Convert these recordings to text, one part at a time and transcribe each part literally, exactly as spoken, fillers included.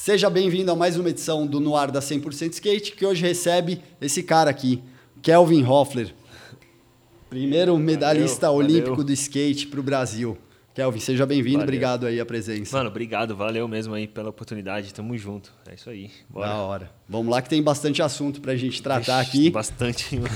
Seja bem-vindo a mais uma edição do No Ar da cem por cento Skate, que hoje recebe esse cara aqui, Kelvin Hoffler, primeiro medalhista valeu, olímpico valeu. do skate para o Brasil. Kelvin, seja bem-vindo, obrigado aí a presença. Mano, obrigado, valeu mesmo aí pela oportunidade, tamo junto, é isso aí, bora. Da hora. Vamos lá que tem bastante assunto pra gente tratar Ixi, aqui. Bastante, mano.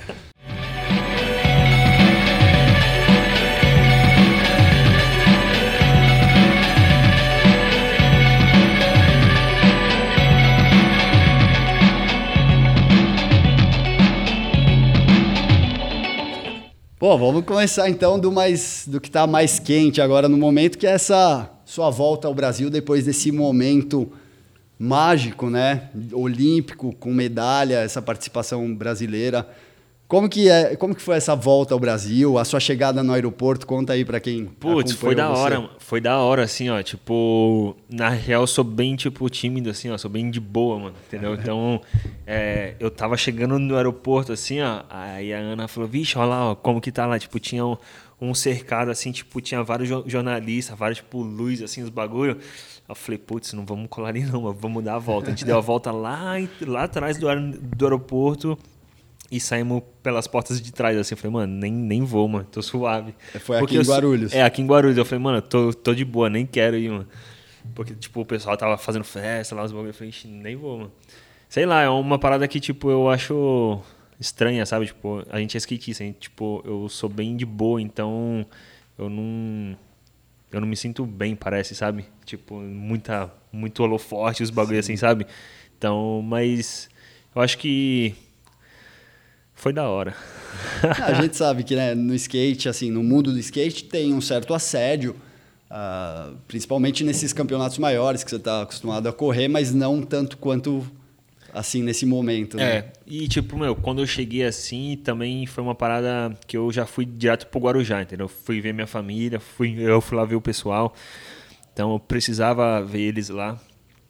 Pô, vamos começar então do, mais, do que está mais quente agora no momento, que é essa sua volta ao Brasil depois desse momento mágico, né? Olímpico, com medalha, essa participação brasileira. Como que, é, como que foi essa volta ao Brasil, a sua chegada no aeroporto? Conta aí pra quem Putz, foi da você. hora, foi da hora, assim, ó, tipo, na real eu sou bem, tipo, tímido, assim, ó, sou bem de boa, mano, entendeu? Então, é, eu tava chegando no aeroporto, assim, ó, aí a Ana falou, vixe, olha lá, ó, como que tá lá, tipo, tinha um, um cercado, assim, tipo, tinha vários jornalistas, vários, tipo, luz, assim, os bagulho. Eu falei, putz, não vamos colar ali não, vamos dar a volta. A gente deu a volta lá, lá atrás do, do aeroporto, e saímos pelas portas de trás, assim. Eu falei, mano, nem, nem vou, mano, tô suave. Foi aqui em Guarulhos? Eu, é, aqui em Guarulhos. Eu falei, mano, tô, tô de boa, nem quero ir, mano. Porque, tipo, o pessoal tava fazendo festa lá, os bagulhos. Eu falei, nem vou, mano. Sei lá, é uma parada que, tipo, eu acho estranha, sabe? Tipo, a gente é skatista, a gente, tipo, eu sou bem de boa, então eu não... Eu não me sinto bem, parece, sabe? Tipo, muita, muito holoforte, os bagulhos assim, sabe? Então, mas eu acho que foi da hora. A gente sabe que, né, no skate, assim, no mundo do skate tem um certo assédio, uh, principalmente nesses campeonatos maiores que você está acostumado a correr, mas não tanto quanto, assim, nesse momento. Né? É, e tipo, meu, quando eu cheguei assim, também foi uma parada que eu já fui direto pro Guarujá, entendeu? Fui ver minha família, fui, eu fui lá ver o pessoal, então eu precisava ver eles lá.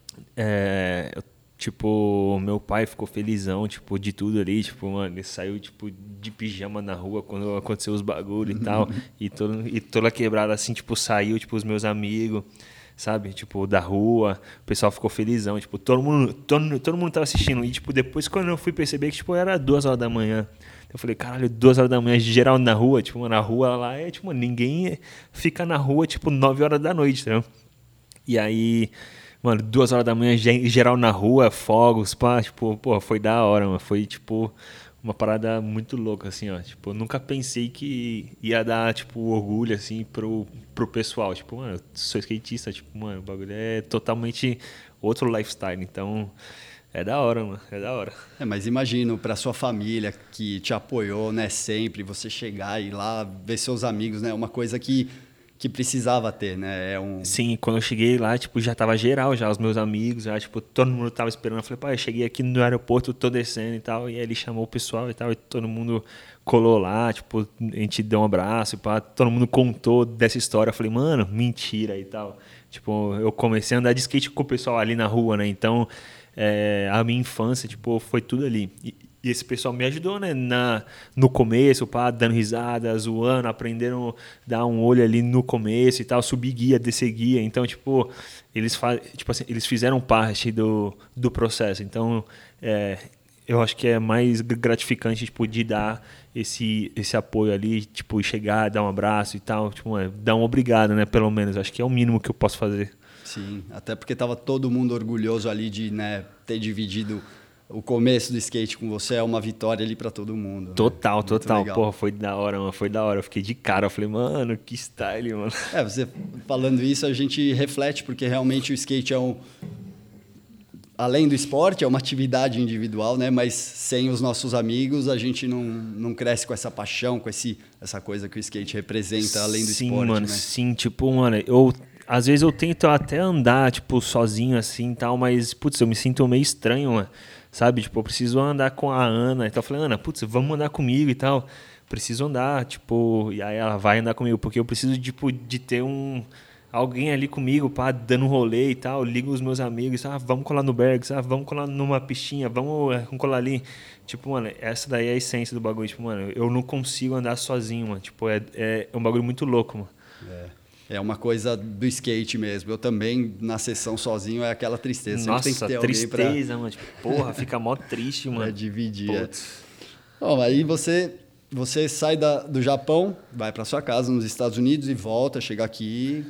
É, eu, tipo, meu pai ficou felizão, tipo, de tudo ali, tipo, mano, ele saiu, tipo, de pijama na rua quando aconteceu os bagulho e tal, e, todo, e toda quebrada assim, tipo, saiu, tipo, os meus amigos, sabe, tipo, da rua, o pessoal ficou felizão, tipo, todo mundo, todo, todo mundo tava assistindo, e, tipo, depois quando eu fui perceber que, tipo, era duas horas da manhã, eu falei, caralho, duas horas da manhã, geral na rua, tipo, mano, na rua lá é, tipo, mano, ninguém fica na rua, tipo, nove horas da noite, entendeu? E aí... Mano, duas horas da manhã, geral na rua, fogos, pá, tipo, pô, foi da hora, mano. Foi, tipo, uma parada muito louca, assim, ó. Tipo, eu nunca pensei que ia dar, tipo, orgulho, assim, pro, pro pessoal. Tipo, mano, eu sou skatista, tipo, mano, o bagulho é totalmente outro lifestyle. Então, é da hora, mano, é da hora. É, mas imagino, pra sua família que te apoiou, né, sempre, você chegar e ir lá ver seus amigos, né, uma coisa que... que precisava ter, né? É um... Sim, quando eu cheguei lá, tipo, já tava geral, já os meus amigos, já, tipo, todo mundo tava esperando. Eu falei, pai, eu cheguei aqui no aeroporto, tô descendo e tal. E aí ele chamou o pessoal e tal, e todo mundo colou lá, tipo, a gente deu um abraço e pá, todo mundo contou dessa história. Eu falei, mano, mentira e tal. Tipo, eu comecei a andar de skate com o pessoal ali na rua, né? Então, é, a minha infância, tipo, foi tudo ali. E, E esse pessoal me ajudou, né? Na, no começo, pá, dando risada, zoando, aprenderam a dar um olho ali no começo e tal, subir guia, descer guia. Então, tipo, eles, fa- tipo assim, eles fizeram parte do, do processo. Então, é, eu acho que é mais gratificante, tipo, de dar esse, esse apoio ali, tipo, chegar, dar um abraço e tal, tipo, é, dar um obrigado, né? Pelo menos, acho que é o mínimo que eu posso fazer. Sim, até porque tava todo mundo orgulhoso ali de, né, ter dividido o começo do skate com você, é uma vitória ali pra todo mundo. Total, né? total. Porra, foi da hora, mano. Foi da hora. Eu fiquei de cara. Eu falei, mano, que style, mano. É, você falando isso, a gente reflete, porque realmente o skate é um... Além do esporte, é uma atividade individual, né? Mas sem os nossos amigos, a gente não, não cresce com essa paixão, com esse, essa coisa que o skate representa, além do sim, esporte, mano, né? Sim, tipo, mano, eu... Às vezes eu tento até andar, tipo, sozinho assim e tal, mas, putz, eu me sinto meio estranho, mano. Sabe? Tipo, eu preciso andar com a Ana. Então eu falei, Ana, putz, vamos andar comigo e tal. Preciso andar, tipo... E aí ela vai andar comigo, porque eu preciso, tipo, de ter um... Alguém ali comigo, pá, dando um rolê e tal. Ligo os meus amigos, ah, vamos colar no Bergs, ah, vamos colar numa pistinha, vamos, vamos colar ali. Tipo, mano, essa daí é a essência do bagulho. Tipo, mano, eu não consigo andar sozinho, mano. Tipo, é, é um bagulho muito louco, mano. É. É uma coisa do skate mesmo. Eu também, na sessão sozinho, é aquela tristeza. Sempre Nossa, tem que ter tristeza, alguém pra... mano. Tipo, porra, fica mó triste, mano. Pra dividir. É. Putz. Bom, aí você, você sai da, do Japão, vai para sua casa nos Estados Unidos e volta, chega aqui,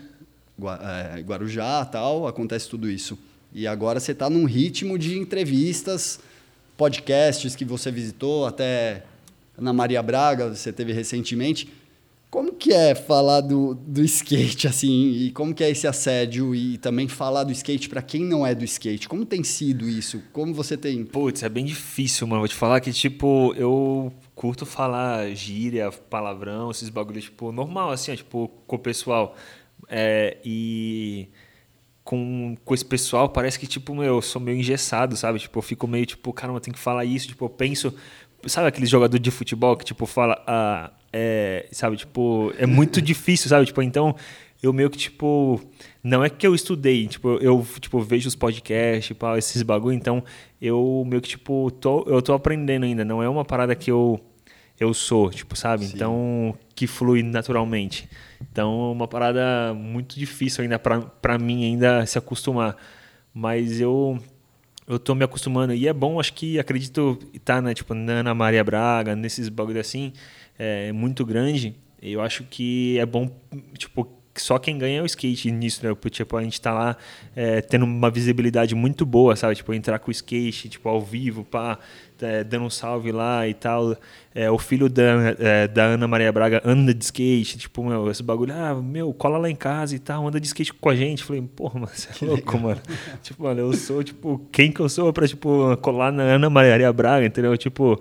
é, Guarujá e tal, acontece tudo isso. E agora você está num ritmo de entrevistas, podcasts que você visitou, até na Maria Braga, você teve recentemente. Como que é falar do, do skate, assim, e como que é esse assédio e também falar do skate para quem não é do skate? Como tem sido isso? Como você tem... Putz, é bem difícil, mano. Vou te falar que, tipo, eu curto falar gíria, palavrão, esses bagulhos, tipo, normal, assim, ó, tipo, com o pessoal. É, e com, com esse pessoal parece que, tipo, meu, eu sou meio engessado, sabe? Tipo, eu fico meio, tipo, caramba, tem que falar isso. Tipo, eu penso... Sabe aquele jogador de futebol que, tipo, fala... Ah, é, sabe, tipo... É muito difícil, sabe? Tipo, então, eu meio que, tipo... Não é que eu estudei, tipo, eu tipo, vejo os podcasts, tipo, esses bagulho, então eu meio que, tipo, tô, eu tô aprendendo ainda. Não é uma parada que eu, eu sou, tipo, sabe? Sim. Então, que flui naturalmente. Então, é uma parada muito difícil ainda pra, pra mim ainda se acostumar. Mas eu... Eu tô me acostumando. E é bom, acho que, acredito, estar, né, tipo, na Ana Maria Braga, nesses bagulho assim, é muito grande. Eu acho que é bom, tipo, só quem ganha é o skate nisso, né? Tipo, a gente tá lá é, tendo uma visibilidade muito boa, sabe? Tipo, entrar com o skate, tipo, ao vivo, pá, é, dando um salve lá e tal. É, o filho da, é, da Ana Maria Braga anda de skate, tipo, meu, esse bagulho, ah, meu, cola lá em casa e tal, anda de skate com a gente. Falei, porra, mano, você é louco, mano. Tipo, mano, eu sou, tipo, quem que eu sou pra, tipo, colar na Ana Maria Braga, entendeu? Tipo,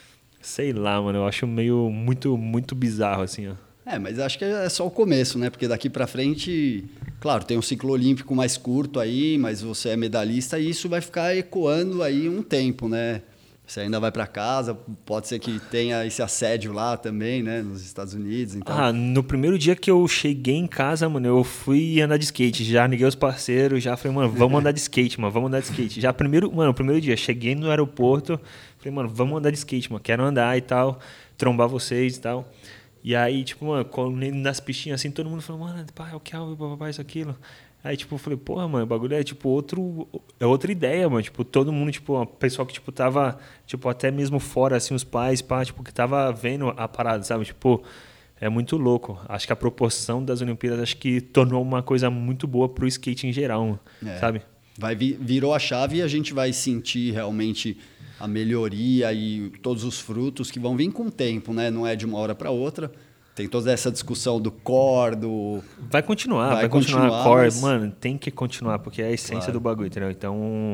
sei lá, mano, eu acho meio, muito, muito bizarro, assim, ó. É, mas acho que é só o começo, né? Porque daqui para frente, claro, tem um ciclo olímpico mais curto aí, mas você é medalhista e isso vai ficar ecoando aí um tempo, né? Você ainda vai para casa, pode ser que tenha esse assédio lá também, né? Nos Estados Unidos, então... Ah, no primeiro dia que eu cheguei em casa, mano, eu fui andar de skate, já liguei os parceiros, já falei, mano, vamos andar de skate, mano, vamos andar de skate. Já primeiro, mano, primeiro dia, cheguei no aeroporto, falei, mano, vamos andar de skate, mano, quero andar e tal, trombar vocês e tal. E aí, tipo, mano, quando nas pistinhas assim, todo mundo falou, mano, pai, é o que é o papai, isso, aquilo. Aí, tipo, eu falei, porra, mano, o bagulho é, tipo, outro... É outra ideia, mano. Tipo, todo mundo, tipo, o pessoal que, tipo, tava... Tipo, até mesmo fora, assim, os pais, pá, tipo, que tava vendo a parada, sabe? Tipo, é muito louco. Acho que a proporção das Olimpíadas, acho que tornou uma coisa muito boa pro skate em geral, mano, é, sabe? Vai, virou a chave e a gente vai sentir realmente a melhoria e todos os frutos que vão vir com o tempo, né? Não é de uma hora para outra. Tem toda essa discussão do core, do... Vai continuar, vai, vai continuar. continuar core, mas... Mano, tem que continuar, porque é a essência claro. do bagulho, entendeu? Então,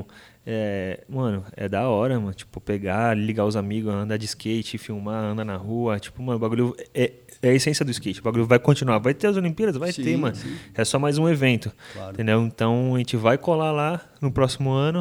é, mano, é da hora, mano. Tipo, pegar, ligar os amigos, andar de skate, filmar, andar na rua. Tipo, mano, o bagulho é, é a essência do skate. O bagulho vai continuar. Vai ter as Olimpíadas? Vai sim, ter, mano. Sim. É só mais um evento, claro. Entendeu? Então, a gente vai colar lá no próximo ano.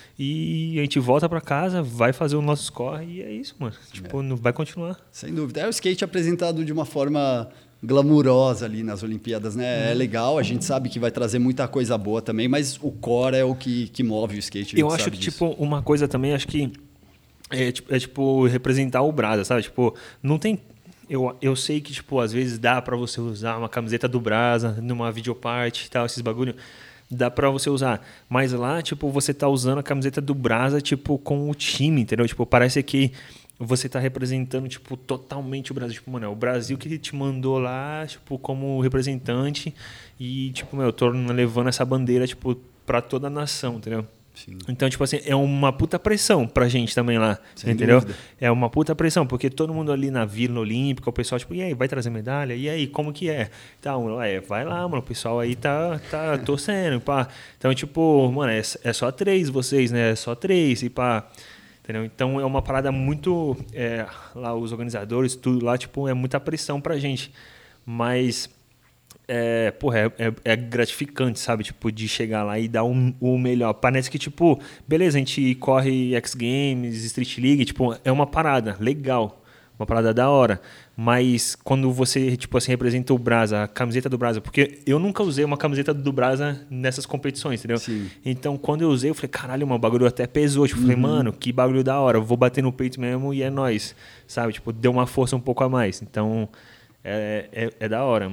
E a gente volta para casa, vai fazer o nosso score e é isso, mano. Tipo, é. vai continuar. Sem dúvida. É o skate apresentado de uma forma glamurosa ali nas Olimpíadas, né? Hum. É legal, a gente sabe que vai trazer muita coisa boa também, mas o core é o que, que move o skate. Eu acho que, disso. tipo, uma coisa também, acho que é, tipo, é, tipo, representar o Brasa, sabe? Tipo, não tem... Eu, eu sei que, tipo, às vezes dá para você usar uma camiseta do Brasa numa videoparte e tal, esses bagulho... Dá pra você usar. Mas lá, tipo, você tá usando a camiseta do Brasa, tipo, com o time, entendeu? Tipo, parece que você tá representando, tipo, totalmente o Brasil. Tipo, mano, é o Brasil que te mandou lá, tipo, como representante. E, tipo, meu, eu tô levando essa bandeira, tipo, pra toda a nação, entendeu? Sim. Então, tipo assim, é uma puta pressão pra gente também lá, sem entendeu? Dúvida. É uma puta pressão, porque todo mundo ali na Vila Olímpica, o pessoal, tipo, e aí, vai trazer medalha? E aí, como que é? Então, é, vai lá, mano, o pessoal aí tá, tá torcendo, pá. Então, tipo, mano, é, é só três vocês, né? É só três e pá. Entendeu? Então, é uma parada muito... É, lá, os organizadores, tudo lá, tipo, é muita pressão pra gente. Mas... É, porra, é, é, é gratificante, sabe? Tipo, de chegar lá e dar um, o melhor. Parece que, tipo, beleza, a gente corre X Games, Street League, tipo, é uma parada legal, uma parada da hora. Mas quando você, tipo assim, representa o Brasa, a camiseta do Brasa, porque eu nunca usei uma camiseta do Brasa nessas competições, entendeu? Sim. Então, quando eu usei, eu falei, caralho, mano, o bagulho até pesou. Tipo, uhum. falei, mano, que bagulho da hora, eu vou bater no peito mesmo e é nóis, sabe? Tipo, deu uma força um pouco a mais. Então, é, é, é da hora, mano.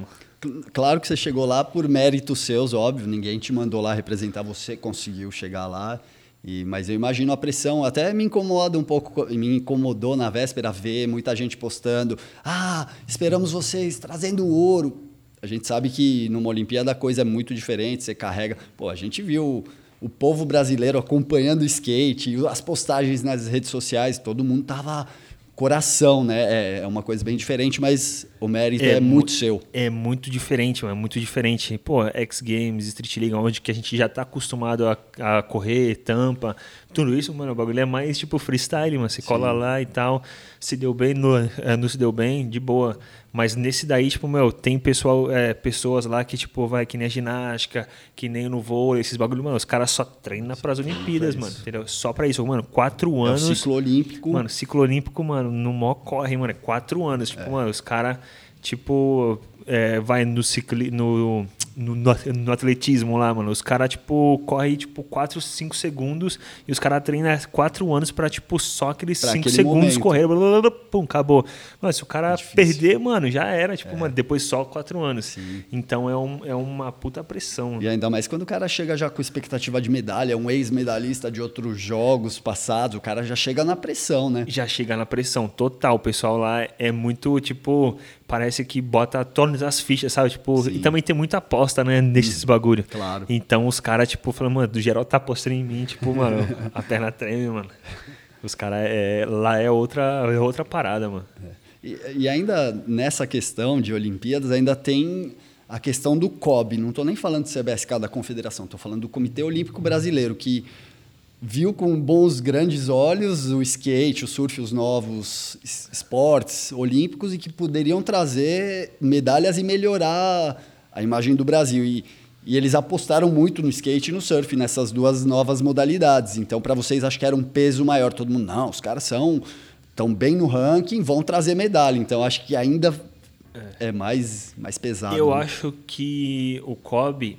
claro que você chegou lá por méritos seus, óbvio, ninguém te mandou lá representar, você conseguiu chegar lá. E, mas eu imagino a pressão, até me incomoda um pouco, me incomodou na véspera ver muita gente postando, ah, esperamos vocês trazendo ouro. A gente sabe que numa Olimpíada a coisa é muito diferente, você carrega... Pô, a gente viu o povo brasileiro acompanhando o skate, as postagens nas redes sociais, todo mundo tava... coração, né? É uma coisa bem diferente, mas o mérito é, é muito mu- seu. É muito diferente, mano, é muito diferente. Pô, X Games, Street League, onde que a gente já tá acostumado a, a correr, tampa, tudo isso, mano, o bagulho é mais tipo freestyle, mano. Você Sim. cola lá e tal, se deu bem, no, não se deu bem, de boa. Mas nesse daí, tipo, meu, tem pessoal, é, pessoas lá que, tipo, vai que nem a ginástica, que nem no vôlei, esses bagulho, mano, os caras só treinam pras Olimpíadas, mano, entendeu? Só pra isso, mano, quatro anos... É o ciclo olímpico. Mano, ciclo olímpico, mano, no mó corre, mano, é quatro anos. Tipo, é. mano, os caras, tipo, é, vai no cicli... No, no, no atletismo lá, mano, os caras, tipo, correm, tipo, quatro, cinco segundos e os caras treinam quatro anos pra, tipo, só aqueles cinco segundos correr, blá, blá, blá, pum, acabou. Mano, se o cara é perder, mano, já era, tipo, é. mano, depois só quatro anos. Sim. Então é, um, é uma puta pressão. E ainda mais quando o cara chega já com expectativa de medalha, um ex-medalhista de outros jogos passados, o cara já chega na pressão, né? Já chega na pressão, total. O pessoal lá é muito, tipo, parece que bota todas as fichas, sabe? Tipo, Sim. e também tem muita aposta, né, nesses hum, bagulho. Claro. Então os caras, tipo, falam, mano, do geral tá apostando em mim, tipo, mano, a perna treme, mano. Os caras, é, lá é outra, é outra parada, mano. É. E, e ainda nessa questão de Olimpíadas, ainda tem a questão do C O B. Não tô nem falando do C B S K da Confederação, tô falando do Comitê Olímpico Brasileiro, que viu com bons, grandes olhos o skate, o surf, os novos esportes olímpicos e que poderiam trazer medalhas e melhorar a imagem do Brasil. E, e eles apostaram muito no skate e no surf, nessas duas novas modalidades. Então, para vocês, acho que era um peso maior. Todo mundo, não, os caras são, estão bem no ranking, vão trazer medalha. Então, acho que ainda é, é mais, mais pesado. Eu né? acho que o C O B...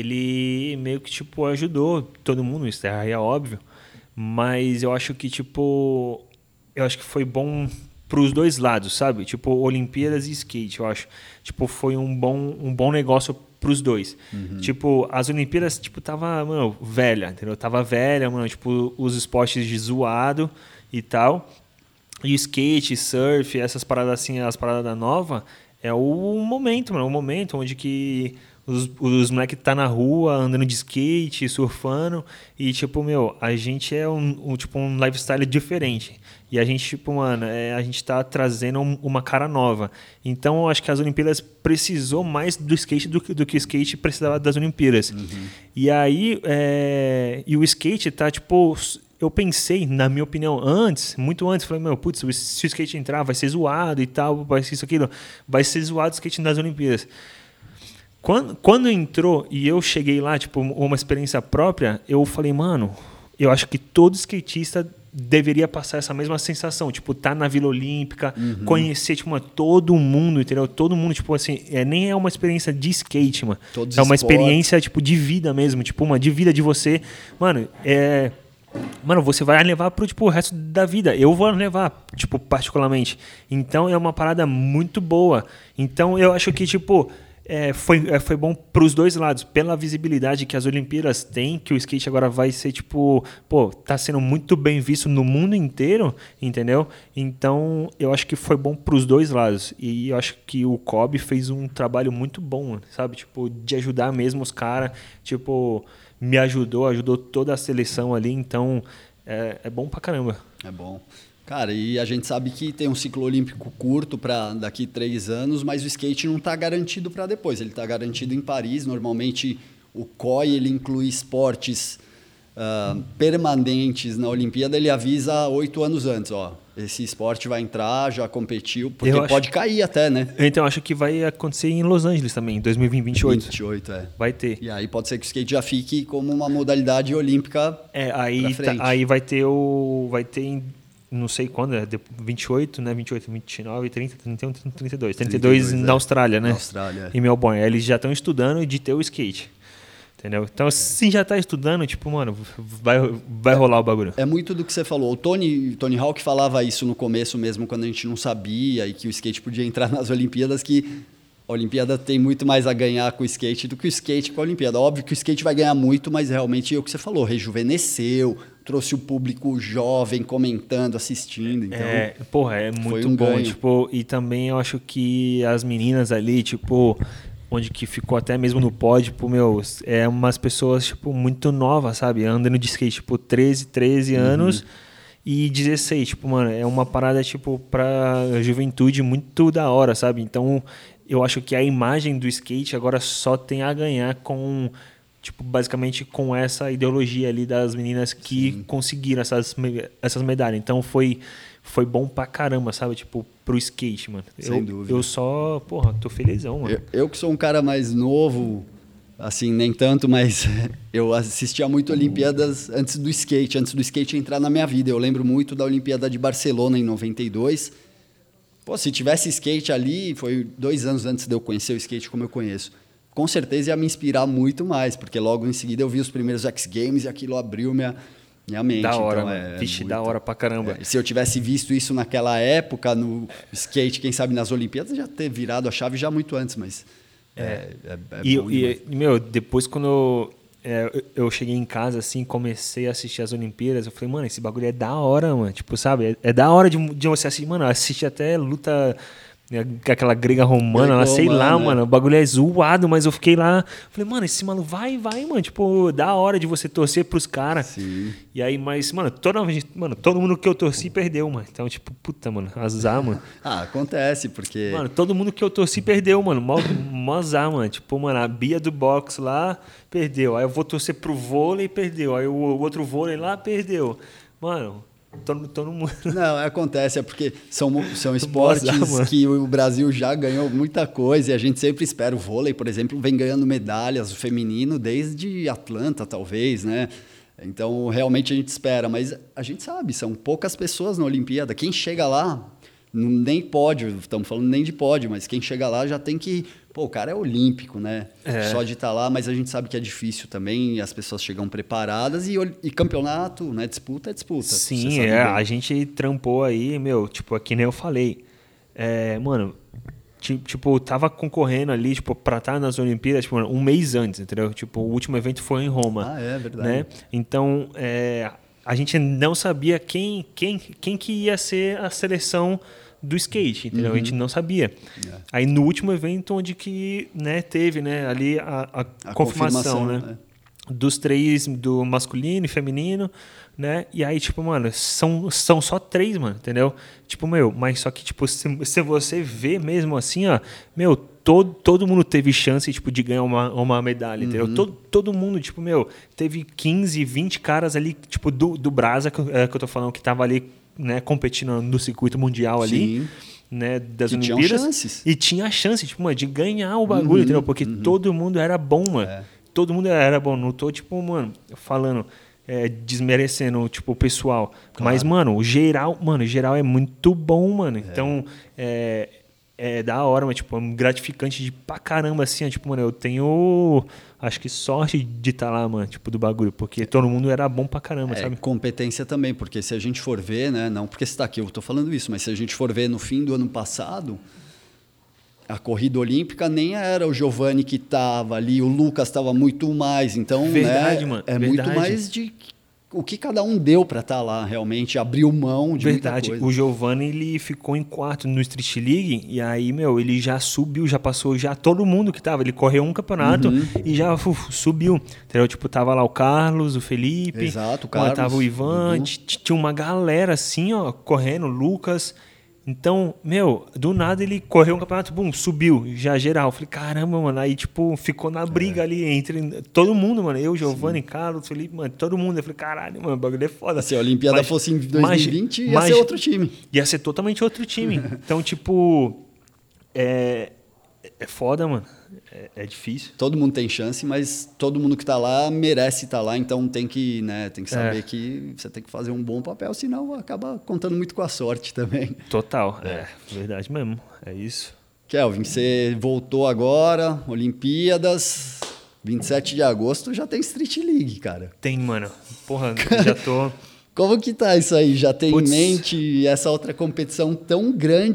ele meio que, tipo, ajudou todo mundo, isso aí é óbvio, mas eu acho que, tipo, eu acho que foi bom pros dois lados, sabe? Tipo, Olimpíadas e skate, eu acho. Tipo, foi um bom, um bom negócio pros dois. Uhum. Tipo, as Olimpíadas, tipo, tava, mano, velha, entendeu? Tava velha, mano, tipo, os esportes de zoado e tal. E o skate, surf, essas paradas assim, as paradas novas, é o momento, mano, o momento onde que... Os, os moleques tá na rua, andando de skate, surfando. E, tipo, meu, a gente é um, um, tipo, um lifestyle diferente. E a gente, tipo, mano, é, a gente tá trazendo um, uma cara nova. Então, eu acho que as Olimpíadas precisou mais do skate do, do que o skate precisava das Olimpíadas. Uhum. E aí, é, e o skate tá, tipo... Eu pensei, na minha opinião, antes, muito antes, falei, meu, putz, se o skate entrar, vai ser zoado e tal, vai ser isso, aquilo. Vai ser zoado o skate nas Olimpíadas. Quando, quando entrou e eu cheguei lá, tipo, uma experiência própria, eu falei, mano, eu acho que todo skatista deveria passar essa mesma sensação, tipo, tá na Vila Olímpica, uhum. conhecer, tipo, mano, todo mundo, entendeu? Todo mundo, tipo, assim, é, nem é uma experiência de skate, mano. Todos é uma esportes. Experiência, tipo, de vida mesmo, tipo, uma de vida de você. Mano, é... Mano, você vai levar pro, tipo, o resto da vida. Eu vou levar, tipo, particularmente. Então, é uma parada muito boa. Então, eu acho que, tipo... É, foi, é, foi bom para os dois lados, pela visibilidade que as Olimpíadas têm, que o skate agora vai ser, tipo, pô, tá sendo muito bem visto no mundo inteiro, entendeu? Então, eu acho que foi bom para os dois lados. E eu acho que o C O B fez um trabalho muito bom, sabe? Tipo, de ajudar mesmo os caras, tipo, me ajudou, ajudou toda a seleção ali, então é, é bom pra caramba. É bom. Cara, e a gente sabe que tem um ciclo olímpico curto para daqui três anos, mas o skate não está garantido para depois. Ele está garantido em Paris. Normalmente, o C O I ele inclui esportes uh, permanentes na Olimpíada. Ele avisa oito anos antes, ó, esse esporte vai entrar, já competiu, porque eu pode acho... cair até, né? Então, acho que vai acontecer em Los Angeles também, em dois mil e vinte e oito. vinte e oito, é. Vai ter. E aí pode ser que o skate já fique como uma modalidade olímpica. É, aí, tá, aí vai ter o... Vai ter em, não sei quando, é vinte e oito, né? vinte e oito, vinte e nove, trinta, trinta e um, trinta e dois. trinta e dois, trinta e dois na é. Austrália, né? Na Austrália. É. Em Melbourne. Eles já estão estudando de ter o skate. Entendeu? Então, é. se já está estudando, tipo, mano, vai, vai é, rolar o bagulho. É muito do que você falou. O Tony, Tony Hawk falava isso no começo mesmo, quando a gente não sabia e que o skate podia entrar nas Olimpíadas, que a Olimpíada tem muito mais a ganhar com o skate do que o skate com a Olimpíada. Óbvio que o skate vai ganhar muito, mas realmente é o que você falou, rejuvenesceu, trouxe o público jovem comentando, assistindo. Então, é, porra, é muito um bom. ganho. Tipo, e também eu acho que as meninas ali, tipo, onde que ficou até mesmo no pódio, tipo, meu, é umas pessoas, tipo, muito novas, sabe? Andando de skate, tipo, treze, treze Uhum. anos e dezesseis. Tipo, mano, é uma parada, tipo, pra juventude muito da hora, sabe? Então, eu acho que a imagem do skate agora só tem a ganhar com, tipo, basicamente com essa ideologia ali das meninas que Sim. conseguiram essas, essas medalhas. Então, foi, foi bom pra caramba, sabe? Tipo, pro skate, mano. Sem eu, dúvida. Eu só, porra, tô felizão, mano. Eu, eu que sou um cara mais novo, assim, nem tanto, mas eu assistia muito Olimpíadas antes do skate, antes do skate entrar na minha vida. Eu lembro muito da Olimpíada de Barcelona, em noventa e dois. Pô, se tivesse skate ali, foi dois anos antes de eu conhecer o skate como eu conheço. Com certeza ia me inspirar muito mais, porque logo em seguida eu vi os primeiros X Games e aquilo abriu minha, minha mente. Da hora, então, mano. É, Vixe, muito, da hora pra caramba. É, se eu tivesse visto isso naquela época, no skate, quem sabe nas Olimpíadas, já ter virado a chave já muito antes, mas... É, é, é e, bom e, meu, depois quando eu, é, eu cheguei em casa, assim, comecei a assistir as Olimpíadas, eu falei, mano, esse bagulho é da hora, mano. Tipo, sabe? É, é da hora de, de você assistir, mano, assistir até luta... aquela grega romana, lá, sei lá, né? mano, o bagulho é zoado, mas eu fiquei lá, falei, mano, esse maluco vai, vai, mano, tipo, da hora de você torcer pros caras. E aí, mas, mano, toda, mano, todo mundo que eu torci perdeu, mano. Então, tipo, puta, mano, azar, mano. Ah, acontece, porque... Mano, todo mundo que eu torci perdeu, mano, mó, mó azar, mano. Tipo, mano, a Bia do boxe lá, perdeu. Aí eu vou torcer pro vôlei, perdeu. Aí o outro vôlei lá, perdeu. Mano... Todo, todo mundo. Não, acontece, é porque são, são esportes já, que o Brasil já ganhou muita coisa e a gente sempre espera. O vôlei, por exemplo, vem ganhando medalhas, o feminino, desde Atlanta, talvez, né? Então, realmente a gente espera, mas a gente sabe, são poucas pessoas na Olimpíada. Quem chega lá, nem pódio, estamos falando nem de pódio, mas quem chega lá já tem que... Pô, o cara é olímpico, né? É. Só de estar lá, mas a gente sabe que é difícil também, as pessoas chegam preparadas e, e campeonato, né? Disputa é disputa. Sim, é, a gente trampou aí, meu, tipo, é que nem eu falei. É, mano, tipo, tava concorrendo ali, tipo, pra estar nas Olimpíadas, tipo, um mês antes, entendeu? Tipo, o último evento foi em Roma. Ah, é verdade. Né? Então, é, a gente não sabia quem, quem, quem que ia ser a seleção do skate, entendeu? Uhum. A gente não sabia. É. Aí no último evento onde que, né, teve, né, ali a, a, a confirmação, confirmação, né, é. dos três, do masculino e feminino, né? E aí, tipo, mano, são, são só três, mano, entendeu? Tipo, meu, mas só que, tipo, se, se você vê mesmo assim, ó, meu, todo, todo mundo teve chance, tipo, de ganhar uma, uma medalha, uhum. entendeu? Todo, todo mundo, tipo, meu, teve quinze, vinte caras ali, tipo, do, do Brasa, que, é, que eu tô falando, que tava ali, né, competindo no circuito mundial ali, Sim. né, das que Olimpíadas. E tinha a chance, tipo, mano, de ganhar o bagulho, uhum, entendeu? Porque uhum. todo mundo era bom, mano. É. Todo mundo era bom. Não tô, tipo, mano, falando, é, desmerecendo, tipo, o pessoal. Claro. Mas, mano, o geral, mano, o geral é muito bom, mano. É. Então, é, é da hora, mas, tipo, é gratificante de pra caramba, assim, ó, tipo, mano, eu tenho... Acho que sorte de estar tá lá, mano, tipo, do bagulho, porque todo mundo era bom pra caramba, é, sabe? Competência também, porque se a gente for ver, né, não porque você tá aqui, eu tô falando isso, mas se a gente for ver no fim do ano passado, a corrida olímpica nem era o Giovanni que tava ali, o Lucas tava muito mais, então, verdade, né, mano, é verdade. muito mais de... O que cada um deu para estar tá lá, realmente, abriu mão de Verdade. muita coisa. O Giovanni, ele ficou em quarto no Street League, e aí, meu, ele já subiu, já passou já todo mundo que tava. Ele correu um campeonato uhum. e já uf, subiu. Entendeu? Tipo, tava lá o Carlos, o Felipe. Exato, o Carlos. Tava o Ivan, tinha uma galera assim, ó, correndo, Lucas. Então, meu, do nada ele correu um campeonato, bum, subiu, já geral. Falei, caramba, mano, aí, tipo, ficou na briga é. ali entre todo mundo, mano. Eu, Giovanni, Sim. Carlos, Felipe, mano, todo mundo. Eu falei, caralho, mano, o bagulho é foda. Se a Olimpíada mas, fosse em dois mil e vinte, mas, ia mas, ser outro time. Ia ser totalmente outro time. Então, tipo, é, é foda, mano. É, é difícil. Todo mundo tem chance, mas todo mundo que tá lá merece estar tá lá, então tem que, né, tem que saber é. que você tem que fazer um bom papel, senão acaba contando muito com a sorte também. Total, é, é verdade mesmo, é isso. Kelvin, você voltou agora, Olimpíadas, vinte e sete de agosto, já tem Street League, cara. Tem, mano. Porra, já tô... Como que tá isso aí? Já tem Puts. em mente essa outra competição tão grande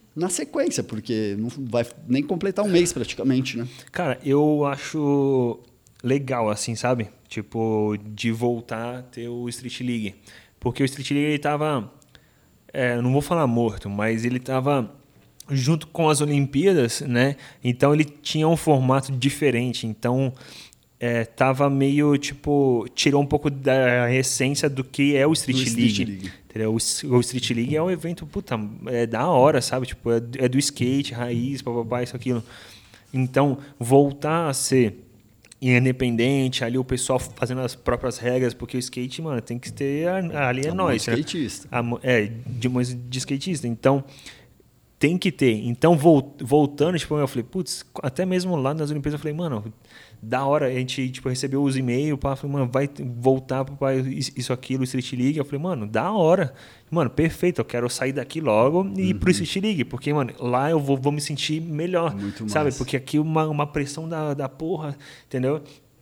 na sequência, porque não vai nem completar um mês praticamente, né? Cara, eu acho legal, assim, sabe? Tipo, de voltar a ter o Street League. Porque o Street League, ele tava... É, não vou falar morto, mas ele tava junto com as Olimpíadas, né? Então, ele tinha um formato diferente. Então, é, tava meio, tipo... Tirou um pouco da essência do que é o Street, Do League. Street League. Entendeu? O, o Street League é um evento, puta, é da hora, sabe? Tipo, é, é do skate, raiz, papapá, isso, aquilo. Então, voltar a ser independente, ali o pessoal fazendo as próprias regras, porque o skate, mano, tem que ter, ali é A nós, mão né? de skatista. A mo- é, de mãos de skatista. Então, tem que ter. Então, vol- voltando, tipo, eu falei, putz, até mesmo lá nas Olimpíadas, eu falei, mano, da hora, a gente, tipo, recebeu os e-mails, pá, falei, mano, vai voltar para isso, aquilo, Street League. Eu falei, mano, da hora. Mano, perfeito, eu quero sair daqui logo e ir pro Street League, porque, mano, lá eu vou, vou me sentir melhor, Muito sabe? mais. Porque aqui uma, uma pressão da, da porra, entendeu?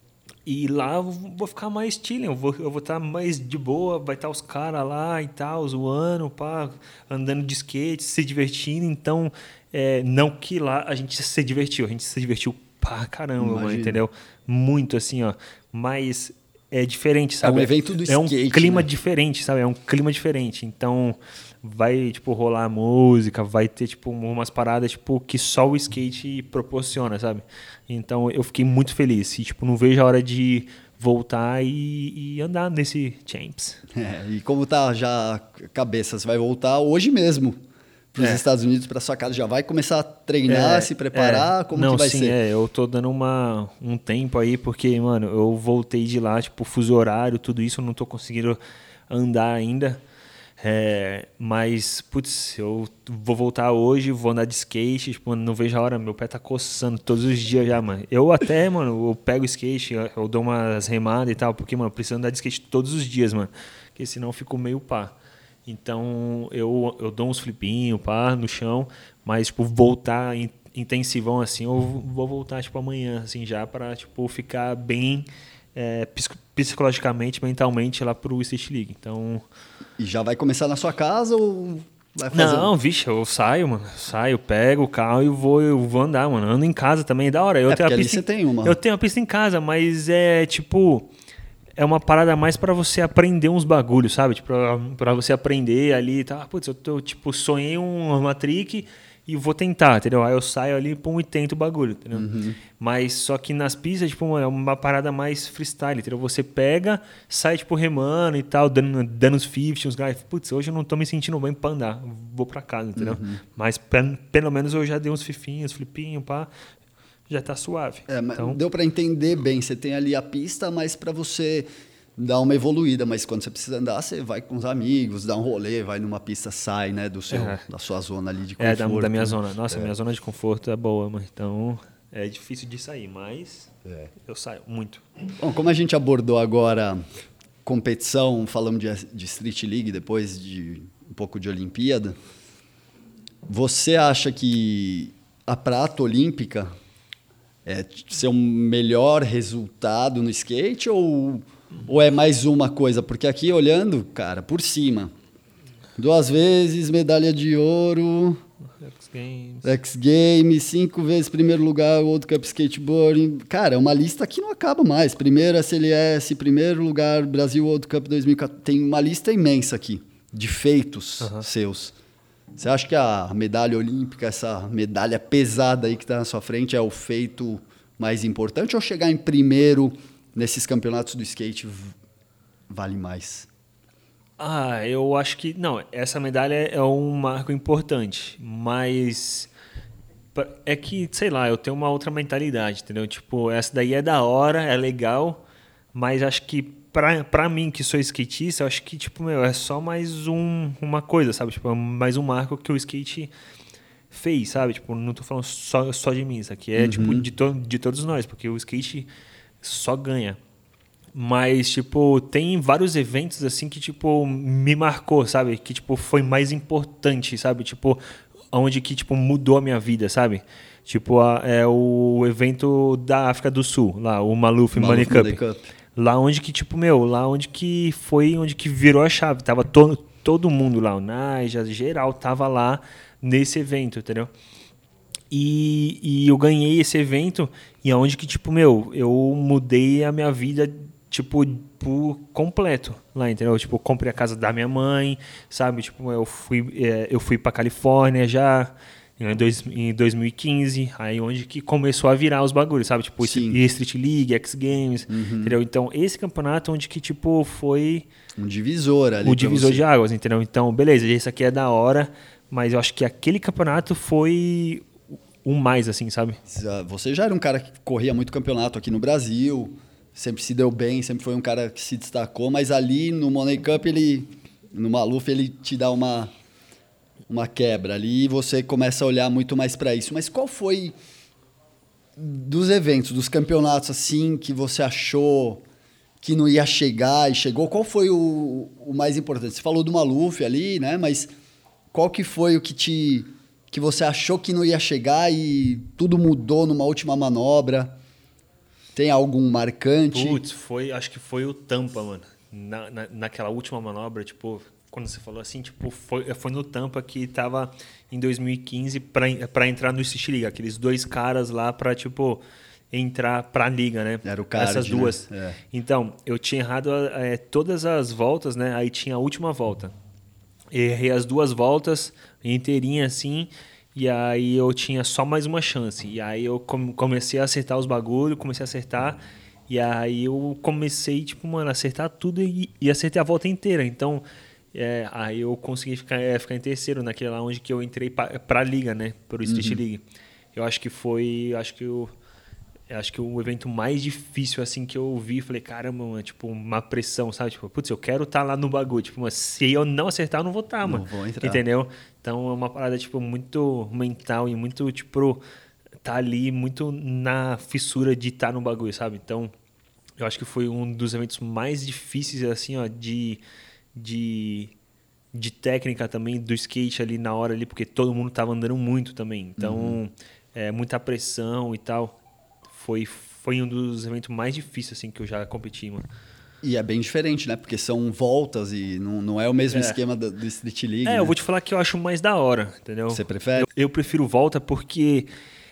E lá eu vou ficar mais chilling, eu vou eu vou estar mais de boa, vai estar os caras lá e tal, zoando, pá, andando de skate, se divertindo. Então, é, não que lá a gente se divertiu, a gente se divertiu pra caramba, mano, Imagino. entendeu? Muito assim, ó. Mas é diferente, sabe? É um evento do É um skate, clima né? diferente, sabe? É um clima diferente. Então, vai, tipo, rolar música, vai ter, tipo, umas paradas, tipo, que só o skate proporciona, sabe? Então, eu fiquei muito feliz. E, tipo, não vejo a hora de voltar e, e andar nesse Champs. É, e como tá já a cabeça, você vai voltar hoje mesmo para os É. Estados Unidos, para sua casa, já vai começar a treinar, É, se preparar, é. como Não, que vai sim, ser? É, eu tô dando uma, um tempo aí, porque, mano, eu voltei de lá, tipo, fuso horário, tudo isso, eu não tô conseguindo andar ainda. É, mas, putz, eu vou voltar hoje, vou andar de skate, tipo, mano, não vejo a hora, meu pé tá coçando todos os dias já, mano. Eu até, mano, eu pego o skate, eu dou umas remadas e tal, porque, mano, eu preciso andar de skate todos os dias, mano, porque senão eu fico meio pá. Então, eu, eu dou uns flipinhos, pá, no chão, mas, tipo, voltar in- intensivão, assim, eu vou voltar, tipo, amanhã, assim, já pra, tipo, ficar bem é, psico- psicologicamente, mentalmente lá pro Street League. Então... E já vai começar na sua casa ou vai fazer? Não, vixe, eu saio, mano. Saio, pego o carro e vou, eu vou andar, mano. Ando em casa também, é da hora. Eu É, tenho porque a ali pista. você tem uma. Eu tenho a pista em casa, mas é tipo. É uma parada mais pra você aprender uns bagulhos, sabe? Tipo, pra, pra você aprender ali e tá. Ah, putz, eu tô, tipo, sonhei um- uma trick e vou tentar, entendeu? Aí eu saio ali, pum, e tento o bagulho, entendeu? Uhum. Mas só que nas pistas, tipo, mano, é uma parada mais freestyle, entendeu? Você pega, sai, tipo, remando e tal, dando, dando uns fifty, uns guys. Putz, hoje eu não tô me sentindo bem pra andar, vou pra casa, entendeu? Uhum. Mas pe- pelo menos eu já dei uns fifinhos, flipinho, pá, já tá suave. É, mas Então, deu para entender bem. Você tem ali a pista, mas para você dar uma evoluída. Mas quando você precisa andar, você vai com os amigos, dá um rolê, vai numa pista, sai, né, do seu, É. da sua zona ali de é, conforto. da, da minha né? zona. Nossa, minha zona de conforto é boa, mano. Então, é difícil de sair, mas É. eu saio muito. Bom, como a gente abordou agora competição, falamos de, de Street League, depois de um pouco de Olimpíada, você acha que a prata olímpica é ser um melhor resultado no skate ou, ou é mais uma coisa? Porque aqui olhando, cara, por cima, duas vezes medalha de ouro, X Games. X Games, cinco vezes primeiro lugar, World Cup Skateboarding. Cara, é uma lista que não acaba mais. Primeiro S L S, primeiro lugar Brasil World Cup dois mil e quatorze. Tem uma lista imensa aqui de feitos Uhum. seus. Você acha que a medalha olímpica, essa medalha pesada aí que está na sua frente, é o feito mais importante ou chegar em primeiro nesses campeonatos do skate v- vale mais? Ah, eu acho que. Não, essa medalha é um marco importante, mas. pa- É que, sei lá, eu tenho uma outra mentalidade, entendeu? Tipo, essa daí é da hora, é legal, mas acho que pra, pra mim, que sou skatista, eu acho que, tipo, meu, é só mais um, uma coisa, sabe? Tipo, é mais um marco que o skate fez, sabe? Tipo, não tô falando só, só de mim, isso aqui é, tipo, de, to, de todos nós, porque o skate só ganha. Mas, tipo, tem vários eventos, assim, que, tipo, me marcou, sabe? Que, tipo, foi mais importante, sabe? Tipo, onde que, tipo, mudou a minha vida, sabe? Tipo, a, é o evento da África do Sul, lá, o Maluf Money Maluf Cup. Money Cup. Lá onde que, tipo, meu, lá onde que foi, onde que virou a chave. Tava to, todo mundo lá, o Naija, geral, tava lá nesse evento, entendeu? E, e eu ganhei esse evento e aonde que, tipo, meu, eu mudei a minha vida, tipo, por completo lá, entendeu? Tipo, eu comprei a casa da minha mãe, sabe? Tipo, eu fui, é, eu fui pra Califórnia já em, dois, em dois mil e quinze, aí onde que começou a virar os bagulhos, sabe? Tipo, Sim. Street League, X Games, uhum. entendeu? Então, esse campeonato onde que, tipo, foi... Um divisor ali. O divisor de águas, entendeu? Então, beleza, esse aqui é da hora, mas eu acho que aquele campeonato foi... um mais, assim, sabe? Você já era um cara que corria muito campeonato aqui no Brasil, sempre se deu bem, sempre foi um cara que se destacou, mas ali no Money Cup, ele, no Maluf, ele te dá uma, uma quebra ali e você começa a olhar muito mais para isso. Mas qual foi dos eventos, dos campeonatos, assim, que você achou que não ia chegar e chegou? Qual foi o, o mais importante? Você falou do Maluf ali, né? Mas qual que foi o que te... que você achou que não ia chegar e tudo mudou numa última manobra? Tem algum marcante? Putz, foi, acho que foi o Tampa, mano. Na, na, naquela última manobra, tipo, quando você falou assim, tipo, foi, foi no Tampa que tava em dois mil e quinze pra, pra entrar no Street League. Aqueles dois caras lá pra, tipo, entrar pra liga, né? Era o card, essas duas. Né? É. Então, eu tinha errado é, todas as voltas, né? Aí tinha a última volta. Errei as duas voltas inteirinha assim, e aí eu tinha só mais uma chance. E aí eu comecei a acertar os bagulhos, comecei a acertar, e aí eu comecei, tipo, mano, a acertar tudo e, e acertei a volta inteira. Então, é, aí eu consegui ficar, é, ficar em terceiro, naquele lá onde que eu entrei pra, pra liga, né, pro Street Uhum. League. Eu acho que foi, acho que eu... Eu acho que o evento mais difícil, assim, que eu vi, falei, caramba, mano, tipo, uma pressão, sabe? Tipo, putz, eu quero estar tá lá no bagulho. Tipo, mas se eu não acertar, eu não vou estar, tá, mano. Não vou entrar. Entendeu? Então, é uma parada, tipo, muito mental e muito, tipo, tá ali muito na fissura de estar tá no bagulho, sabe? Então, eu acho que foi um dos eventos mais difíceis, assim, ó, de... de de técnica também, do skate ali na hora ali, porque todo mundo tava andando muito também. Então, uhum. é, muita pressão e tal. Foi, foi um dos eventos mais difíceis assim, que eu já competi, mano. E é bem diferente, né? Porque são voltas e não, não é o mesmo é. esquema do, do Street League. É, né? eu vou te falar que eu acho mais da hora, entendeu? Você prefere? Eu, eu prefiro volta porque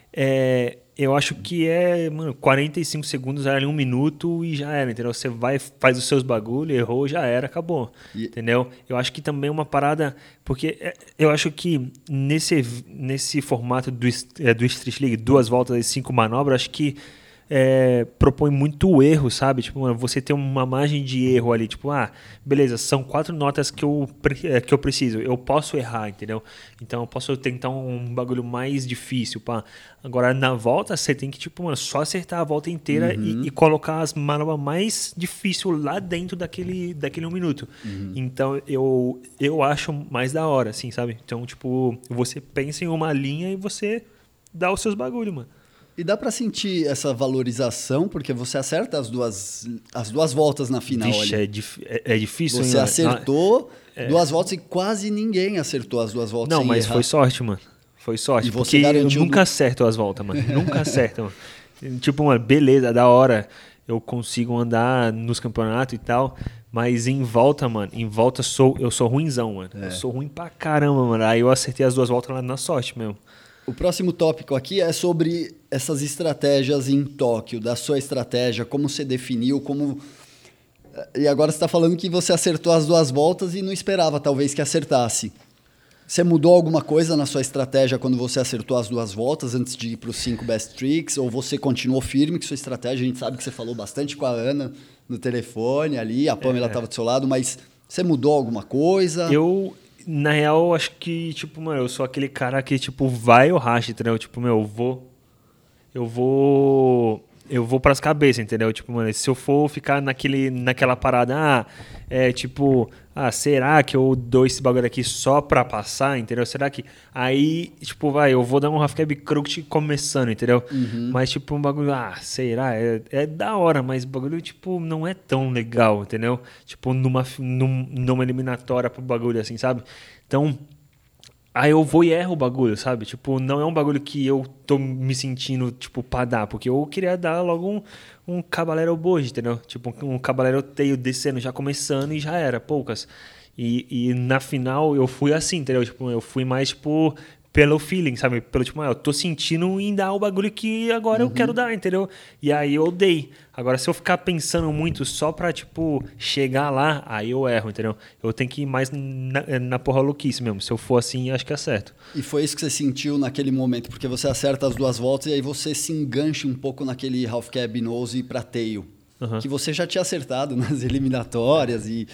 é, eu acho que é, mano, quarenta e cinco segundos, era ali um minuto e já era, entendeu? Você vai, faz os seus bagulho, errou, já era, acabou, e... entendeu? Eu acho que também é uma parada, porque eu acho que nesse, nesse formato do, é, do Street League, duas voltas e cinco manobras, acho que É, propõe muito erro, sabe? Tipo, mano, você tem uma margem de erro ali, tipo, ah, beleza, são quatro notas que eu, que eu preciso, eu posso errar, entendeu? Então eu posso tentar um bagulho mais difícil, pá. Agora na volta você tem que, tipo, mano, só acertar a volta inteira uhum. e, e colocar as manobras mais difíceis lá dentro daquele, daquele um minuto. Uhum. Então eu, eu acho mais da hora, assim, sabe? Então, tipo, você pensa em uma linha e você dá os seus bagulhos, mano. E dá pra sentir essa valorização, porque você acerta as duas, as duas voltas na final. Vixe, ali. É, dif é, é difícil. Você hein? acertou é. duas voltas e quase ninguém acertou as duas voltas. Não, sem mas errar. foi sorte, mano. Foi sorte. E você porque garantiu eu nunca do... acerto as voltas, mano. Nunca acerto, mano. Tipo, mano, beleza, da hora. Eu consigo andar nos campeonatos e tal. Mas em volta, mano, em volta sou, eu sou ruinzão, mano. É. Eu sou ruim pra caramba, mano. Aí eu acertei as duas voltas lá na sorte mesmo. O próximo tópico aqui é sobre essas estratégias em Tóquio, da sua estratégia, como você definiu, como... E agora você está falando que você acertou as duas voltas e não esperava, talvez, que acertasse. Você mudou alguma coisa na sua estratégia quando você acertou as duas voltas antes de ir para os cinco best tricks? Ou você continuou firme com sua estratégia? A gente sabe que você falou bastante com a Ana no telefone ali, a Pamela estava é. do seu lado, mas você mudou alguma coisa? Eu... Na real, eu acho que, tipo, mano, eu sou aquele cara que, tipo, vai ou racha, entendeu? Tipo, meu, eu vou... Eu vou... Eu vou pras cabeças, entendeu? Tipo, mano, se eu for ficar naquele, naquela parada, ah, é tipo, ah, será que eu dou esse bagulho aqui só pra passar, entendeu? Será que... Aí, tipo, vai, eu vou dar um half cab crooked começando, entendeu? Uhum. Mas, tipo, um bagulho, ah, será? É, é da hora, mas o bagulho, tipo, não é tão legal, entendeu? Tipo, numa, num, numa eliminatória pro bagulho, assim, sabe? Então... Aí eu vou e erro o bagulho, sabe? Tipo, não é um bagulho que eu tô me sentindo, tipo, pra dar. Porque eu queria dar logo um, um Caballero Boji, entendeu? Tipo, um Caballero Tail descendo, já começando e já era, poucas. E, e na final eu fui assim, entendeu? Tipo, eu fui mais, tipo, pelo feeling, sabe? Pelo tipo, ah, eu tô sentindo em dar o bagulho que agora uhum. eu quero dar, entendeu? E aí eu dei. Agora, se eu ficar pensando muito só pra, tipo, chegar lá, aí eu erro, entendeu? Eu tenho que ir mais na, na porra louquice mesmo. Se eu for assim, acho que é certo. E foi isso que você sentiu naquele momento, porque você acerta as duas voltas e aí você se engancha um pouco naquele half cab nose pra tail, uhum. que você já tinha acertado nas eliminatórias e...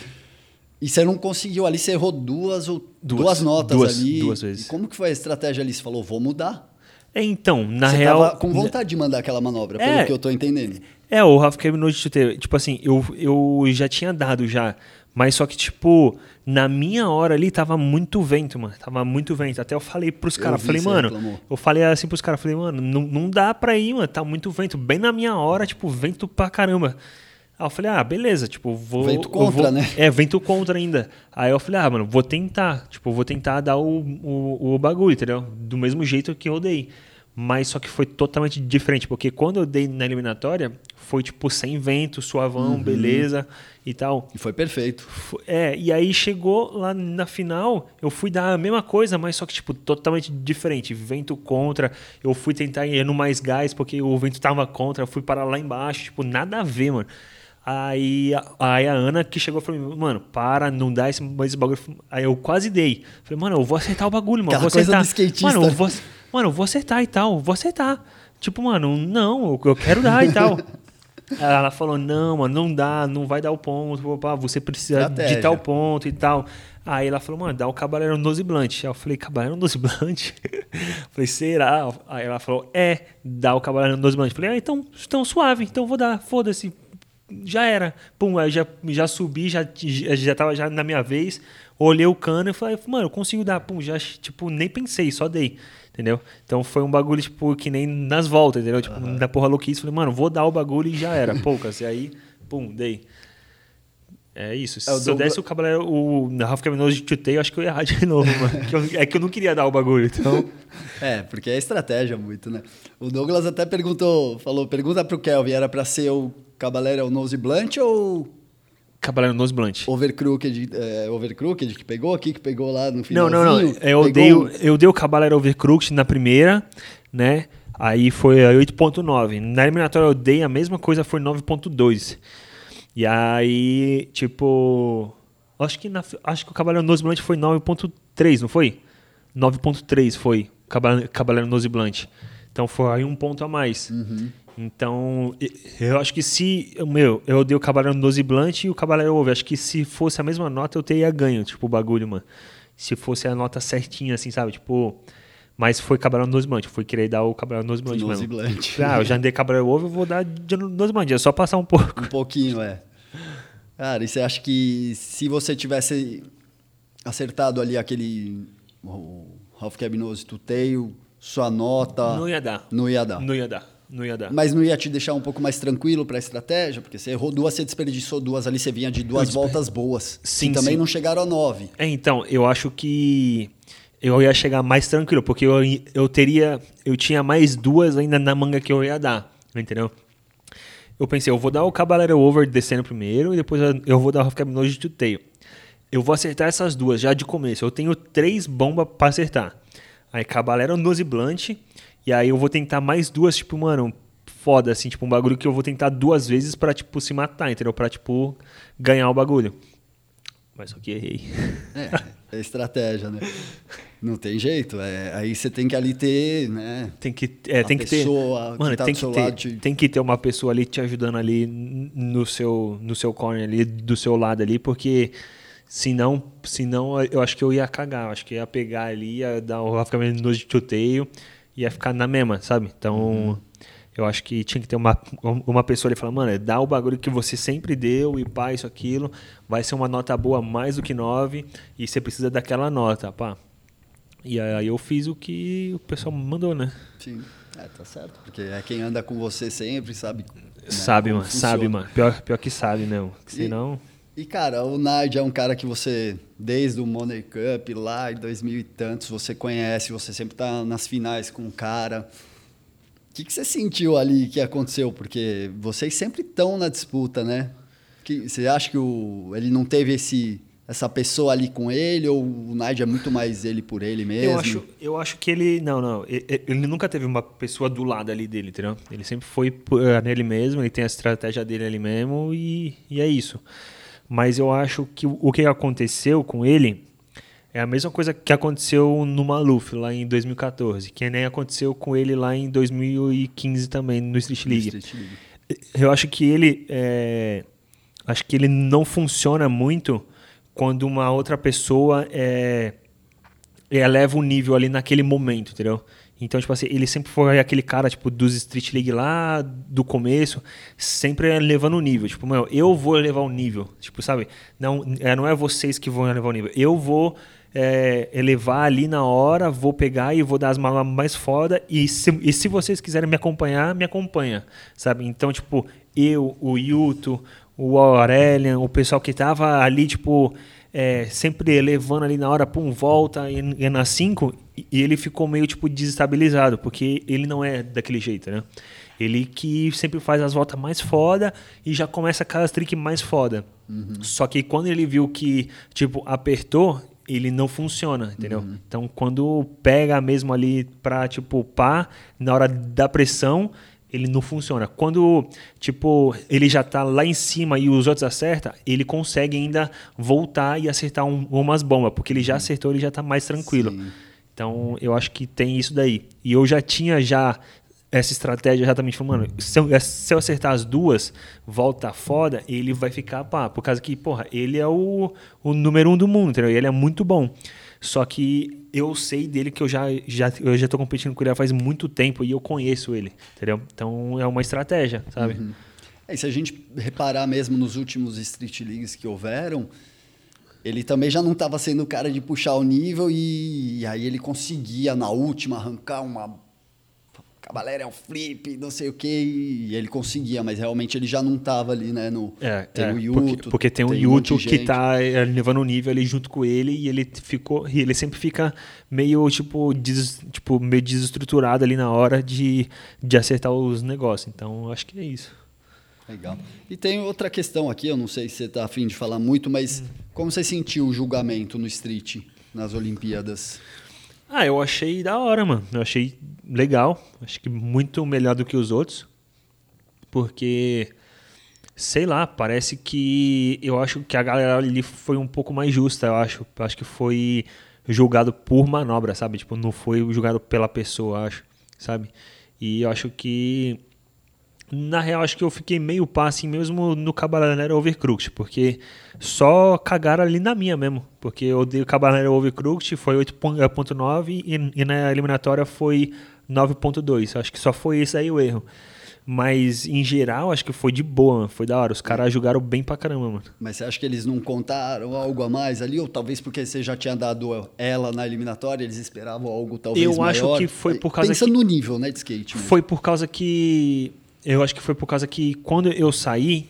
E você não conseguiu ali, você errou duas, ou, duas, duas notas duas, ali. Duas vezes. E como que foi a estratégia ali? Você falou, vou mudar? É, então, na você real... Você tava com vontade de mandar aquela manobra, pelo é, que eu tô entendendo. É, o half cab nose chute, tipo assim, eu, eu já tinha dado já, mas só que, tipo, na minha hora ali tava muito vento, mano. Tava muito vento. Até eu falei pros caras, falei, mano... Reclamou. Eu falei assim pros caras, falei, mano, não, não dá pra ir, mano, tá muito vento. Bem na minha hora, tipo, vento pra caramba. Aí eu falei, ah, beleza, tipo, vou... Vento contra, vou, né? É, vento contra ainda. Aí eu falei, ah, mano, vou tentar. Tipo, vou tentar dar o, o, o bagulho, entendeu? Do mesmo jeito que eu dei. Mas só que foi totalmente diferente, porque quando eu dei na eliminatória, foi tipo sem vento, suavão, uhum. beleza e tal. E foi perfeito. É, e aí chegou lá na final, eu fui dar a mesma coisa, mas só que tipo totalmente diferente. Vento contra, eu fui tentar ir no mais gás, porque o vento tava contra, eu fui parar lá embaixo, tipo, nada a ver, mano. Aí, aí a Ana que chegou e falou, mano, para, não dá esse, esse bagulho. Aí eu quase dei. Falei, mano, eu vou acertar o bagulho, mano. Aquela vou acertar. Coisa do skatista. Mano, eu vou, mano, eu vou acertar e tal, vou acertar. Tipo, mano, não, eu quero dar e tal. Ela falou, não, mano, não dá, não vai dar o ponto, você precisa Estratégia. de tal ponto e tal. Aí ela falou, mano, dá o Caballero nose blunt. Aí eu falei, Caballero nose blunt? Falei, será? Aí ela falou, é, dá o Caballero nose blunt. Falei, ah, então, então suave, então vou dar, foda-se. Já era. Pum, aí já, já subi, já, já tava já na minha vez, olhei o cano e falei, mano, eu consigo dar. Pum, já, tipo, nem pensei, só dei. Entendeu? Então foi um bagulho, tipo, que nem nas voltas, entendeu? Tipo, uhum. da porra louquice. Falei, mano, vou dar o bagulho e já era. Poucas. E aí, pum, dei. É isso. Se é, eu Douglas... desse o Caballero, o Rafa Caminoso de chutei, eu acho que eu ia errar de novo, mano. Que eu, é que eu não queria dar o bagulho, então... É, porque é estratégia muito, né? O Douglas até perguntou, falou, pergunta pro Kelvin, era pra ser o Caballero nose blunt ou... Caballero nose blunt. Overcrooked, é, overcrooked que pegou aqui, que pegou lá no finalzinho. Não, não, não. Eu dei, um... eu dei o Caballero overcrooked na primeira, né? Aí foi oito ponto nove. Na eliminatória eu dei a mesma coisa, foi nove ponto dois. E aí, tipo... Acho que, na, acho que o Caballero nose blunt foi nove ponto três, não foi? nove ponto três foi o Caballero nose blunt. Então foi aí um ponto a mais. Uhum. Então, eu acho que se... Meu, eu dei o Caballero nose blunt e o Caballero over. Acho que se fosse a mesma nota, eu teria ganho, tipo, o bagulho, mano. Se fosse a nota certinha, assim, sabe? Tipo... Mas foi Caballero nose blunt. Eu fui querer dar o Caballero nose blunt nose mesmo. Blunt. Ah, eu já dei Caballero over, eu vou dar de nose blunt. É só passar um pouco. Um pouquinho, é. Cara, e você acha que se você tivesse acertado ali aquele... O half cab nose to tail, sua nota... Não ia dar. Não ia dar. Não ia dar. Não ia dar. Mas não ia te deixar um pouco mais tranquilo para a estratégia? Porque você errou duas, você desperdiçou duas ali, você vinha de duas desper... voltas boas. Sim, e também sim. não chegaram a nove. É, então, eu acho que eu ia chegar mais tranquilo, porque eu, eu teria... Eu tinha mais duas ainda na manga que eu ia dar, entendeu? Eu pensei, eu vou dar o Caballero over descendo primeiro, e depois eu vou dar o half cab nose to tail. Eu vou acertar essas duas já de começo. Eu tenho três bombas para acertar. Aí Caballero nose blunt... E aí eu vou tentar mais duas, tipo, mano, foda, assim, tipo, um bagulho que eu vou tentar duas vezes pra, tipo, se matar, entendeu? Pra, tipo, ganhar o bagulho. Mas só que errei. É, é estratégia, né? Não tem jeito. É, aí você tem que ali ter, né? Tem que, é, tem que ter. Mano, tá tem que ter. Te... Tem que ter uma pessoa ali te ajudando ali no seu, no seu corner ali, do seu lado ali, porque senão, senão eu acho que eu ia cagar. Eu acho que eu ia pegar ali, ia dar o Rafa Camino no chuteio. Ia ficar na mesma, sabe? Então, uhum. eu acho que tinha que ter uma, uma pessoa ali falando, mano, dá o bagulho que você sempre deu e pá, isso, aquilo, vai ser uma nota boa mais do que nove e você precisa daquela nota, pá. E aí eu fiz o que o pessoal mandou, né? Sim, é, tá certo, porque é quem anda com você sempre, sabe? Né, sabe, mano, funciona. sabe, mano. Pior, pior que sabe, não. Senão... E, cara, o Nard é um cara que você, desde o Money Cup, lá em dois mil e tantos, você conhece, você sempre tá nas finais com o cara. O que, que você sentiu ali que aconteceu? Porque vocês sempre estão na disputa, né? Que, você acha que o, ele não teve esse, essa pessoa ali com ele, ou o Nigel é muito mais ele por ele mesmo? Eu acho, eu acho que ele... Não, não. Ele, ele nunca teve uma pessoa do lado ali dele, entendeu? Ele sempre foi nele mesmo, ele tem a estratégia dele ali mesmo e, e é isso. Mas eu acho que o que aconteceu com ele é a mesma coisa que aconteceu no Maluf lá em dois mil e catorze, que nem aconteceu com ele lá em dois mil e quinze também no Street League. Street League. Eu acho que ele... É, acho que ele não funciona muito quando uma outra pessoa é, eleva o nível ali naquele momento, entendeu? Então, tipo assim, ele sempre foi aquele cara, tipo, dos Street League lá, do começo, sempre levando o nível. Tipo, meu, eu vou elevar o nível, tipo, sabe? Não é, não é vocês que vão elevar o nível. Eu vou é, elevar ali na hora, vou pegar e vou dar as malas mais foda, e se, e se vocês quiserem me acompanhar, me acompanha, sabe? Então, tipo, eu, o Yuto, o Aurelian, o pessoal que tava ali, tipo, é, sempre elevando ali na hora, pum, volta, e, e na cinco, e ele ficou meio, tipo, desestabilizado, porque ele não é daquele jeito, né? Ele que sempre faz as voltas mais foda e já começa aquelas trick mais foda. Uhum. Só que quando ele viu que, tipo, apertou, ele não funciona, entendeu? Uhum. Então, quando pega mesmo ali pra, tipo, pá, na hora da pressão, ele não funciona. Quando, tipo, ele já tá lá em cima e os outros acertam, ele consegue ainda voltar e acertar um, umas bombas, porque ele já acertou, ele já tá mais tranquilo. Sim. Então, eu acho que tem isso daí. E eu já tinha já essa estratégia exatamente falando, mano, se eu, se eu acertar as duas, volta foda, ele vai ficar pá, por causa que, porra, ele é o, o número um do mundo, entendeu? Ele é muito bom. Só que eu sei dele que eu já, já, eu já tô competindo com ele faz muito tempo e eu conheço ele, entendeu? Então é uma estratégia, sabe? Uhum. É, e se a gente reparar mesmo nos últimos Street Leagues que houveram, ele também já não estava sendo o cara de puxar o nível e, e aí ele conseguia na última arrancar uma Cavalera é um flip, não sei o que, e ele conseguia, mas realmente ele já não estava ali, né? No, é, tem é, o Yuto. Porque, porque tem, tem o Yuto um que tá levando o nível ali junto com ele e ele ficou. E ele sempre fica meio, tipo, des, tipo, meio desestruturado ali na hora de, de acertar os negócios. Então, acho que é isso. Legal. E tem outra questão aqui, eu não sei se você está afim de falar muito, mas hum. como você sentiu o julgamento no Street, nas Olimpíadas? Ah, eu achei da hora, mano. Eu achei legal. Acho que muito melhor do que os outros. Porque, sei lá, parece que... Eu acho que a galera ali foi um pouco mais justa, eu acho. Eu acho que foi julgado por manobra, sabe? Tipo, não foi julgado pela pessoa, eu acho, sabe? E eu acho que... Na real, acho que eu fiquei meio pá, assim, mesmo no Cavalera Overcrooked, porque só cagaram ali na minha mesmo, porque eu dei o Cavalera Overcrooked, foi oito ponto nove e, e na eliminatória foi nove ponto dois, acho que só foi esse aí o erro. Mas, em geral, acho que foi de boa, mano. Foi da hora. Os caras jogaram bem pra caramba, mano. Mas você acha que eles não contaram algo a mais ali? Ou talvez porque você já tinha dado ela na eliminatória, eles esperavam algo talvez eu maior? Eu acho que foi por causa Pensando que... no nível, né, de skate. Mesmo. Foi por causa que... Eu acho que foi por causa que quando eu saí,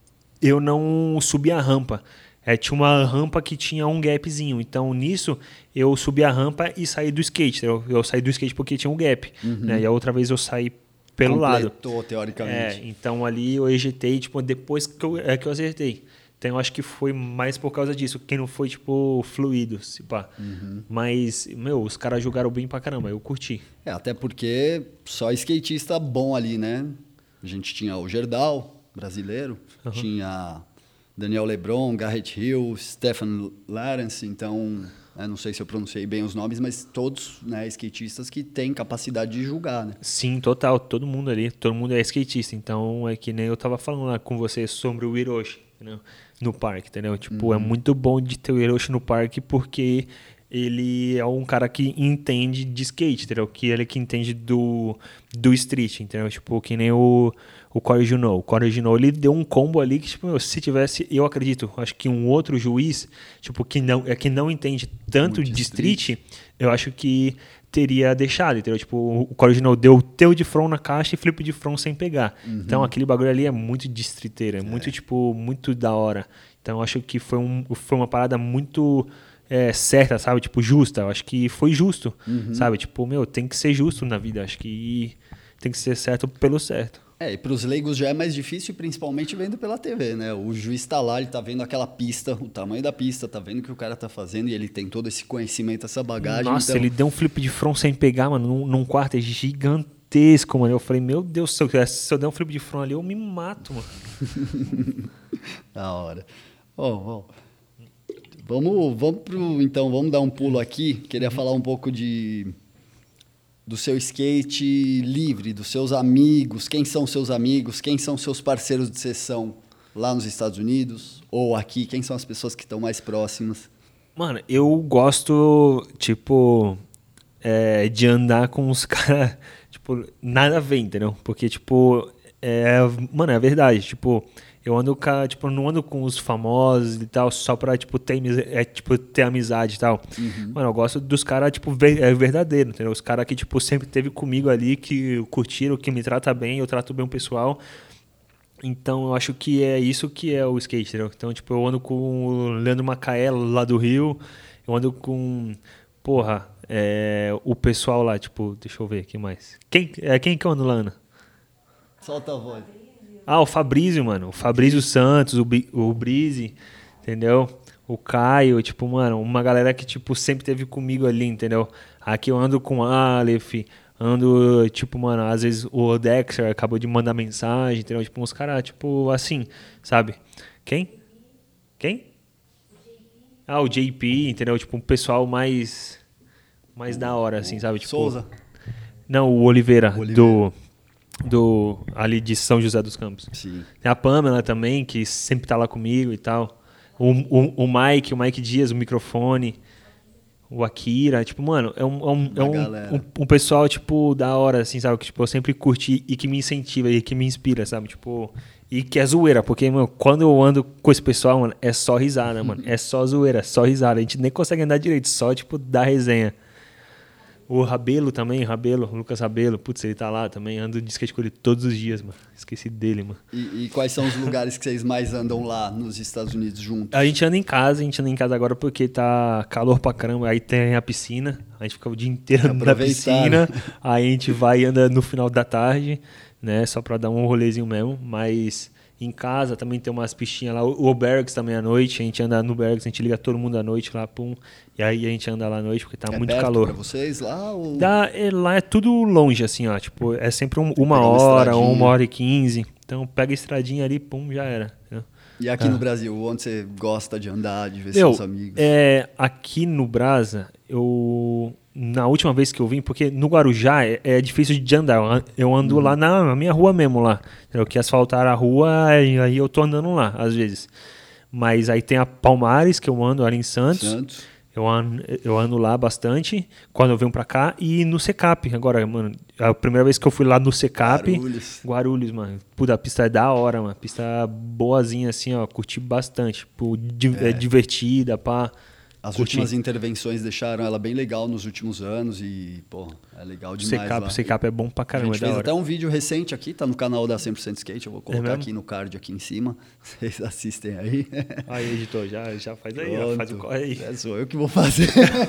eu não subi a rampa. É, tinha uma rampa que tinha um gapzinho. Então, nisso, eu subi a rampa e saí do skate. Eu, eu saí do skate porque tinha um gap. Uhum. Né? E a outra vez eu saí pelo Completou, lado. Teoricamente. É, então, ali eu ejetei tipo, depois que eu, é, que eu acertei. Então, eu acho que foi mais por causa disso. Que não foi, tipo, fluido. Se pá. Uhum. Mas, meu, os caras jogaram bem pra caramba. Eu curti. É, até porque só skatista bom ali, né? A gente tinha o Gerdau, brasileiro, uhum. tinha Daniel Lebron, Garrett Hill, Stefan Lawrence, então, né, não sei se eu pronunciei bem os nomes, mas todos, né, skatistas que têm capacidade de julgar, né? Sim, total, todo mundo ali, todo mundo é skatista, então é que nem eu tava falando lá com você sobre o Hiroshi, entendeu? No parque, entendeu? Tipo, uhum. é muito bom de ter o Hiroshi no parque porque... ele é um cara que entende de skate, entendeu? Que ele que entende do, do street, entendeu? Tipo, que nem o, o Corey Juneau. O Corey Juneau, ele deu um combo ali que, tipo, se tivesse, eu acredito, acho que um outro juiz, tipo, que não, é que não entende tanto Muito de street, street, eu acho que teria deixado, entendeu? Tipo, o Corey Juneau deu teu de front na caixa e flip de front sem pegar. Uhum. Então, aquele bagulho ali é muito de streeteiro, é, é muito, tipo, muito da hora. Então, eu acho que foi, um, foi uma parada muito... É, certa, sabe? Tipo, justa. Eu acho que foi justo, uhum. sabe? Tipo, meu, tem que ser justo na vida. Acho que tem que ser certo pelo certo. É, e para os leigos já é mais difícil, principalmente vendo pela T V, né? O juiz está lá, ele tá vendo aquela pista, o tamanho da pista, tá vendo o que o cara tá fazendo e ele tem todo esse conhecimento, essa bagagem. Nossa, então... ele deu um flip de front sem pegar, mano, num, num quarto gigantesco, mano. Eu falei, meu Deus, se eu, se eu der um flip de front ali, eu me mato, mano. Da hora. Oh, oh. Vamos, vamos pro, então, vamos dar um pulo aqui. Queria falar um pouco de do seu skate livre, dos seus amigos. Quem são seus amigos? Quem são seus parceiros de sessão lá nos Estados Unidos ou aqui? Quem são as pessoas que estão mais próximas? Mano, eu gosto, tipo, é, de andar com os caras, tipo, nada a ver, entendeu? Porque, tipo, é, mano, é verdade, tipo, eu ando com, tipo, não ando com os famosos e tal, só pra, tipo, ter, é, tipo, ter amizade e tal. Uhum. Mano, eu gosto dos caras, tipo, ver, é verdadeiro, entendeu? Os caras que, tipo, sempre teve comigo ali, que curtiram, que me trata bem, eu trato bem o pessoal. Então, eu acho que é isso que é o skate, entendeu? Então, tipo, eu ando com o Leandro Macaé, lá do Rio, eu ando com, porra, é, o pessoal lá, tipo, deixa eu ver, quem mais? Quem, é, quem que eu ando lá, Ana? Solta a voz. Ah, o Fabrício, mano. O Fabrício Santos, o, o Brise, entendeu? O Caio, tipo, mano, uma galera que, tipo, sempre teve comigo ali, entendeu? Aqui eu ando com o Aleph, ando, tipo, mano, às vezes o Dexter acabou de mandar mensagem, entendeu? Tipo, uns caras, tipo, assim, sabe? Quem? Quem? Ah, o J P, entendeu? Tipo, um pessoal mais, mais da hora, assim, sabe? Tipo, Souza? Não, o Oliveira, O Oliveira. do... do ali de São José dos Campos. Sim. Tem a Pamela também, que sempre tá lá comigo e tal. O, o, o Mike, o Mike Dias, o microfone. O Akira. Tipo, mano, é um, é um, é um, um, um pessoal, tipo, da hora, assim, sabe? Que tipo, eu sempre curti e que me incentiva e que me inspira, sabe? Tipo, e que é zoeira, porque, mano, quando eu ando com esse pessoal, mano, é só risada, mano. É só zoeira, é só risada. A gente nem consegue andar direito, só, tipo, dar resenha. O Rabelo também, Rabelo, o Lucas Rabelo, putz, ele tá lá também, ando de skate com ele todos os dias, mano. Esqueci dele, mano. E, e quais são os lugares que vocês mais andam lá nos Estados Unidos juntos? A gente anda em casa, a gente anda em casa agora porque tá calor pra caramba, aí tem a piscina, a gente fica o dia inteiro na piscina, aí a gente vai e anda no final da tarde, né, só pra dar um rolezinho mesmo, mas... Em casa também tem umas pistinhas lá. O Bergs também à noite. A gente anda no Bergs, a gente liga todo mundo à noite lá, pum. E aí a gente anda lá à noite porque tá é muito perto calor. Pra vocês lá? Ou... Dá, é, lá é tudo longe, assim, ó. Tipo, é sempre um, uma hora ou uma hora e quinze. Então pega a estradinha ali, pum, já era. Né? E aqui ah. no Brasil, onde você gosta de andar, de ver Meu, seus amigos? É, aqui no Brasa, eu... Na última vez que eu vim, porque no Guarujá é, é difícil de andar. Eu ando uhum. lá na, na minha rua mesmo, lá. Entendeu? Que asfaltaram a rua, e aí eu tô andando lá, às vezes. Mas aí tem a Palmares, que eu ando ali em Santos. Santos. Eu ando, eu ando lá bastante, quando eu venho pra cá. E no Secap, agora, mano. A primeira vez que eu fui lá no Secap... Guarulhos. Guarulhos, mano. Puta, a pista é da hora, mano. Pista boazinha, assim, ó. Curti bastante. Tipo, di- é. É divertida, pá. As Curti. últimas intervenções deixaram ela bem legal nos últimos anos e, pô, é legal demais lá. O Secap é bom pra caramba, A gente é fez da hora. até um vídeo recente aqui, tá no canal da cem por cento Skate, eu vou colocar é aqui no card aqui em cima, vocês assistem aí. Aí, editor, já, já faz aí, ó, faz o corre aí. É, sou eu que vou fazer.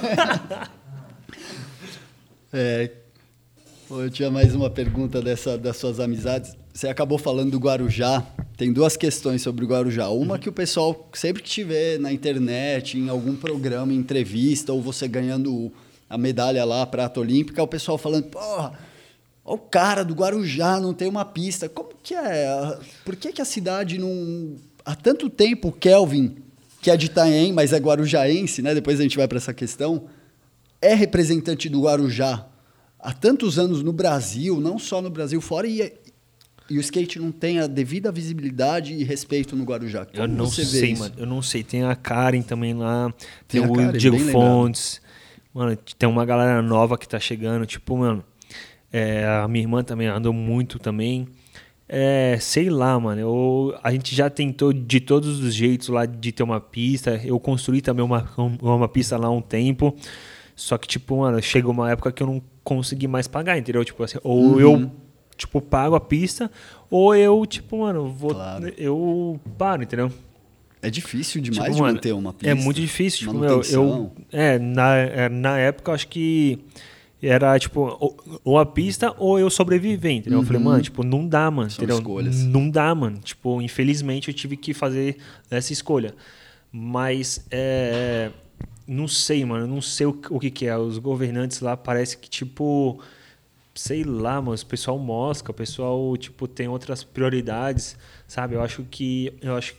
é, pô, eu tinha mais uma pergunta dessa, das suas amizades. Você acabou falando do Guarujá. Tem duas questões sobre o Guarujá. Uma que o pessoal, sempre que te vê na internet, em algum programa, em entrevista, ou você ganhando a medalha lá, a prata olímpica, o pessoal falando, porra, o cara do Guarujá não tem uma pista. Como que é? Por que, que a cidade não... Há tanto tempo o Kelvin, que é de Itanhaém, mas é guarujaense, né? Depois a gente vai para essa questão, é representante do Guarujá há tantos anos no Brasil, não só no Brasil, fora... e E o skate não tem a devida visibilidade e respeito no Guarujá. Como eu não você sei, vê isso? mano. Eu não sei. Tem a Karen também lá. Tem, tem o Karen, Diego Fontes. Mano, tem uma galera nova que tá chegando. Tipo, mano, é, a minha irmã também andou muito também. É, sei lá, mano. Eu, a gente já tentou de todos os jeitos lá de ter uma pista. Eu construí também uma, uma pista lá há um tempo. Só que, tipo, mano, chegou uma época que eu não consegui mais pagar, entendeu? Tipo assim, ou uhum. eu... tipo, pago a pista, ou eu, tipo, mano, vou, claro. eu paro, entendeu? É difícil demais tipo, de mano, manter uma pista. É muito difícil, tipo, meu, eu, é, na, é, na época, eu acho que era, tipo, ou, ou a pista ou eu sobreviver, entendeu? Uhum. Eu falei, mano, tipo, não dá, mano, São entendeu? escolhas. Não dá, mano. Tipo, infelizmente eu tive que fazer essa escolha. Mas, é, não sei, mano, não sei o, o que que é. Os governantes lá parece que, tipo, sei lá, mano, o pessoal mosca, o pessoal, tipo, tem outras prioridades, sabe? Eu acho que, eu acho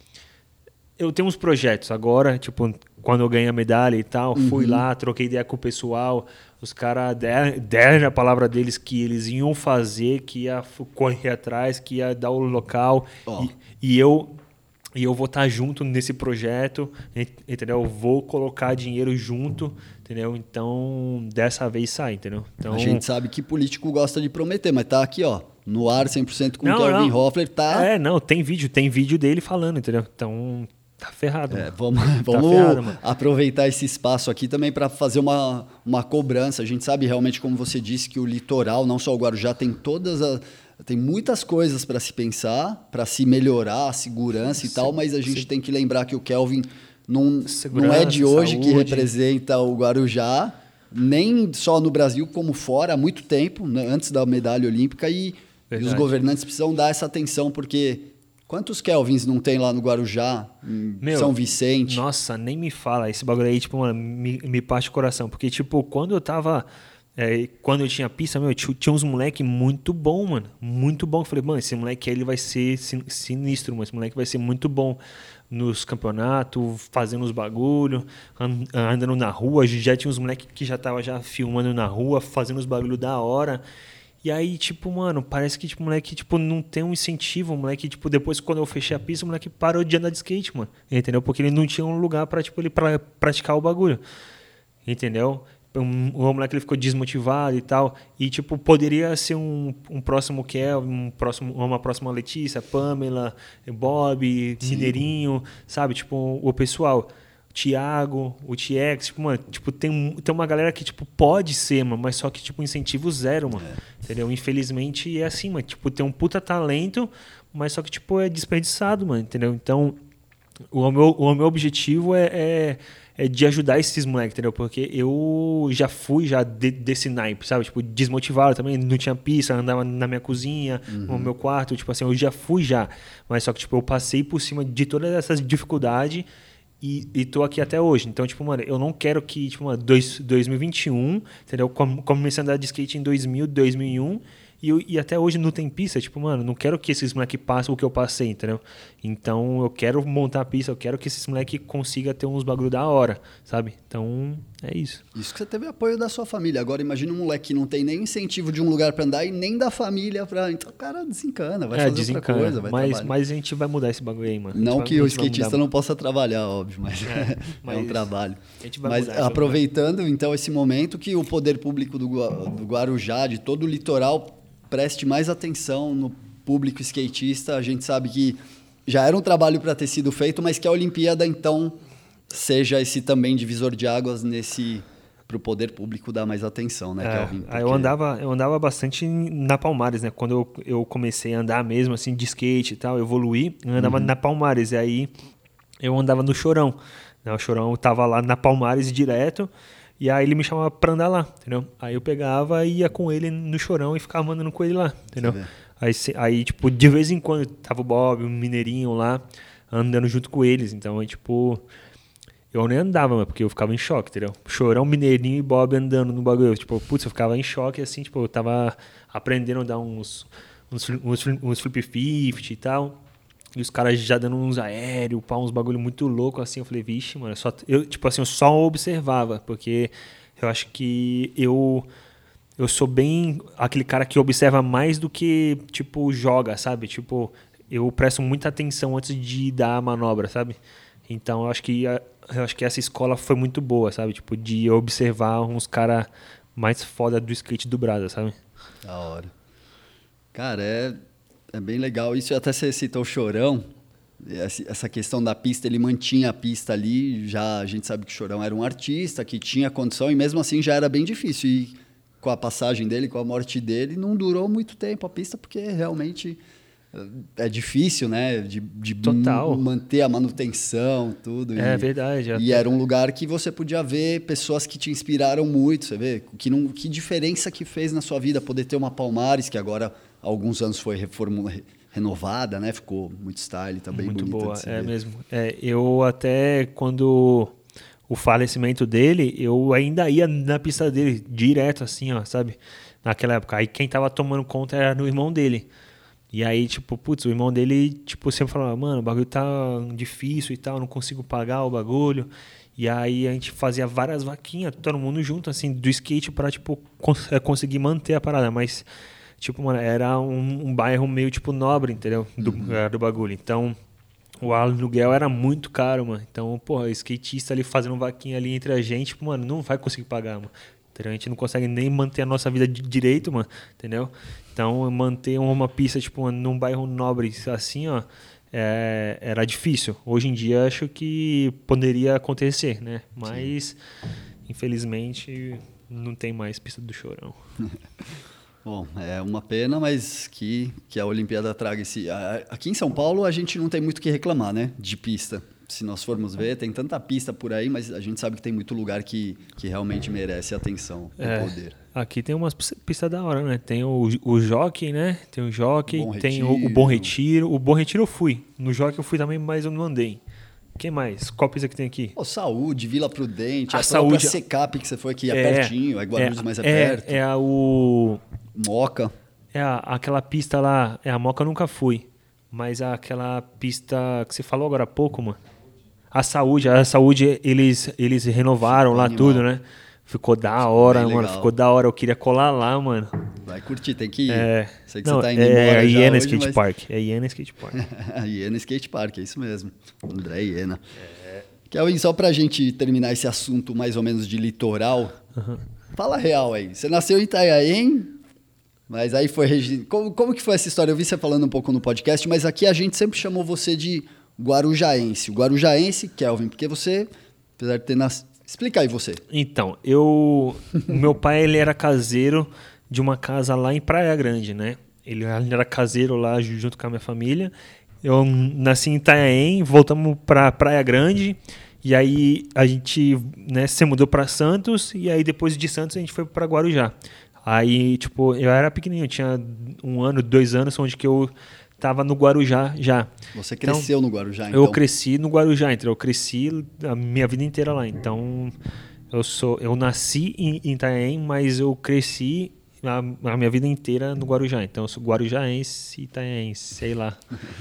eu tenho uns projetos agora, tipo, quando eu ganhei a medalha e tal, uhum. fui lá, troquei ideia com o pessoal, os caras deram, deram a palavra deles que eles iam fazer, que ia correr atrás, que ia dar o local, oh. e, e eu e eu vou estar junto nesse projeto, entendeu? Eu vou colocar dinheiro junto, entendeu? Então, dessa vez sai, entendeu? Então, a gente sabe que político gosta de prometer, mas tá aqui, ó, no ar cem por cento com o Kelvin Hoffler, tá... É, não, tem vídeo, tem vídeo dele falando, entendeu? Então... Tá ferrado, é, vamos vamos tá ferrado, aproveitar esse espaço aqui também para fazer uma, uma cobrança. A gente sabe realmente, como você disse, que o litoral, não só o Guarujá, tem todas as, tem muitas coisas para se pensar, para se melhorar, a segurança e se, tal, mas a gente se... tem que lembrar que o Kelvin não, não é de hoje saúde. Que representa o Guarujá, nem só no Brasil como fora, há muito tempo, né, antes da medalha olímpica, e, e os governantes precisam dar essa atenção, porque... Quantos Kelvins não tem lá no Guarujá, em Meu, São Vicente? Nossa, nem me fala. Esse bagulho aí, tipo, mano, me, me parte o coração. Porque, tipo, quando eu tava... É, quando eu tinha pista, meu, tinha uns moleque muito bom, mano. Muito bom. Eu falei, mano, esse moleque aí, ele vai ser sinistro, mano. Esse moleque vai ser muito bom nos campeonatos, fazendo os bagulho, andando na rua. Já tinha uns moleque que já tava já filmando na rua, fazendo os bagulho da hora. E aí, tipo, mano, parece que tipo, o moleque tipo, não tem um incentivo. O moleque, tipo, depois quando eu fechei a pista, o moleque parou de andar de skate, mano. Entendeu? Porque ele não tinha um lugar pra, tipo, ele pra praticar o bagulho. Entendeu? O, o moleque ele ficou desmotivado e tal. E, tipo, poderia ser um, um próximo Kelvin, um próximo, uma próxima Letícia, Pamela, Bob, Sim. Mineirinho, sabe? Tipo, o pessoal... Thiago, o T X, tipo, mano, tipo, tem, tem uma galera que, tipo, pode ser, mano, mas só que, tipo, incentivo zero, mano, é. Entendeu? Infelizmente é assim, mano, tipo, tem um puta talento, mas só que, tipo, é desperdiçado, mano, entendeu? Então, o meu, o meu objetivo é, é, é de ajudar esses moleques, entendeu? Porque eu já fui já de, desse naipe, sabe? Tipo, desmotivado também, não tinha pista, andava na minha cozinha, uhum. no meu quarto, tipo assim, eu já fui já, mas só que, tipo, eu passei por cima de todas essas dificuldades. E, e tô aqui até hoje. Então, tipo, mano, eu não quero que, tipo, mano, dois, dois mil e vinte e um, entendeu? Comecei a andar de skate em dois mil, dois mil e um e, eu, e até hoje não tem pista. Tipo, mano, não quero que esses moleques passem o que eu passei, entendeu? Então, eu quero montar a pista, eu quero que esses moleques consigam ter uns bagulho da hora, sabe? Então, é isso. Isso que você teve apoio da sua família. Agora, imagina um moleque que não tem nem incentivo de um lugar pra andar e nem da família pra... Então, o cara desencana, vai é, fazer desencana, outra coisa, vai mas, trabalhar. Mas a gente vai mudar esse bagulho aí, mano. Não vai, que o skatista não possa trabalhar, óbvio, mas é, mas é um trabalho. A gente vai mas mudar, aproveitando, então, esse momento que o poder público do, do Guarujá, de todo o litoral, preste mais atenção no público skatista. A gente sabe que já era um trabalho para ter sido feito, mas que a Olimpíada, então, seja esse também divisor de águas nesse... para o poder público dar mais atenção, né, é, Kelvin? Porque... eu, andava, eu andava bastante na Palmares, né? Quando eu, eu comecei a andar mesmo, assim, de skate e tal, evoluí, eu andava uhum. na Palmares, e aí eu andava no Chorão. Né? O Chorão tava lá na Palmares direto, e aí ele me chamava pra andar lá, entendeu? Aí eu pegava e ia com ele no Chorão e ficava andando com ele lá, entendeu? Aí, aí, tipo, de vez em quando tava o Bob, o Mineirinho lá, andando junto com eles, então, aí, tipo... Eu nem andava, mano, porque eu ficava em choque, entendeu? Chorão, Mineirinho e Bob andando no bagulho. Tipo, putz, eu ficava em choque, assim, tipo, eu tava aprendendo a dar uns, uns, uns, uns flip fifty e tal. E os caras já dando uns aéreos, pá, uns bagulho muito louco, assim. Eu falei, vixe, mano, só, eu, tipo assim, eu só observava, porque eu acho que eu, eu sou bem aquele cara que observa mais do que, tipo, joga, sabe? Tipo, eu presto muita atenção antes de dar a manobra, sabe? Então, eu acho que, eu acho que essa escola foi muito boa, sabe? Tipo, de observar uns caras mais foda do skate do Brasa, sabe? Da hora. Cara, é, é bem legal. Isso até você citou o Chorão. Essa questão da pista, ele mantinha a pista ali. Já a gente sabe que o Chorão era um artista, que tinha condição, e mesmo assim já era bem difícil. E com a passagem dele, com a morte dele, não durou muito tempo a pista, porque realmente é difícil, né? De, de Total. manter a manutenção, tudo. É e, verdade. E era um lugar que você podia ver pessoas que te inspiraram muito, você vê? Que, não, que diferença que fez na sua vida poder ter uma Palmares, que agora há alguns anos foi reformula, renovada, né? Ficou muito style, tá bem muito bonita. Boa, é ver. mesmo. É, eu até, quando o falecimento dele, eu ainda ia na pista dele, direto assim, ó, sabe? Naquela época. Aí quem tava tomando conta era o irmão dele. E aí, tipo, putz, o irmão dele, tipo, sempre falava, mano, o bagulho tá difícil e tal, não consigo pagar o bagulho. E aí a gente fazia várias vaquinhas, todo mundo junto, assim, do skate pra, tipo, cons- conseguir manter a parada. Mas, tipo, mano, era um, um bairro meio, tipo, nobre, entendeu? Do, Uhum. é, do bagulho. Então, o aluguel era muito caro, mano. Então, porra, skatista ali fazendo vaquinha ali entre a gente, tipo, mano, não vai conseguir pagar, mano. Entendeu? A gente não consegue nem manter a nossa vida de direito, mano, entendeu? Então, manter uma pista, tipo, num bairro nobre assim, ó, é, era difícil. Hoje em dia, acho que poderia acontecer, né? Mas, sim, infelizmente, não tem mais pista do Chorão. Bom, é uma pena, mas que, que a Olimpíada traga esse... Aqui em São Paulo, a gente não tem muito o que reclamar, né? De pista. Se nós formos ver, tem tanta pista por aí, mas a gente sabe que tem muito lugar que, que realmente merece atenção e É, poder. aqui tem umas pistas da hora, né? Tem o, o Jockey, né? Tem o Jockey, Bom tem o, o Bom Retiro. O Bom Retiro eu fui. No Jockey eu fui também, mas eu não andei. Quem mais? Qual pista que tem aqui? Oh, Saúde, Vila Prudente, a, a Saúde, própria Secap que você foi aqui, é, é pertinho, é Guarulhos, é, mas é, é perto. É a o... Moca. É a, aquela pista lá, é a Moca eu nunca fui, mas é aquela pista que você falou agora há pouco, mano. A Saúde, a Saúde, eles, eles renovaram ficou lá animal. Tudo, né? Ficou da ficou hora, mano. Legal. Ficou da hora. Eu queria colar lá, mano. Vai curtir, tem que ir. É, Sei que não, você tá indo é, embora é a Iena hoje, Skate mas... Park. É a Iena Skate Park. A Iena Skate Park, é isso mesmo. André Iena. É. Kelvin, só pra gente terminar esse assunto mais ou menos de litoral, uhum. Fala real aí. Você nasceu em Itanhaém, mas aí foi... Regi... Como, como que foi essa história? Eu vi você falando um pouco no podcast, mas aqui a gente sempre chamou você de guarujaense. O guarujaense, Kelvin, porque você, apesar de ter nascido... Explica aí você. Então, eu... meu pai, ele era caseiro de uma casa lá em Praia Grande, né? Ele era caseiro lá junto com a minha família. Eu nasci em Itanhaém, voltamos para Praia Grande, e aí a gente, né, se mudou para Santos, e aí depois de Santos a gente foi para Guarujá. Aí, tipo, eu era pequenininho, eu tinha um ano, dois anos, onde que eu tava no Guarujá já. Você cresceu então, no Guarujá, então? Eu cresci no Guarujá, então eu cresci a minha vida inteira lá. Então, eu sou, eu nasci em Itanhaém, mas eu cresci a, a minha vida inteira no Guarujá. Então, eu sou guarujaense, itanhaense, sei lá.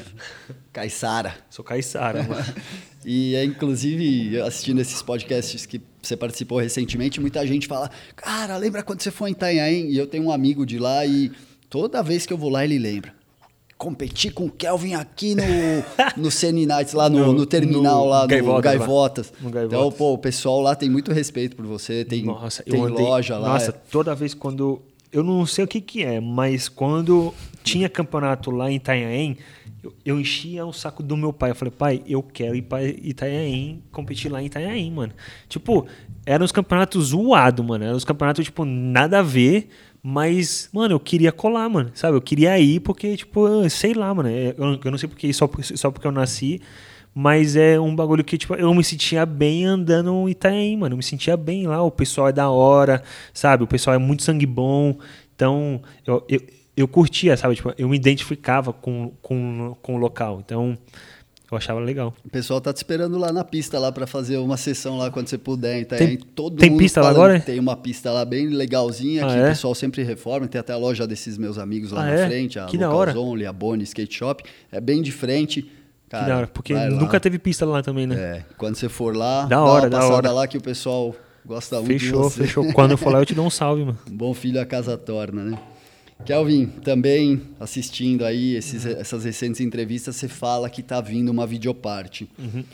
Caiçara. Sou caiçara, mano. E, inclusive, assistindo esses podcasts que você participou recentemente, muita gente fala, cara, lembra quando você foi em Itanhaém? E eu tenho um amigo de lá e toda vez que eu vou lá, ele lembra. Competi com o Kelvin aqui no, no Seni Nights, lá no, no, no terminal, no lá Gaivota, no Gaivotas. No Gaivotas. Então, pô, o pessoal lá tem muito respeito por você, tem, Nossa, tem andei, loja lá. Nossa, é... toda vez quando... Eu não sei o que que é, mas quando tinha campeonato lá em Itanhaém, eu, eu enchia o saco do meu pai. Eu falei, pai, eu quero ir para Itanhaém, competir lá em Itanhaém, mano. Tipo, eram os campeonatos zoados, mano. Eram os campeonatos, tipo, nada a ver... Mas, mano, eu queria colar, mano, sabe? Eu queria ir porque, tipo, sei lá, mano. Eu, eu não sei porque, só, só porque eu nasci, mas é um bagulho que, tipo, eu me sentia bem andando em Itanhaém, mano. Eu me sentia bem lá, o pessoal é da hora, sabe? O pessoal é muito sangue bom. Então, eu, eu, eu curtia, sabe? Tipo, eu me identificava com, com, com o local. Então... Eu achava legal. O pessoal tá te esperando lá na pista lá para fazer uma sessão lá quando você puder. Então, tem todo tem mundo pista fala, lá agora? Tem uma pista lá bem legalzinha, ah, que é? O pessoal sempre reforma. Tem até a loja desses meus amigos lá ah, na é? frente, a que Local Only, a Bonnie Skate Shop. É bem de frente. Cara, que da hora, porque nunca teve pista lá também, né? É, quando você for lá, da hora, dá uma passada da hora. lá que o pessoal gosta muito fechou, de você. Fechou, fechou. Quando eu for lá eu te dou um salve, mano. Um bom filho a casa torna, né? Kelvin, também assistindo aí esses, uhum. essas recentes entrevistas, você fala que tá vindo uma videoparte. Uhum.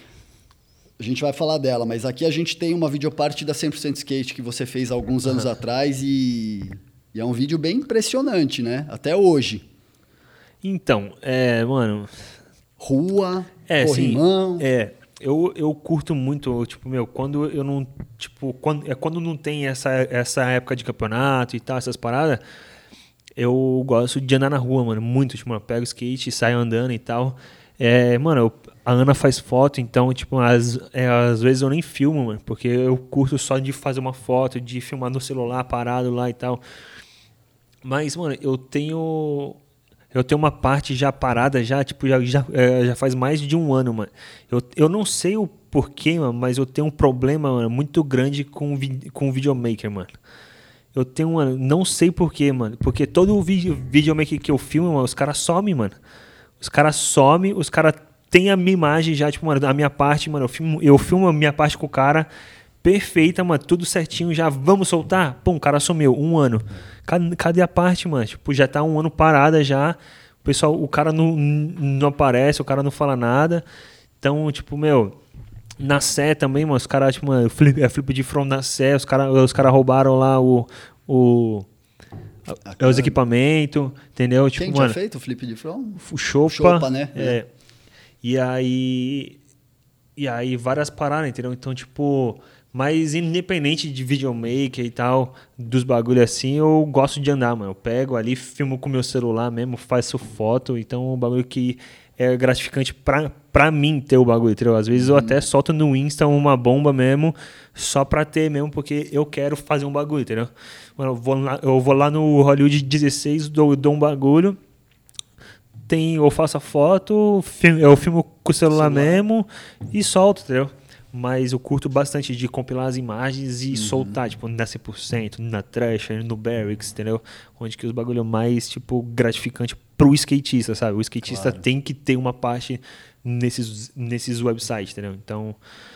A gente vai falar dela, mas aqui a gente tem uma videoparte da cem por cento Skate que você fez há alguns anos uhum. atrás e, e é um vídeo bem impressionante, né? Até hoje. Então, é, mano... Rua, é, corrimão... Sim, é, eu, eu curto muito, tipo, meu, quando eu não... Tipo, quando, é quando não tem essa, essa época de campeonato e tal, essas paradas... eu gosto de andar na rua, mano, muito. Tipo, eu pego o skate, saio andando e tal. É, mano, eu, a Ana faz foto, então, tipo, às, é, às vezes eu nem filmo, mano, porque eu curto só de fazer uma foto, de filmar no celular parado lá e tal. Mas, mano, eu tenho... Eu tenho uma parte já parada, já, tipo, já, já, é, já faz mais de um ano, mano. Eu, eu não sei o porquê, mano, mas eu tenho um problema, mano, muito grande com, com o videomaker, mano. Eu tenho uma... Não sei porquê, mano. Porque todo o video, videomaker que eu filmo, mano, os caras somem, mano. Os caras somem, os caras têm a minha imagem já, tipo, mano, a minha parte, mano, eu filmo, eu filmo a minha parte com o cara... Perfeita, mano, tudo certinho, já vamos soltar? Pô, o cara sumiu, um ano. Cadê, cadê a parte, mano? Tipo, já tá um ano parada já. O pessoal, o cara não, não aparece, o cara não fala nada. Então, tipo, meu, na Sé também, mano, os caras, tipo, mano, flip, é flip de front na Sé, os caras os cara roubaram lá o, o, a, os equipamentos, entendeu? Tipo, quem mano, tinha feito o flip de front? O Chopa. Chopa, né? É. é. E aí... E aí várias paradas, entendeu? Então, tipo... Mas independente de videomaker e tal, dos bagulho assim, eu gosto de andar, mano. Eu pego ali, filmo com o meu celular mesmo, faço foto. Então, é um bagulho que é gratificante pra, pra mim ter o bagulho, entendeu? Às vezes eu Uhum. até solto no Insta uma bomba mesmo, só pra ter mesmo, porque eu quero fazer um bagulho, entendeu? Mano, eu vou lá, eu vou lá no Hollywood dezesseis, dou, dou um bagulho, tem, eu faço a foto, eu filmo com o celular, celular mesmo e solto, entendeu? Mas eu curto bastante de compilar as imagens e uhum. soltar, tipo, na cem por cento, na Thrasher, no Barracks, entendeu? Onde que os bagulho é mais, tipo, gratificante pro skatista, sabe? O skatista claro. Tem que ter uma parte nesses, nesses websites, entendeu? Então,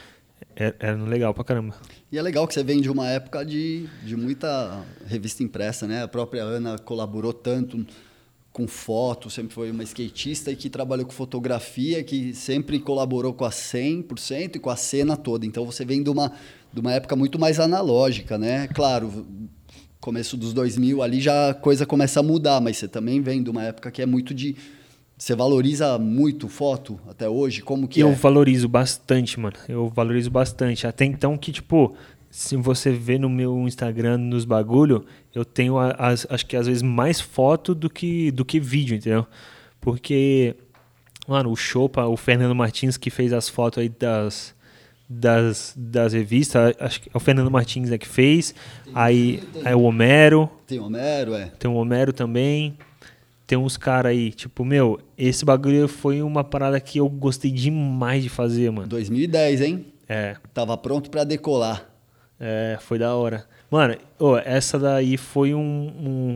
é, é legal pra caramba. E é legal que você vem de uma época de, de muita revista impressa, né? A própria Ana colaborou tanto com foto, sempre foi uma skatista e que trabalhou com fotografia, que sempre colaborou com a cem por cento e com a cena toda. Então, você vem de uma, de uma época muito mais analógica, né? Claro, começo dos dois mil ali já a coisa começa a mudar, mas você também vem de uma época que é muito de... Você valoriza muito foto até hoje? Como que Eu é? valorizo bastante, mano. Eu valorizo bastante. Até então que, tipo... Se você vê no meu Instagram, nos bagulho, eu tenho, as, acho que às vezes, mais foto do que, do que vídeo, entendeu? Porque, mano, o Chopa, o Fernando Martins, que fez as fotos aí das, das, das revistas, acho que é o Fernando Martins né, que fez, tem, aí, tem. aí o Homero. Tem o Homero, é. Tem o Homero também. Tem uns caras aí, tipo, meu, esse bagulho foi uma parada que eu gostei demais de fazer, mano. dois mil e dez, hein? É. Tava pronto pra decolar. É, foi da hora. Mano, oh, essa daí foi um, um...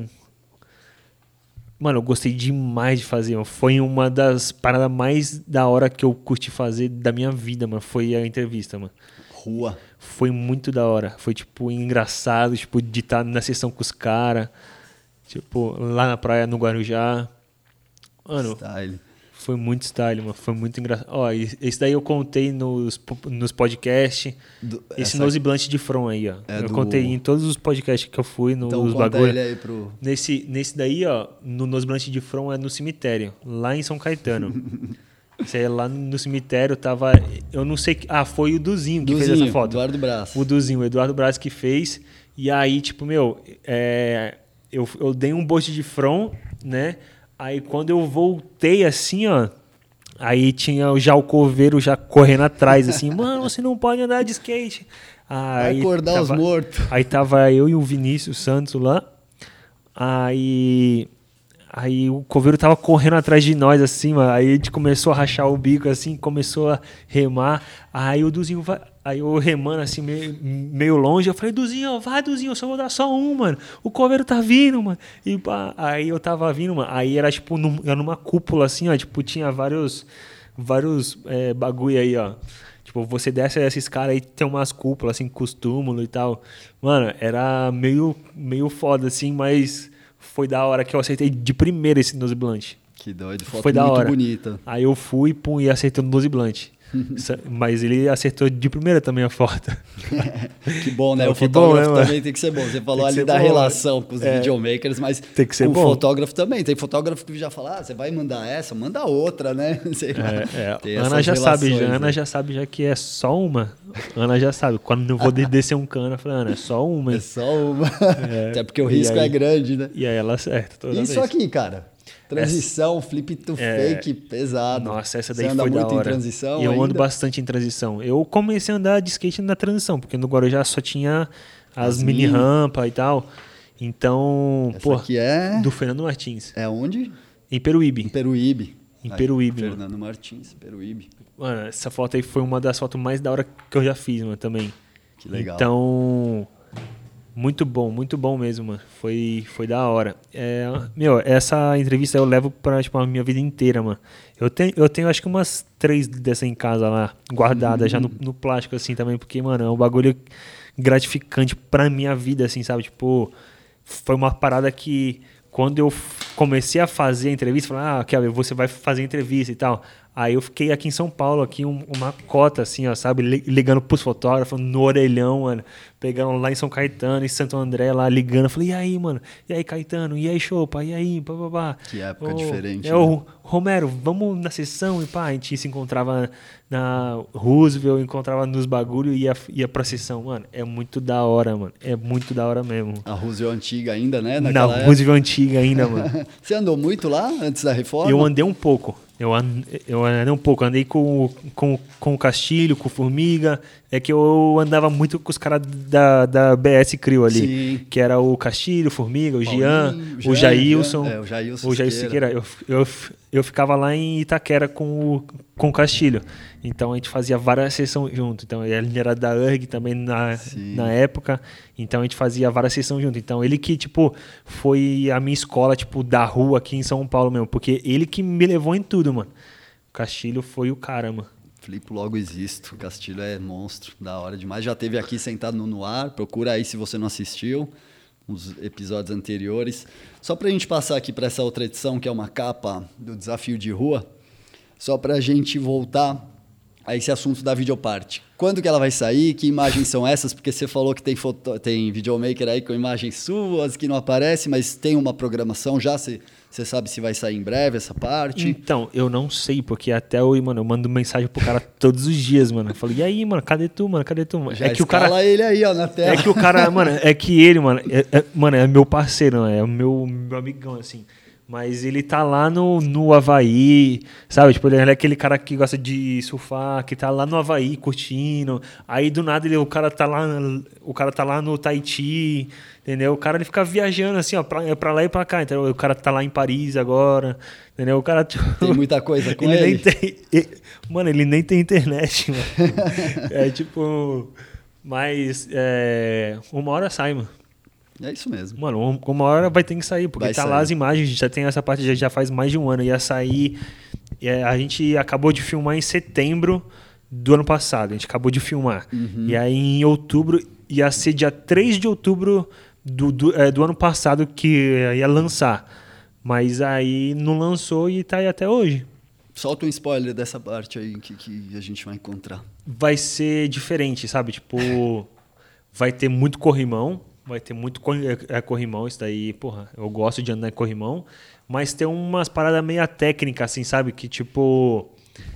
Mano, eu gostei demais de fazer, mano. Foi uma das paradas mais da hora que eu curti fazer da minha vida, mano. Foi a entrevista, mano. Rua. Foi muito da hora. Foi, tipo, engraçado, tipo, de estar na sessão com os caras. Tipo, lá na praia, no Guarujá. Mano... Style. Foi muito style, mano. Foi muito engraçado. Ó, esse daí eu contei nos, nos podcasts. Do, esse essa... Nose Blunt de Front aí, ó. É eu do... contei em todos os podcasts que eu fui, nos então, bagulho. Ele aí pro... Nesse, nesse daí, ó, no Nose Blunt de Front é no cemitério, lá em São Caetano. Esse aí, lá no cemitério tava... Eu não sei... Ah, foi o Duzinho que Duzinho, fez essa foto. Eduardo Braz. O Duzinho, o Eduardo Braz que fez. E aí, tipo, meu... É, eu, eu dei um bote de front, né? Aí quando eu voltei assim, ó, aí tinha já o coveiro já correndo atrás, assim, mano, você não pode andar de skate. Aí vai acordar tava, os mortos. Aí tava eu e o Vinícius Santos lá, aí, aí o coveiro tava correndo atrás de nós, assim, mano, aí a gente começou a rachar o bico, assim, começou a remar, aí o Duzinho vai... Aí eu remando assim, meio, meio longe, eu falei, Duzinho, vai, Duzinho, eu só vou dar só um, mano. O coveiro tá vindo, mano. E pá, aí eu tava vindo, mano. Aí era tipo num, era numa cúpula assim, ó. Tipo, tinha vários, vários é, bagulho aí, ó. Tipo, você desce essa escada aí, tem umas cúpulas assim, com os túmulos e tal. Mano, era meio, meio foda assim, mas foi da hora que eu acertei de primeira esse Nose Blunt. Que doido, foto foi da muito hora. Bonita. Aí eu fui, pum, e acertei o Nose Blunt. Mas ele acertou de primeira também a foto. Que bom, né? Não, o que bom, fotógrafo né, também tem que ser bom. Você falou Tem que ali ser da bom, relação com os é. videomakers, mas Tem que ser com bom. o fotógrafo também. Tem fotógrafo que já fala, ah, você vai mandar essa, manda outra, né? Sei lá. É, Tem é. Ana essas já sabe, relações, Ana né? já sabe já que é só uma. Ana já sabe. Quando eu vou de- descer um cano, eu falo, Ana, é só uma, É hein? só uma. É. Até porque o E risco aí- é grande, né? E aí ela acerta toda Isso vez. aqui, cara. Transição, flip to É. fake, pesado. Nossa, essa Você daí anda foi da muito hora. em transição eu ando ainda? bastante em transição. Eu comecei a andar de skate na transição, porque no Guarujá só tinha as, As mini mini. rampas e tal. Então, Essa pô, aqui é... do Fernando Martins. É onde? Em Peruíbe. Em Peruíbe. Em Aí, Peruíbe, mano. Fernando Martins, Peruíbe. Mano, essa foto aí foi uma das fotos mais da hora que eu já fiz, mano, também. Que legal. Então, muito bom, muito bom mesmo, mano. Foi, foi da hora. É, meu, essa entrevista eu levo pra, tipo, a minha vida inteira, mano. Eu tenho, eu tenho acho que umas três dessas em casa lá, guardadas já no, no plástico, assim, também, porque, mano, é um bagulho gratificante pra minha vida, assim, sabe? Tipo, foi uma parada que quando eu f- comecei a fazer a entrevista, falaram, ah, Kelvin, você vai fazer entrevista e tal. Aí eu fiquei aqui em São Paulo, aqui um- uma cota, assim, ó, sabe? Li- Ligando pros fotógrafos, no orelhão, mano. Pegando lá em São Caetano, em Santo André, lá ligando. Falei, e aí, mano? E aí, Caetano? E aí, Chopa? E aí, bababá? Que época Ô, diferente, É, né? o Romero, vamos na sessão e pá. A gente se encontrava na Roosevelt, encontrava nos bagulho e ia, ia pra sessão. Mano, é muito da hora, mano. É muito da hora mesmo. A Roosevelt antiga ainda, né? Na Naquela época. Roosevelt antiga ainda, mano. Você andou muito lá antes da reforma? Eu andei um pouco. Eu, an- eu andei um pouco. Andei com, com, com o Castilho, com o Formiga. É que eu andava muito com os caras da, da B S Crio ali. Sim. Que era o Castilho, o Formiga, o Jean, Paulinho, o Jean, Jailson. Jean, é, o Jailson o Jair Siqueira. Siqueira. Eu, eu, eu ficava lá em Itaquera com o, com o Castilho. Então a gente fazia várias sessões junto. Então ele era da U R G também na, Sim. na época. Então a gente fazia várias sessões junto. Então ele que, tipo, foi a minha escola, tipo, da rua aqui em São Paulo mesmo. Porque ele que me levou em tudo, mano. O Castilho foi o cara, mano. Flipo logo existo. O Castilho é monstro, da hora demais. Já teve aqui sentado no Noir. Procura aí se você não assistiu os episódios anteriores. Só pra gente passar aqui para essa outra edição, que é uma capa do Desafio de Rua. Só pra gente voltar a esse assunto da videoparte. Quando que ela vai sair? Que imagens são essas? Porque você falou que tem, foto, tem videomaker aí com imagens suas que não aparecem, mas tem uma programação já? Você, você sabe se vai sair em breve essa parte? Então, eu não sei, porque até hoje, mano, eu mando mensagem pro cara todos os dias, mano. Eu falo, e aí, mano, cadê tu, mano? Cadê tu, mano? Já é que o cara. escala ele aí, ó, na tela. É que o cara, mano, é que ele, mano, é, é- mano, é meu parceiro, né? É o meu, meu amigão, assim. Mas ele tá lá no, no Havaí, sabe? Tipo, ele é aquele cara que gosta de surfar, que tá lá no Havaí curtindo. Aí do nada ele, o cara tá lá, o cara tá lá no Tahiti, entendeu? O cara ele fica viajando assim, ó, pra, pra lá e pra cá, entendeu? O cara tá lá em Paris agora, entendeu? O cara tipo, Tem muita coisa com ele ele? nem tem, ele- mano, ele nem tem internet, mano. É tipo, mas é, uma hora sai, mano. É isso mesmo. Mano, um- uma hora vai ter que sair, porque Vai tá sair. lá as imagens, já tem essa parte, já, já faz mais de um ano. Ia sair. é, a gente acabou de filmar em setembro do ano passado. A gente acabou de filmar. Uhum. E aí em outubro, ia ser dia três de outubro do, do, é, do ano passado que ia lançar. Mas aí não lançou e tá aí até hoje. Solta um spoiler dessa parte aí que, que a gente vai encontrar. Vai ser diferente, sabe? Tipo, vai ter muito corrimão. Vai ter muito corri- é, corrimão, isso daí, porra, eu gosto de andar em corrimão, mas tem umas paradas meio técnicas, assim, sabe? Que tipo,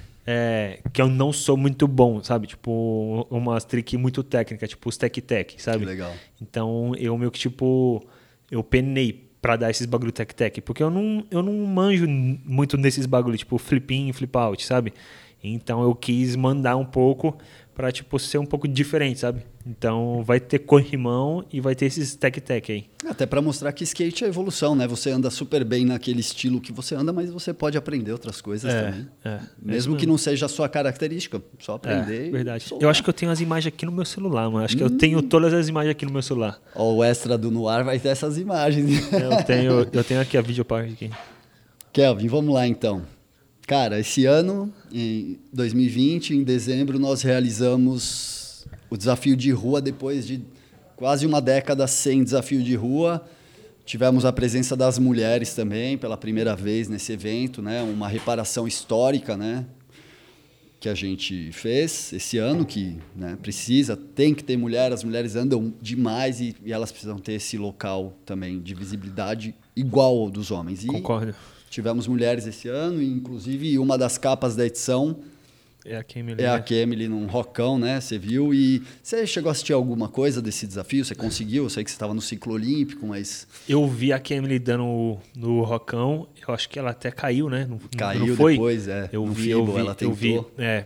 é, que eu não sou muito bom, sabe? Tipo, umas trick muito técnicas, tipo os tec-tec, sabe? Que legal. Então eu meio que tipo, eu penei pra dar esses bagulho tec-tec, porque eu não, eu não manjo muito nesses bagulho, tipo flip in, flip out, sabe? Então eu quis mandar um pouco pra tipo ser um pouco diferente, sabe? Então vai ter corrimão e vai ter esses tec-tec aí. Até para mostrar que skate é evolução, né? Você anda super bem naquele estilo que você anda, mas você pode aprender outras coisas É, também. é, Mesmo que não seja a sua característica, só aprender. É, e verdade. soltar. Eu acho que eu tenho as imagens aqui no meu celular, mano. Acho que eu Hum. tenho todas as imagens aqui no meu celular. Ó, o extra do Noir vai ter essas imagens. Eu tenho, eu tenho aqui a videoparte aqui. Kelvin, vamos lá então. Cara, esse ano, em dois mil e vinte, em dezembro, nós realizamos o desafio de rua depois de quase uma década sem desafio de rua. Tivemos a presença das mulheres também pela primeira vez nesse evento, né? Uma reparação histórica, né? que a gente fez esse ano, que né, precisa, tem que ter mulher, as mulheres andam demais e, e elas precisam ter esse local também de visibilidade igual ao dos homens. E Concordo. tivemos mulheres esse ano, e inclusive uma das capas da edição É a Kemily. é né? a Kemily num rockão, né? Você viu? E você chegou a assistir alguma coisa desse desafio? Você conseguiu? Eu sei que você estava no ciclo olímpico, mas... Eu vi a Kemily dando no rocão, eu acho que ela até caiu, né? Não, Caiu não foi? depois, é. Eu no vi, FIBO, eu vi, ela tentou, eu vi. É,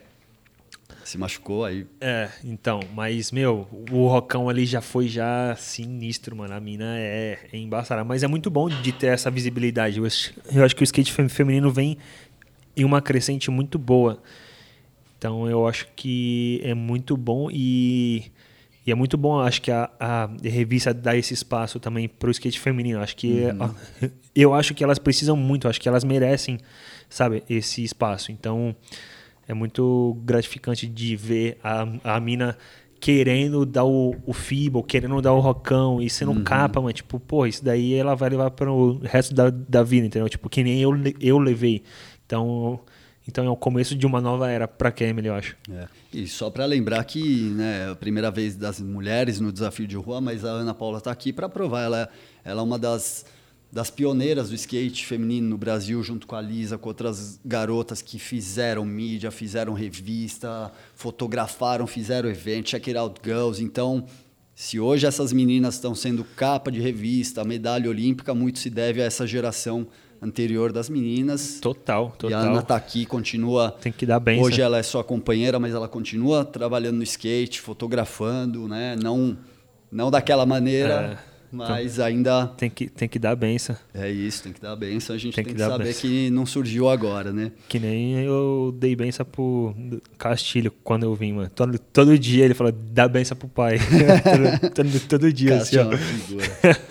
se machucou, aí... é, então, mas, meu, o rocão ali já foi já sinistro, mano. A mina é, é embaçada, mas é muito bom de ter essa visibilidade. Eu acho, eu acho que o skate fe- feminino vem em uma crescente muito boa. Então, eu acho que é muito bom e, e é muito bom, acho que a, a revista dá esse espaço também para o skate feminino. Acho que Uhum. eu acho que elas precisam muito, acho que elas merecem, sabe, esse espaço. Então, é muito gratificante de ver a, a mina querendo dar o, o FIBO, querendo dar o rocão e sendo Uhum. capa, mas tipo, pô, isso daí ela vai levar para o resto da, da vida, entendeu? Tipo, que nem eu, le- eu levei. Então, então é o começo de uma nova era para Kemily, eu acho. É. E só para lembrar que né, é a primeira vez das mulheres no desafio de rua, mas a Ana Paula está aqui para provar. Ela é, ela é uma das, das pioneiras do skate feminino no Brasil, junto com a Lisa, com outras garotas que fizeram mídia, fizeram revista, fotografaram, fizeram evento, Check It Out Girls. Então, se hoje essas meninas estão sendo capa de revista, medalha olímpica, muito se deve a essa geração anterior das meninas. Total, total. E a Ana está aqui, continua... Tem que dar bem. Hoje ela é sua companheira, mas ela continua trabalhando no skate, fotografando, né? Não, não daquela maneira, É, mas ainda Tem que, tem que dar benção. é isso, tem que dar benção. A gente Tem tem, que que, dar saber benção. que não surgiu agora, né? Que nem eu dei benção pro Castilho quando eu vim, mano. Todo, todo dia ele fala, dá benção pro pai. todo, todo, todo dia, assim, Cássio é ó. uma figura.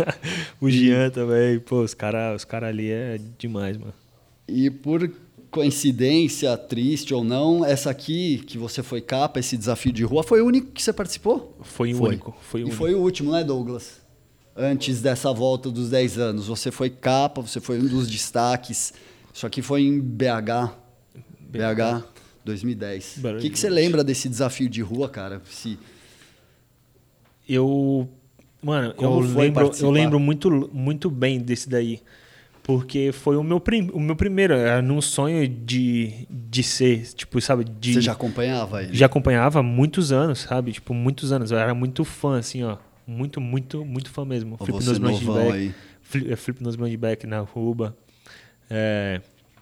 O Jean também, pô, os caras os cara ali é demais, mano. E por coincidência, triste ou não, essa aqui que você foi capa, esse desafio de rua, foi o único que você participou? Foi o Foi. único. Foi o E único. foi o último, né, Douglas? Antes dessa volta dos dez anos. Você foi capa, você foi um dos destaques. Isso aqui foi em B H. B H dois mil e dez. O que, que você lembra desse desafio de rua, cara? Se... Eu, mano, Como eu foi lembro, eu participar? lembro muito, muito bem desse daí. Porque foi o meu, prim, o meu primeiro, era num sonho de, de ser, tipo, sabe? De, Você já acompanhava ele? já acompanhava há muitos anos, sabe? Tipo, muitos anos. Eu era muito fã, assim, ó. Muito, muito, muito fã mesmo. Ou Flip você nos novão Blindback. aí? Flip, flip nos Blindback na Ruba. É,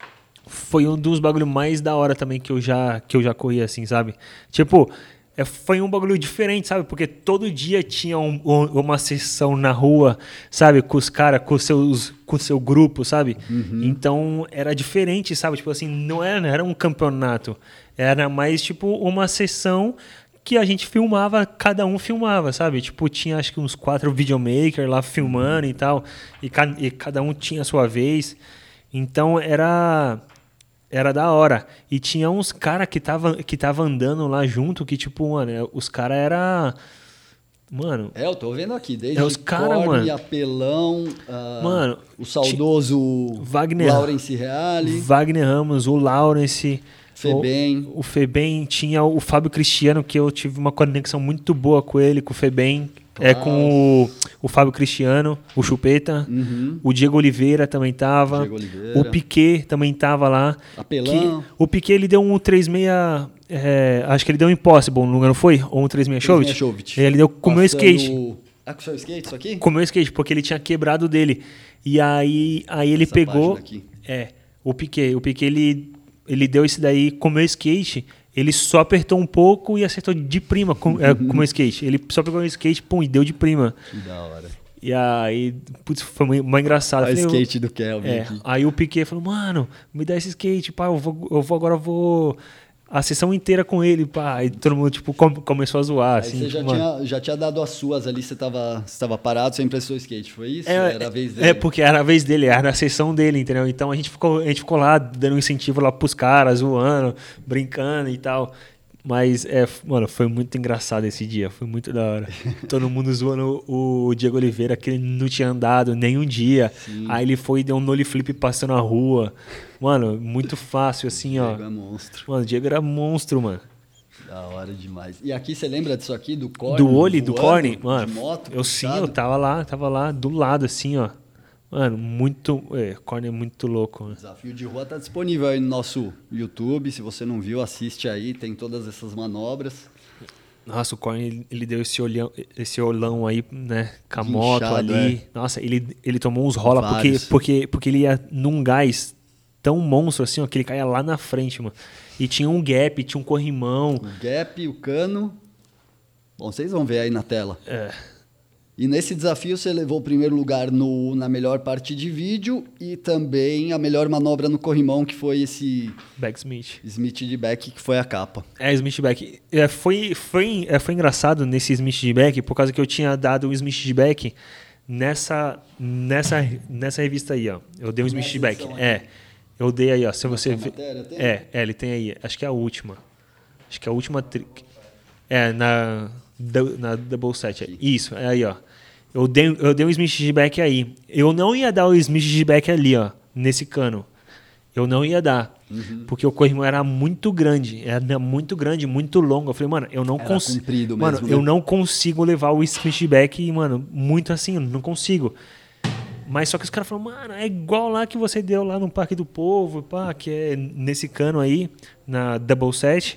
foi um dos bagulhos mais da hora também que eu já, que eu já corri, assim, sabe? Tipo, é, foi um bagulho diferente, sabe? Porque todo dia tinha um, um, uma sessão na rua, sabe? Com os caras, com seus, com o seu grupo, sabe? Uhum. Então, era diferente, sabe? Tipo assim, não era, não era um campeonato. Era mais, tipo, uma sessão que a gente filmava, cada um filmava, sabe? Tipo, tinha acho que uns quatro videomakers lá filmando e tal. E, ca e cada um tinha a sua vez. Então, era... Era da hora. E tinha uns caras que tava, que tava andando lá junto, que tipo, mano, os caras era... Mano... É, eu tô vendo aqui, desde É os cara, Corne, mano. Apelão, ah, Mano, o saudoso Wagner- Lawrence Reale, Wagner Ramos, o Lawrence... Febem. O, o Febem, tinha o Fábio Cristiano, que eu tive uma conexão muito boa com ele, com o Febem. É Claro. com o, o Fábio Cristiano, o Chupeta. Uhum. O Diego Oliveira também tava. Diego Oliveira. O Piquet também tava lá. Apelão. Que- o Piquet, ele deu um três seis... É, acho que ele deu um Impossible, não foi? Ou um três seis Chauvet? Chauvet. Ele deu com o meu Passando- skate. Ah, com o seu skate, isso aqui? Com o meu skate, porque ele tinha quebrado dele. E aí, aí ele Essa pegou... página aqui. É, o Piquet. O Piquet, ele, ele deu esse daí com o meu skate. Ele só apertou um pouco e acertou de prima com, é, com o meu skate. Ele só pegou o skate, pum, e deu de prima. Que da hora. E aí, putz, foi uma, uma engraçada. Olha o Eu falei, skate do Kelvin é, aqui. aí o Piquet falou, mano, me dá esse skate, pá, eu vou, eu vou agora, eu vou a sessão inteira com ele, pá. E todo mundo, tipo, com- começou a zoar, Aí assim. você já mano. tinha, já tinha dado as suas ali, você tava, você tava parado, você emprestou o skate, foi isso? É, Era a vez dele? é, porque era a vez dele, era a sessão dele, entendeu? Então a gente ficou, a gente ficou lá dando incentivo lá pros caras, zoando, brincando e tal. Mas, é, mano, foi muito engraçado esse dia, foi muito da hora. Todo mundo zoando o Diego Oliveira, que ele não tinha andado nem um dia. Sim. Aí ele foi e deu um nole flip passando a rua. Mano, muito fácil, assim, o ó. Diego é monstro. Mano, o Diego era monstro, mano. Da hora demais. E aqui, você lembra disso aqui, do Corne? Do olho, do Corne? Mano, de moto, eu puxado. sim, eu tava lá, tava lá, do lado, assim, ó. Mano, muito... É, Corne é muito louco, né? Desafio de Rua tá disponível aí no nosso YouTube. Se você não viu, assiste aí. Tem todas essas manobras. Nossa, o Corne, ele deu esse olhão, esse olhão aí, né? Com a moto ali. É. Nossa, ele, ele tomou uns rola porque, porque, porque ele ia num gás tão monstro assim, ó, que ele caía lá na frente, mano. E tinha um gap, tinha um corrimão. O gap, o cano. Bom, vocês vão ver aí na tela. É. E nesse desafio você levou o primeiro lugar no, na melhor parte de vídeo e também a melhor manobra no corrimão, que foi esse... Back Smith. Smith de back, que foi a capa. É, Smith de back. É, foi, foi, é, foi engraçado nesse Smith de back, por causa que eu tinha dado o Smith de back nessa, nessa, nessa revista aí, ó. Eu dei um Smith de back. É, eu dei aí, ó. Se você ver... É, é, ele tem aí. Acho que é a última. Acho que é a última... Tri... É, na... na Double Set. Isso, é aí, ó. Eu dei, eu dei um Smith de back aí. Eu não ia dar o Smith de back ali, ó, nesse cano. Eu não ia dar. Uhum. Porque o corrimão era muito grande. Era muito grande, muito longo. Eu falei, mano, eu não consigo. Mano, mesmo, eu né? não consigo levar o Smith de back, mano, muito assim, não consigo. Mas só que os caras falaram, mano, é igual lá que você deu lá no Parque do Povo, pá, que é nesse cano aí, na Double Set.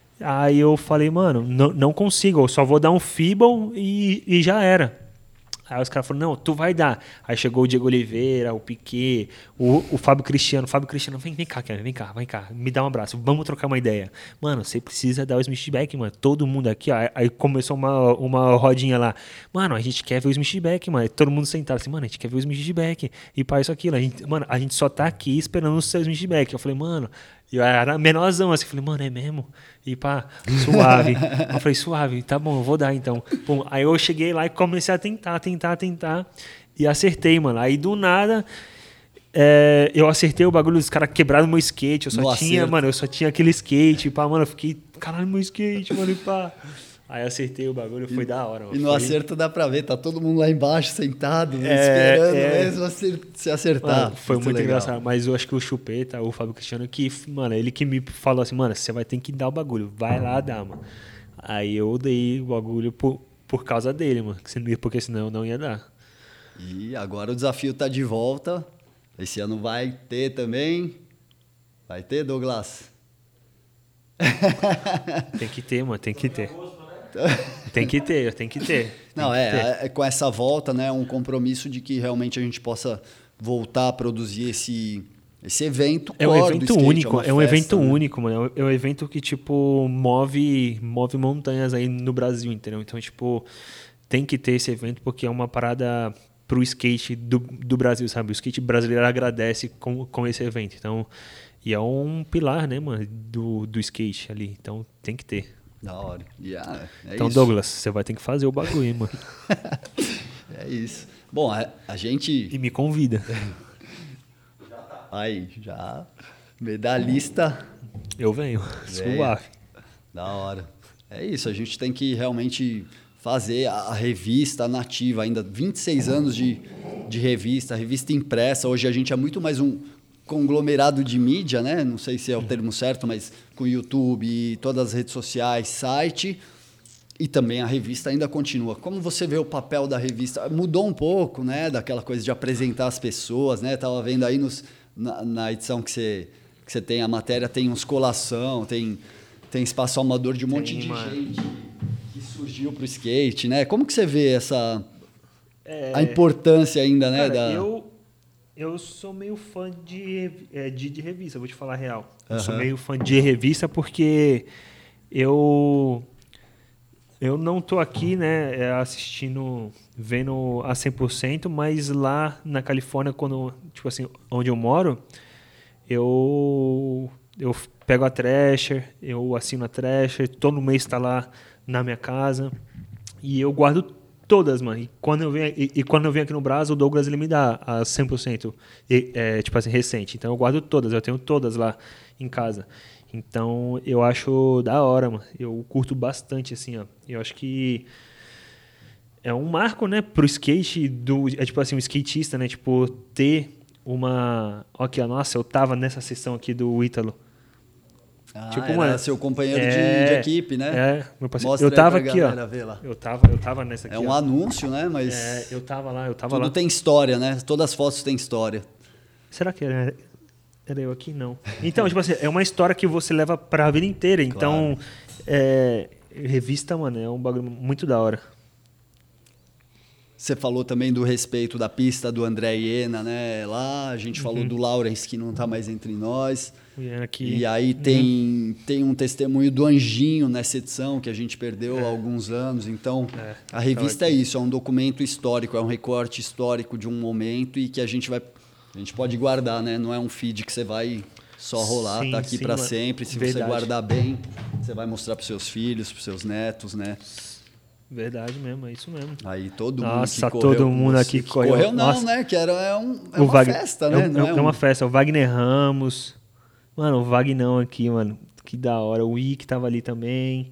Aí eu falei, mano, não, não consigo, eu só vou dar um feeble e, e já era. Aí os caras falaram, não, tu vai dar. Aí chegou o Diego Oliveira, o Piquet, o, o Fábio Cristiano. O Fábio Cristiano, vem, vem cá, Kevin, vem cá, vem cá, me dá um abraço, vamos trocar uma ideia. Mano, você precisa dar o Smith back, mano. Todo mundo aqui, ó. Aí começou uma, uma rodinha lá. Mano, a gente quer ver o Smith back, mano. Todo mundo sentado assim, mano, a gente quer ver o Smith back. E pá, isso aquilo. A gente, mano, a gente só tá aqui esperando o seu Smith back. Eu falei, mano... Eu era menorzão, assim, falei, mano, é mesmo? E pá, suave. Eu falei, suave, tá bom, eu vou dar então. Bom, aí eu cheguei lá e comecei a tentar, tentar, tentar. E acertei, mano. Aí do nada, é, eu acertei o bagulho dos caras quebraram meu skate. Eu só no tinha, acerto. mano, eu só tinha aquele skate. E pá, mano, eu fiquei, caralho, meu skate, mano, e pá. Aí acertei o bagulho, foi e, da hora. Mano. E no foi... acerto dá pra ver, tá todo mundo lá embaixo, sentado, né, é, esperando é... mesmo se acertar. Mano, foi muito, muito engraçado, mas eu acho que o Chupeta, o Fábio Cristiano, que, mano, ele que me falou assim, mano, você vai ter que dar o bagulho, vai lá dar, mano. Aí eu dei o bagulho por, por causa dele, mano, porque senão eu não ia dar. E agora o desafio tá de volta, esse ano vai ter também, vai ter, Douglas? Tem que ter, mano, tem que ter. Tem que ter, tem que ter. Tem Não, que é, ter. é com essa volta, né, um compromisso de que realmente a gente possa voltar a produzir esse, esse evento. É um evento skate, único, é, é um festa, evento né? único, mano. É um evento que, tipo, move, move montanhas aí no Brasil, entendeu? Então, tipo, tem que ter esse evento porque é uma parada pro skate do, do Brasil, sabe? O skate brasileiro agradece com, com esse evento. Então, e é um pilar, né, mano, do, do skate ali. Então, tem que ter. Da hora. Yeah, é então, isso. Douglas, você vai ter que fazer o bagulho, mano. É isso. Bom, a, a gente... E me convida. Aí, já. Medalhista. Eu venho. Suave. Da hora. É isso, a gente tem que realmente fazer a, a revista nativa, ainda vinte e seis anos de, de revista, revista impressa. Hoje a gente é muito mais um conglomerado de mídia, né? Não sei se é o termo certo, mas com YouTube, todas as redes sociais, site, e também a revista ainda continua. Como você vê o papel da revista? Mudou um pouco, né? Daquela coisa de apresentar as pessoas, né? Tava vendo aí nos, na, na edição que você, que você tem a matéria, tem uns colação, tem, tem espaço amador de um monte tem, de mano. gente que surgiu pro skate, né? Como que você vê essa... É... a importância ainda, né? Cara, da... eu... Eu sou meio fã de, de, de revista, vou te falar a real. Eu Uhum. sou meio fã de revista porque eu, eu não tô aqui, né, assistindo, vendo a cem por cento, mas lá na Califórnia, quando, tipo assim, onde eu moro, eu, eu pego a Thrasher, eu assino a Thrasher, todo mês está lá na minha casa e eu guardo todas, mano. E quando eu venho, e, e quando eu venho aqui no Brasil, o Douglas ele me dá a cem por cento, e, é, tipo assim, recente. Então eu guardo todas, eu tenho todas lá em casa. Então, eu acho da hora, mano. Eu curto bastante, assim, ó. Eu acho que é um marco, né, pro skate, do, é tipo assim, um skatista, né, tipo, ter uma... Ok, nossa, eu tava nessa sessão aqui do Ítalo. Ah, tipo, era mano, seu companheiro é, de, de equipe, né? É, meu parceiro. Mostra eu tava aí pra aqui, galera ó. ver lá. Eu tava, eu tava nessa aqui, É um ó. anúncio, né? Mas É, eu tava lá, eu tava tudo lá. tem história, né? Todas as fotos têm história. Será que era, era eu aqui? Não. Então, tipo assim, é uma história que você leva pra vida inteira. Então, Claro. é, revista, mano, é um bagulho muito da hora. Você falou também do respeito da pista do André Iena, né? Lá, a gente uhum. falou do Lawrence, que não está mais entre nós. Aqui. E aí tem, uhum. tem um testemunho do Anjinho nessa edição, que a gente perdeu é. há alguns anos. Então, é. a revista então é isso, é um documento histórico, é um recorte histórico de um momento e que a gente vai... A gente pode guardar, né? Não é um feed que você vai só rolar, sim, tá aqui para sempre. Se Verdade. Você guardar bem, você vai mostrar para seus filhos, para seus netos, né? Verdade mesmo, é isso mesmo. Aí todo Nossa, mundo que correu, todo mundo aqui que correu. correu não, Nossa. né? Que era é, um, é o uma Wagner, festa, né? É, não é, é um... uma festa. O Wagner Ramos. Mano, o Vagnão aqui, mano. Que da hora. O Ick tava ali também.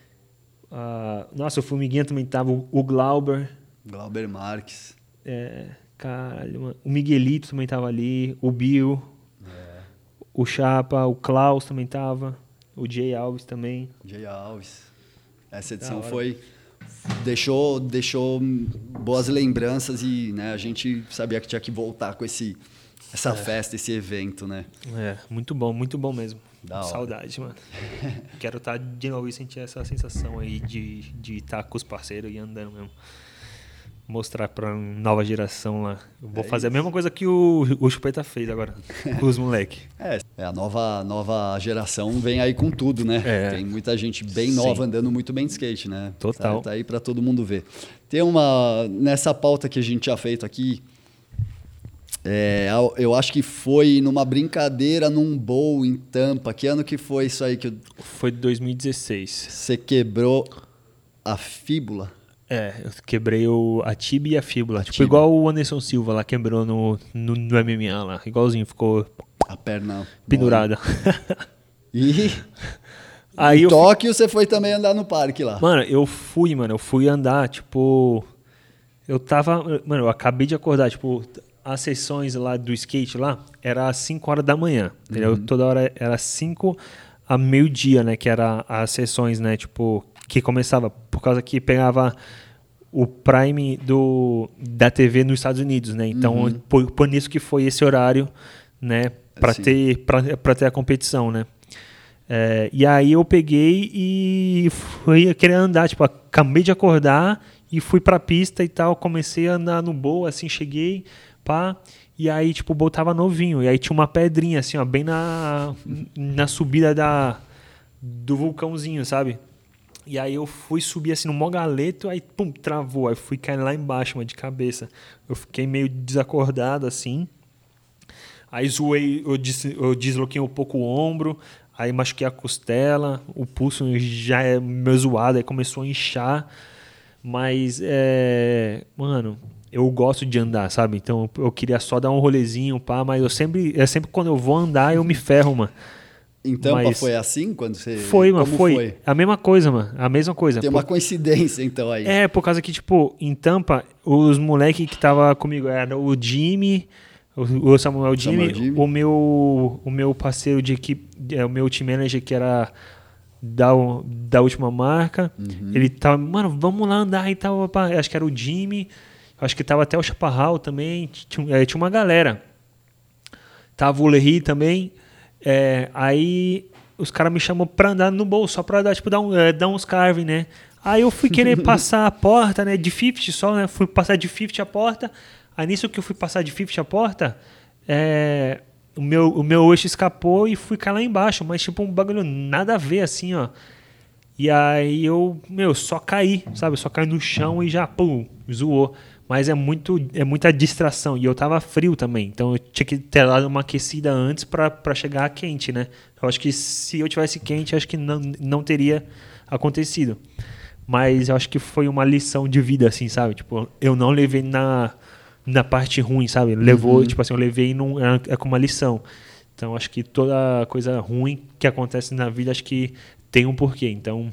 Uh, nossa, o Formiguinha também tava. O Glauber. Glauber Marques. É, caralho, mano. O Miguelito também tava ali. O Bill. É. O Chapa. O Klaus também tava. O Jay Alves também. Jay Alves. Essa edição foi... Deixou, deixou boas lembranças e, né, a gente sabia que tinha que voltar com esse, essa é. festa, esse evento, né? É, muito bom, muito bom mesmo. Da Saudade, mano. Quero estar de novo e sentir essa sensação aí de de estar com os parceiros e andando mesmo. Mostrar pra nova geração lá. Eu vou é fazer isso. A mesma coisa que o, o Chupeta fez agora, com os moleques. É, a nova, nova geração vem aí com tudo, né? É. Tem muita gente bem nova Sim. andando muito bem de skate, né? Total. Tá, tá aí pra todo mundo ver. Tem uma... Nessa pauta que a gente tinha feito aqui, é, eu acho que foi numa brincadeira num bowl em Tampa. Que ano que foi isso aí? Que Foi dois mil e dezesseis. Você quebrou a fíbula? É, eu quebrei o, a tibia e a fíbula. A tipo, tíbia. Igual o Anderson Silva lá, quebrou no, no, no M M A lá. Igualzinho, ficou... A perna... pendurada. E... Aí em eu Tóquio, fui... você foi também andar no parque lá. Mano, eu fui, mano. Eu fui andar, tipo... Eu tava... Mano, eu acabei de acordar, tipo... As sessões lá do skate lá, era às cinco horas da manhã, entendeu? Uhum. Toda hora era cinco a meio-dia, né? Que era as sessões, né? Tipo... que começava, por causa que pegava o Prime do, da T V nos Estados Unidos, né? Então, uhum. por, por isso que foi esse horário, né? Para ter, para ter a competição, né? É, e aí eu peguei e fui querer andar, tipo, acabei de acordar e fui pra pista e tal, comecei a andar no bowl, assim, cheguei, pá, e aí, tipo, o bowl tava novinho, e aí tinha uma pedrinha, assim, ó, bem na, na subida da, do vulcãozinho, sabe? E aí eu fui subir assim no mó galeto, aí pum, travou. Aí fui caindo lá embaixo, mano, de cabeça. Eu fiquei meio desacordado assim. Aí zoei, eu, des, eu desloquei um pouco o ombro, aí machuquei a costela, o pulso já é meio zoado, aí começou a inchar. Mas, é, mano, eu gosto de andar, sabe? Então eu queria só dar um rolezinho, pá, mas eu sempre, é sempre quando eu vou andar, eu me ferro, mano. Em Tampa mas foi assim quando você... Foi, mano, foi. foi. A mesma coisa, mano. A mesma coisa. Tem uma por... coincidência, então, aí. É, por causa que, tipo, em Tampa, os moleques que tava comigo eram o Jimmy, o Samuel Jimmy, Samuel Jimmy. o meu o meu parceiro de equipe, o meu team manager, que era da, da última marca. Uhum. Ele tava, mano, vamos lá andar e tal. Acho que era o Jimmy, acho que tava até o Chaparral também. Tinha, tinha uma galera. Tava o Lerry também. É, aí os caras me chamou pra andar no bolso, só pra dar, tipo, dar, um, é, dar uns carving, né? Aí eu fui querer passar a porta, né? De cinquenta só, né? Fui passar de cinquenta a porta. Aí nisso que eu fui passar de cinquenta a porta, é, o, meu, o meu eixo escapou e fui cair lá embaixo. Mas tipo, um bagulho nada a ver, assim, ó. E aí eu, meu, só caí, sabe? Só caí no chão e já, pum, zoou. Mas é, muito, é muita distração. E eu tava frio também. Então eu tinha que ter dado uma aquecida antes pra, pra chegar quente, né? Eu acho que se eu tivesse quente, acho que não, não teria acontecido. Mas eu acho que foi uma lição de vida, assim, sabe? Tipo, eu não levei na, na parte ruim, sabe? Levou, uhum. tipo assim, eu levei num, é, é como uma lição. Então, acho que toda coisa ruim que acontece na vida, acho que tem um porquê. Então,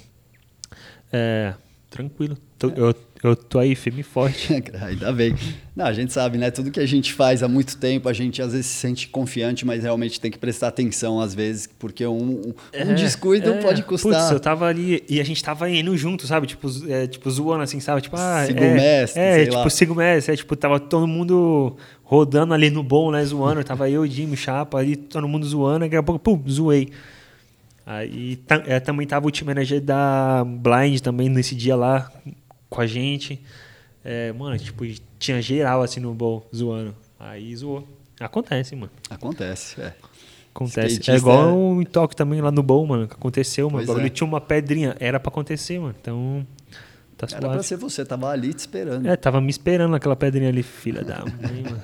é, tranquilo. Tô, eu, eu tô aí firme e forte. Ainda bem. Não, a gente sabe, né? Tudo que a gente faz há muito tempo, a gente às vezes se sente confiante, mas realmente tem que prestar atenção às vezes, porque um, um, É, um descuido é. pode custar. Putz, eu tava ali e a gente tava indo junto, sabe? Tipo, zo- é, tipo zoando assim, sabe? Tipo, ah, Siga é, o mestre, é, sei tipo, lá. siga o mestre. É, tipo, tava todo mundo rodando ali no bom, né? Zoando. Tava eu, Jimmy, Chapa, ali, todo mundo zoando. Aí, daqui a pouco, pum, zoei. Aí ta- é, também tava o team manager da Blind também nesse dia lá com a gente. É, mano, tipo, tinha geral assim no bowl zoando. Aí zoou. Acontece, mano. Acontece, é. Acontece. Skatista É igual é- em Tóquio também, lá no bowl, mano, que aconteceu, mano. Pois O bagulho é. tinha uma pedrinha. Era pra acontecer, mano. Então, tá Era pra suave. ser você, tava ali te esperando. É, tava me esperando aquela pedrinha ali, filha da mãe, mano.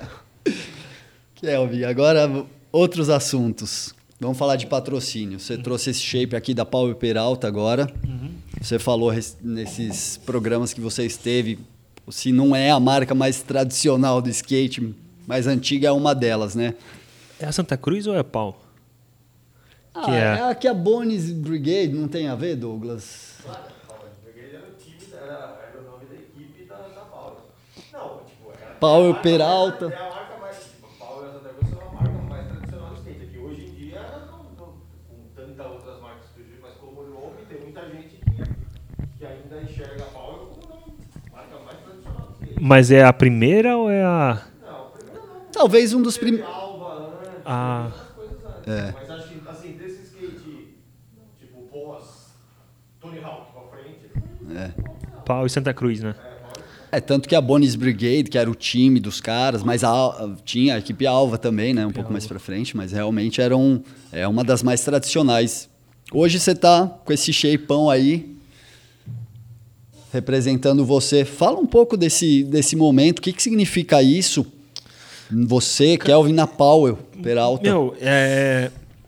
Kelvin, agora outros assuntos. Vamos falar de patrocínio. Você trouxe esse shape aqui da Power Peralta agora. Uhum. Você falou res- nesses programas que você esteve, se não é a marca mais tradicional do skate, mais antiga, é uma delas, né? É a Santa Cruz ou é a Pau? Ah, Que é? é a que a Bones Brigade não tem a ver, Douglas? Claro, a Brigade era o time, era, era o nome da equipe da, da Power. Não, tipo, era. Power é a marca- Peralta. É a marca mais. Tipo, a Power e a Santa Cruz são a marca mais tradicional do skate. Que hoje em dia, não, não, com tantas outras marcas que surgiram, mas como o nome, tem muita gente que, que ainda enxerga a Power como a marca mais tradicional do skate. Mas é a primeira ou é a. Não, primeiro não. Talvez um dos Teve primeiros. Alva antes, Ah. teve outras coisas antes. É. Mas acho que, assim, desse skate, tipo, pós Tony Hawk pra frente, É. Pau e Santa Cruz, né? É, tanto que a Bones Brigade, que era o time dos caras, mas a, a- tinha a equipe Alva também, né? Um pouco mais pra frente, mas realmente era um, é uma das mais tradicionais. Hoje você tá com esse shapeão aí, representando você. Fala um pouco desse, desse momento, o que, que significa isso? Você, Kelvin, na Powell, Peralta. Meu, é.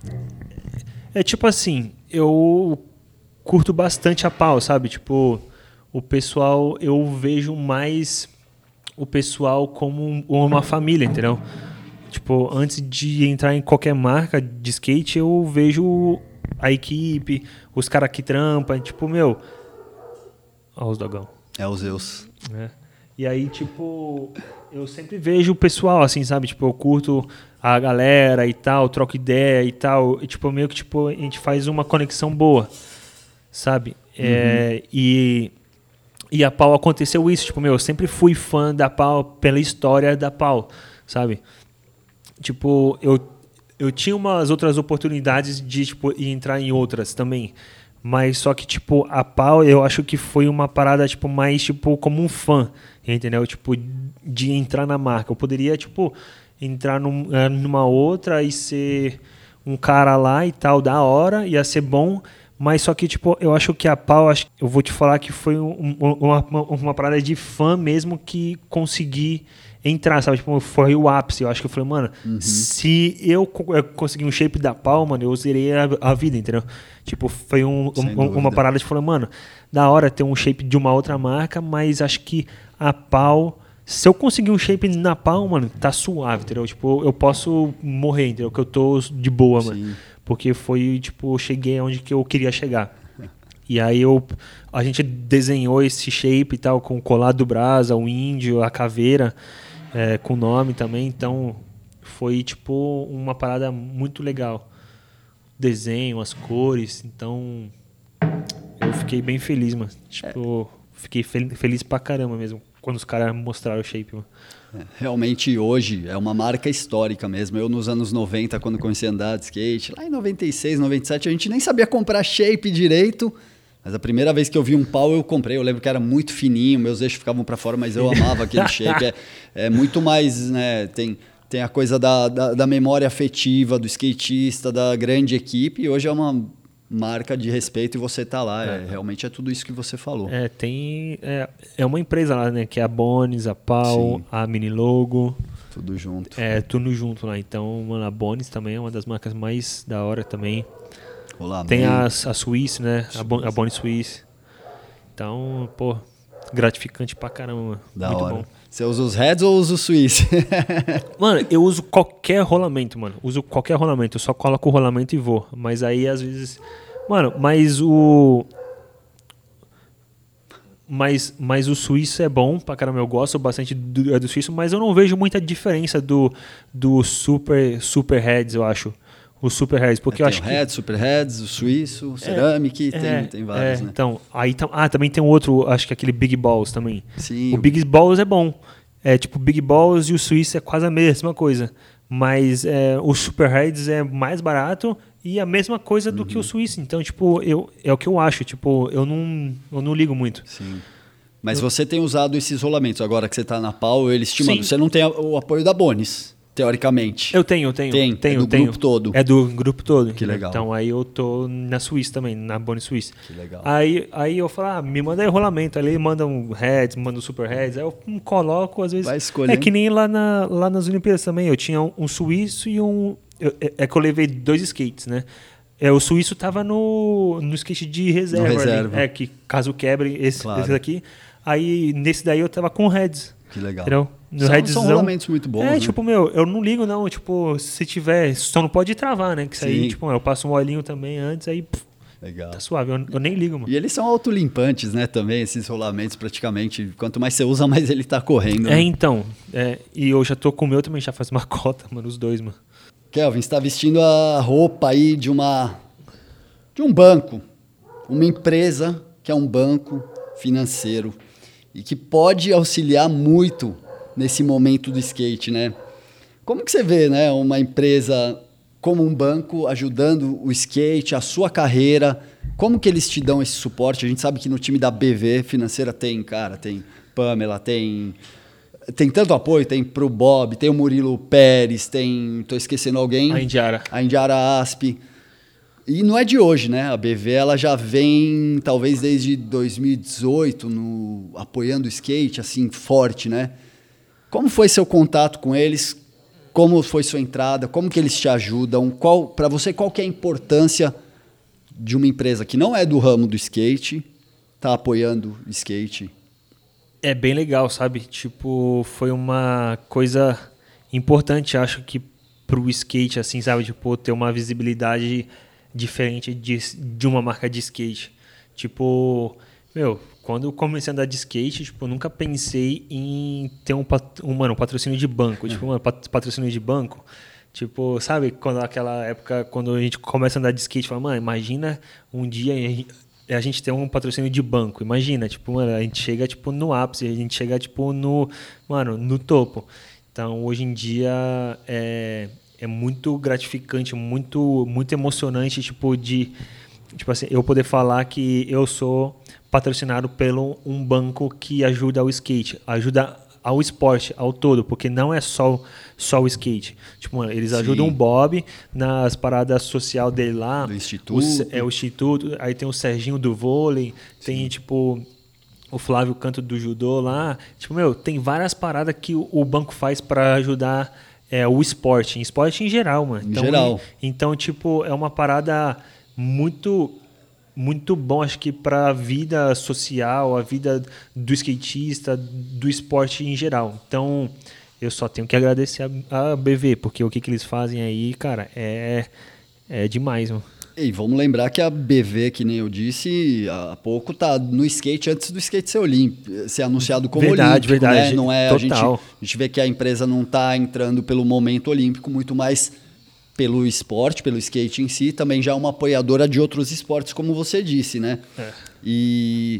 É tipo assim, eu curto bastante a Pau, sabe? Tipo, o pessoal, eu vejo mais o pessoal como um- uma família, entendeu? Tipo, antes de entrar em qualquer marca de skate, eu vejo a equipe, os caras que trampam, tipo, meu. Olha os dogão. É o Zeus. Né? E aí, tipo, eu sempre vejo o pessoal, assim, sabe? Tipo, eu curto a galera e tal, troco ideia e tal. E, tipo, meio que, tipo, a gente faz uma conexão boa, sabe? É, e, e a Pau aconteceu isso. Tipo, meu, eu sempre fui fã da Pau pela história da Pau, sabe? Tipo, eu, eu tinha umas outras oportunidades de, tipo, ir entrar em outras também. Mas só que, tipo, a Pau, eu acho que foi uma parada, tipo, mais, tipo, como um fã, entendeu? Tipo, de entrar na marca. Eu poderia, tipo, entrar num, eh, numa outra e ser um cara lá e tal, da hora, ia ser bom. Mas só que, tipo, eu acho que a Pau, acho, eu vou te falar que foi um- um- uma, uma, uma parada de fã mesmo que consegui entrar, sabe? Tipo, foi o ápice. Eu acho que eu falei, mano, se eu co- eu conseguir um shape da Pau, mano, eu zerei a, a vida, entendeu? Tipo, foi um, Sem um- uma dúvida. parada de falar, mano, da hora ter um shape de uma outra marca, mas acho que a Pau, se eu conseguir um shape na Pau, mano, tá suave, entendeu? Tipo, eu posso morrer, entendeu? Que eu tô de boa, Sim. mano. Porque foi, tipo, eu cheguei onde que eu queria chegar. E aí eu, a gente desenhou esse shape e tal, com o colar do brasa, o índio, a caveira, é, com nome também. Então, foi, tipo, uma parada muito legal. Desenho, as cores. Então, eu fiquei bem feliz, mano. Tipo, fiquei fel- feliz pra caramba mesmo, quando os caras mostraram o shape, mano. Realmente hoje é uma marca histórica mesmo. Eu nos anos noventa, quando comecei a andar de skate, lá em noventa e seis, noventa e sete, a gente nem sabia comprar shape direito. Mas a primeira vez que eu vi um pau, eu comprei. Eu lembro que era muito fininho, meus eixos ficavam para fora, mas eu amava aquele shape. É, é muito mais, né? Tem, tem a coisa da, da, da memória afetiva do skatista, da grande equipe. E hoje é uma marca de respeito e você tá lá. É, realmente é tudo isso que você falou. É, tem. É, é uma empresa lá, né? Que é a Bones, a Pau, Sim. a Mini Logo. Tudo junto. É, tudo junto lá. Então, mano, a Bones também é uma das marcas mais da hora também. Olá, Tem bem. a, a Suíça, né? A, Bon, a Bonnie Suisse. Então, pô, gratificante pra caramba. Da Muito hora. bom. Você usa os heads ou usa o Swiss? Mano, eu uso qualquer rolamento, mano. Uso qualquer rolamento. Eu só coloco o rolamento e vou. Mas aí, às vezes... Mano, mas o... Mas, mas o suíço é bom pra caramba. Eu gosto bastante do, do suíço, mas eu não vejo muita diferença do, do super, super heads, eu acho. O super heads, porque é, eu tem acho o que... heads, super heads, o suíço, o ceramic, É, tem, tem vários, é, né? Então, aí tam, ah, também tem um outro, acho que é aquele Big Balls também. Sim, o Big Balls é bom. É tipo, o Big Balls e o suíço é quase a mesma coisa. Mas é, o Super Heads é mais barato e a mesma coisa do Uhum. que o suíço. Então, tipo, eu, é o que eu acho. Tipo, eu não, eu não ligo muito. Sim. Mas eu... você tem usado esses rolamentos agora que você está na Pau, eles te mandam. Sim. Você não tem o apoio da Bonis, teoricamente. Eu tenho, eu tenho. Tem, tenho, é do tenho. grupo todo. É do grupo todo. Que legal. Então aí eu tô na Suíça também, na Boni Suíça. Que legal. Aí, aí eu falo, ah, me manda aí rolamento. Aí ele manda um heads, manda um super heads. Aí eu coloco, às vezes. Vai escolher. É que nem lá, na, lá nas Olimpíadas também. Eu tinha um, um suíço e um. Eu, é, é que eu levei dois skates, né? É, o suíço tava no, no skate de reserva. No reserva. Ali, é, que caso quebre esse, Claro. esse daqui. Aí nesse daí eu tava com heads. Que legal. Entendeu? No São, headzão, são rolamentos muito bons, É, né? tipo, meu, eu não ligo não, tipo, se tiver, só não pode travar, né? Que isso aí, Sim. tipo, eu passo um olhinho também antes, aí pff, Legal. tá suave, eu, eu nem ligo, mano. E eles são autolimpantes, né, também, esses rolamentos praticamente. Quanto mais você usa, mais ele tá correndo. É, né? então, é, e eu já tô com o meu também, já faz uma cota, mano, os dois, mano. Kelvin, você está vestindo a roupa aí de uma de um banco, uma empresa que é um banco financeiro e que pode auxiliar muito nesse momento do skate, né? Como que você vê, né, uma empresa como um banco ajudando o skate, a sua carreira? Como que eles te dão esse suporte? A gente sabe que no time da B V financeira tem, cara, tem Pamela, tem tem tanto apoio, tem pro Bob, tem o Murilo Pérez, tem, tô esquecendo alguém, A Indiara. a Indiara Asp. E não é de hoje, né? A B V ela já vem, talvez desde dois mil e dezoito, no, apoiando o skate, assim, forte, né? Como foi seu contato com eles? Como foi sua entrada? Como que eles te ajudam? Qual, para você, qual que é a importância de uma empresa que não é do ramo do skate, tá apoiando o skate? É bem legal, sabe? Tipo, foi uma coisa importante, acho que pro skate, assim, sabe? Tipo, ter uma visibilidade diferente de, de uma marca de skate. Tipo, meu, quando eu comecei a andar de skate, tipo, eu nunca pensei em ter um, pat- um, mano, um patrocínio de banco. Tipo, mano, pat- patrocínio de banco. Tipo, sabe, quando aquela época, quando a gente começa a andar de skate, fala, mano, imagina um dia a gente, a gente ter um patrocínio de banco. Imagina, tipo, mano, a gente chega, tipo, no ápice, a gente chega, tipo, no, mano, no topo. Então, hoje em dia, é, é muito gratificante, muito, muito emocionante, tipo, de, tipo assim, eu poder falar que eu sou patrocinado pelo um banco que ajuda o skate, ajuda ao esporte, ao todo, porque não é só, só o skate. Tipo, mano, eles Sim. ajudam o Bob nas paradas social dele lá. Do O, instituto. é o instituto, aí tem o Serginho do vôlei, tem, tipo, o Flávio Canto do judô lá. Tipo, meu, tem várias paradas que o, o banco faz para ajudar é, o esporte, em esporte em geral, mano. Em Então, geral. e- então, tipo, é uma parada muito muito bom, acho que para a vida social, a vida do skatista, do esporte em geral. Então, eu só tenho que agradecer a, a B V, porque o que, que eles fazem aí, cara, é, é demais, mano. E vamos lembrar que a B V, que nem eu disse, há pouco tá no skate antes do skate ser olímpico, ser anunciado como Verdade, olímpico, verdade. né? Não é, a gente, Total. a gente vê que a empresa não está entrando pelo momento olímpico, muito mais pelo esporte, pelo skate em si, também já é uma apoiadora de outros esportes, como você disse, né? É. E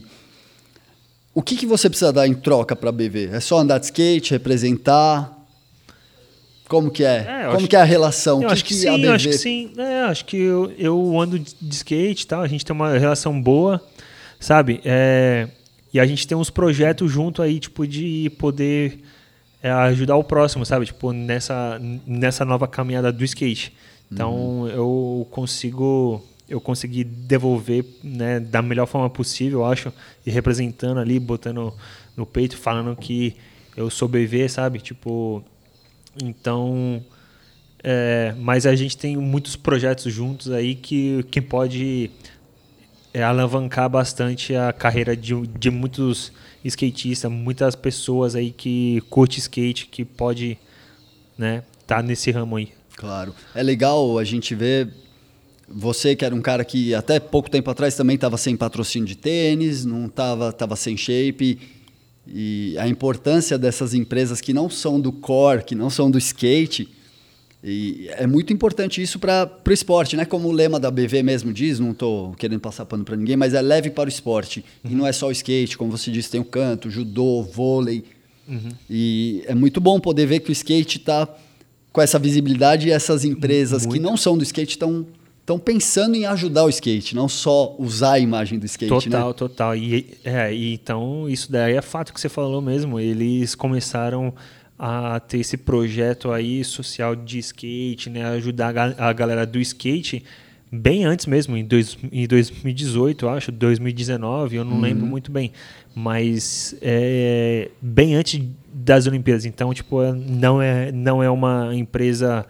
o que, que você precisa dar em troca para a B V? É só andar de skate, representar? Como que é? É, eu Como acho- que é a relação? Eu que acho que, que sim, a B V... eu acho que sim. É, acho que eu, eu ando de de skate e tal, a gente tem uma relação boa, sabe? É, e a gente tem uns projetos junto aí, tipo, de poder é, ajudar o próximo, sabe? Tipo, nessa, nessa nova caminhada do skate. Então, eu consigo... Eu consegui devolver, né, da melhor forma possível, eu acho, e representando ali, botando no peito, falando que eu sou B V, sabe? Tipo, então... É, mas a gente tem muitos projetos juntos aí que, que pode é alavancar bastante a carreira de, de muitos skatistas, muitas pessoas aí que curte skate, que pode, né, tá nesse ramo aí. Claro. É legal a gente ver você, que era um cara que até pouco tempo atrás também estava sem patrocínio de tênis, não estava tava sem shape, e a importância dessas empresas que não são do core, que não são do skate, e é muito importante isso para o esporte, né? Como o lema da B V mesmo diz, não estou querendo passar pano para ninguém, mas é leve para o esporte. Uhum. E não é só o skate, como você disse, tem o canto, judô, vôlei. Uhum. E é muito bom poder ver que o skate está com essa visibilidade e essas empresas muito. Que não são do skate estão estão pensando em ajudar o skate, não só usar a imagem do skate. Total, né? total. E, é, e então isso daí é fato que você falou mesmo. Eles começaram a ter esse projeto aí social de skate, né, ajudar a galera do skate bem antes mesmo, em, dois, em dois mil e dezoito, acho, dois mil e dezenove, eu não uhum. lembro muito bem, mas é, bem antes das Olimpíadas. Então, tipo, não é, não é uma empresa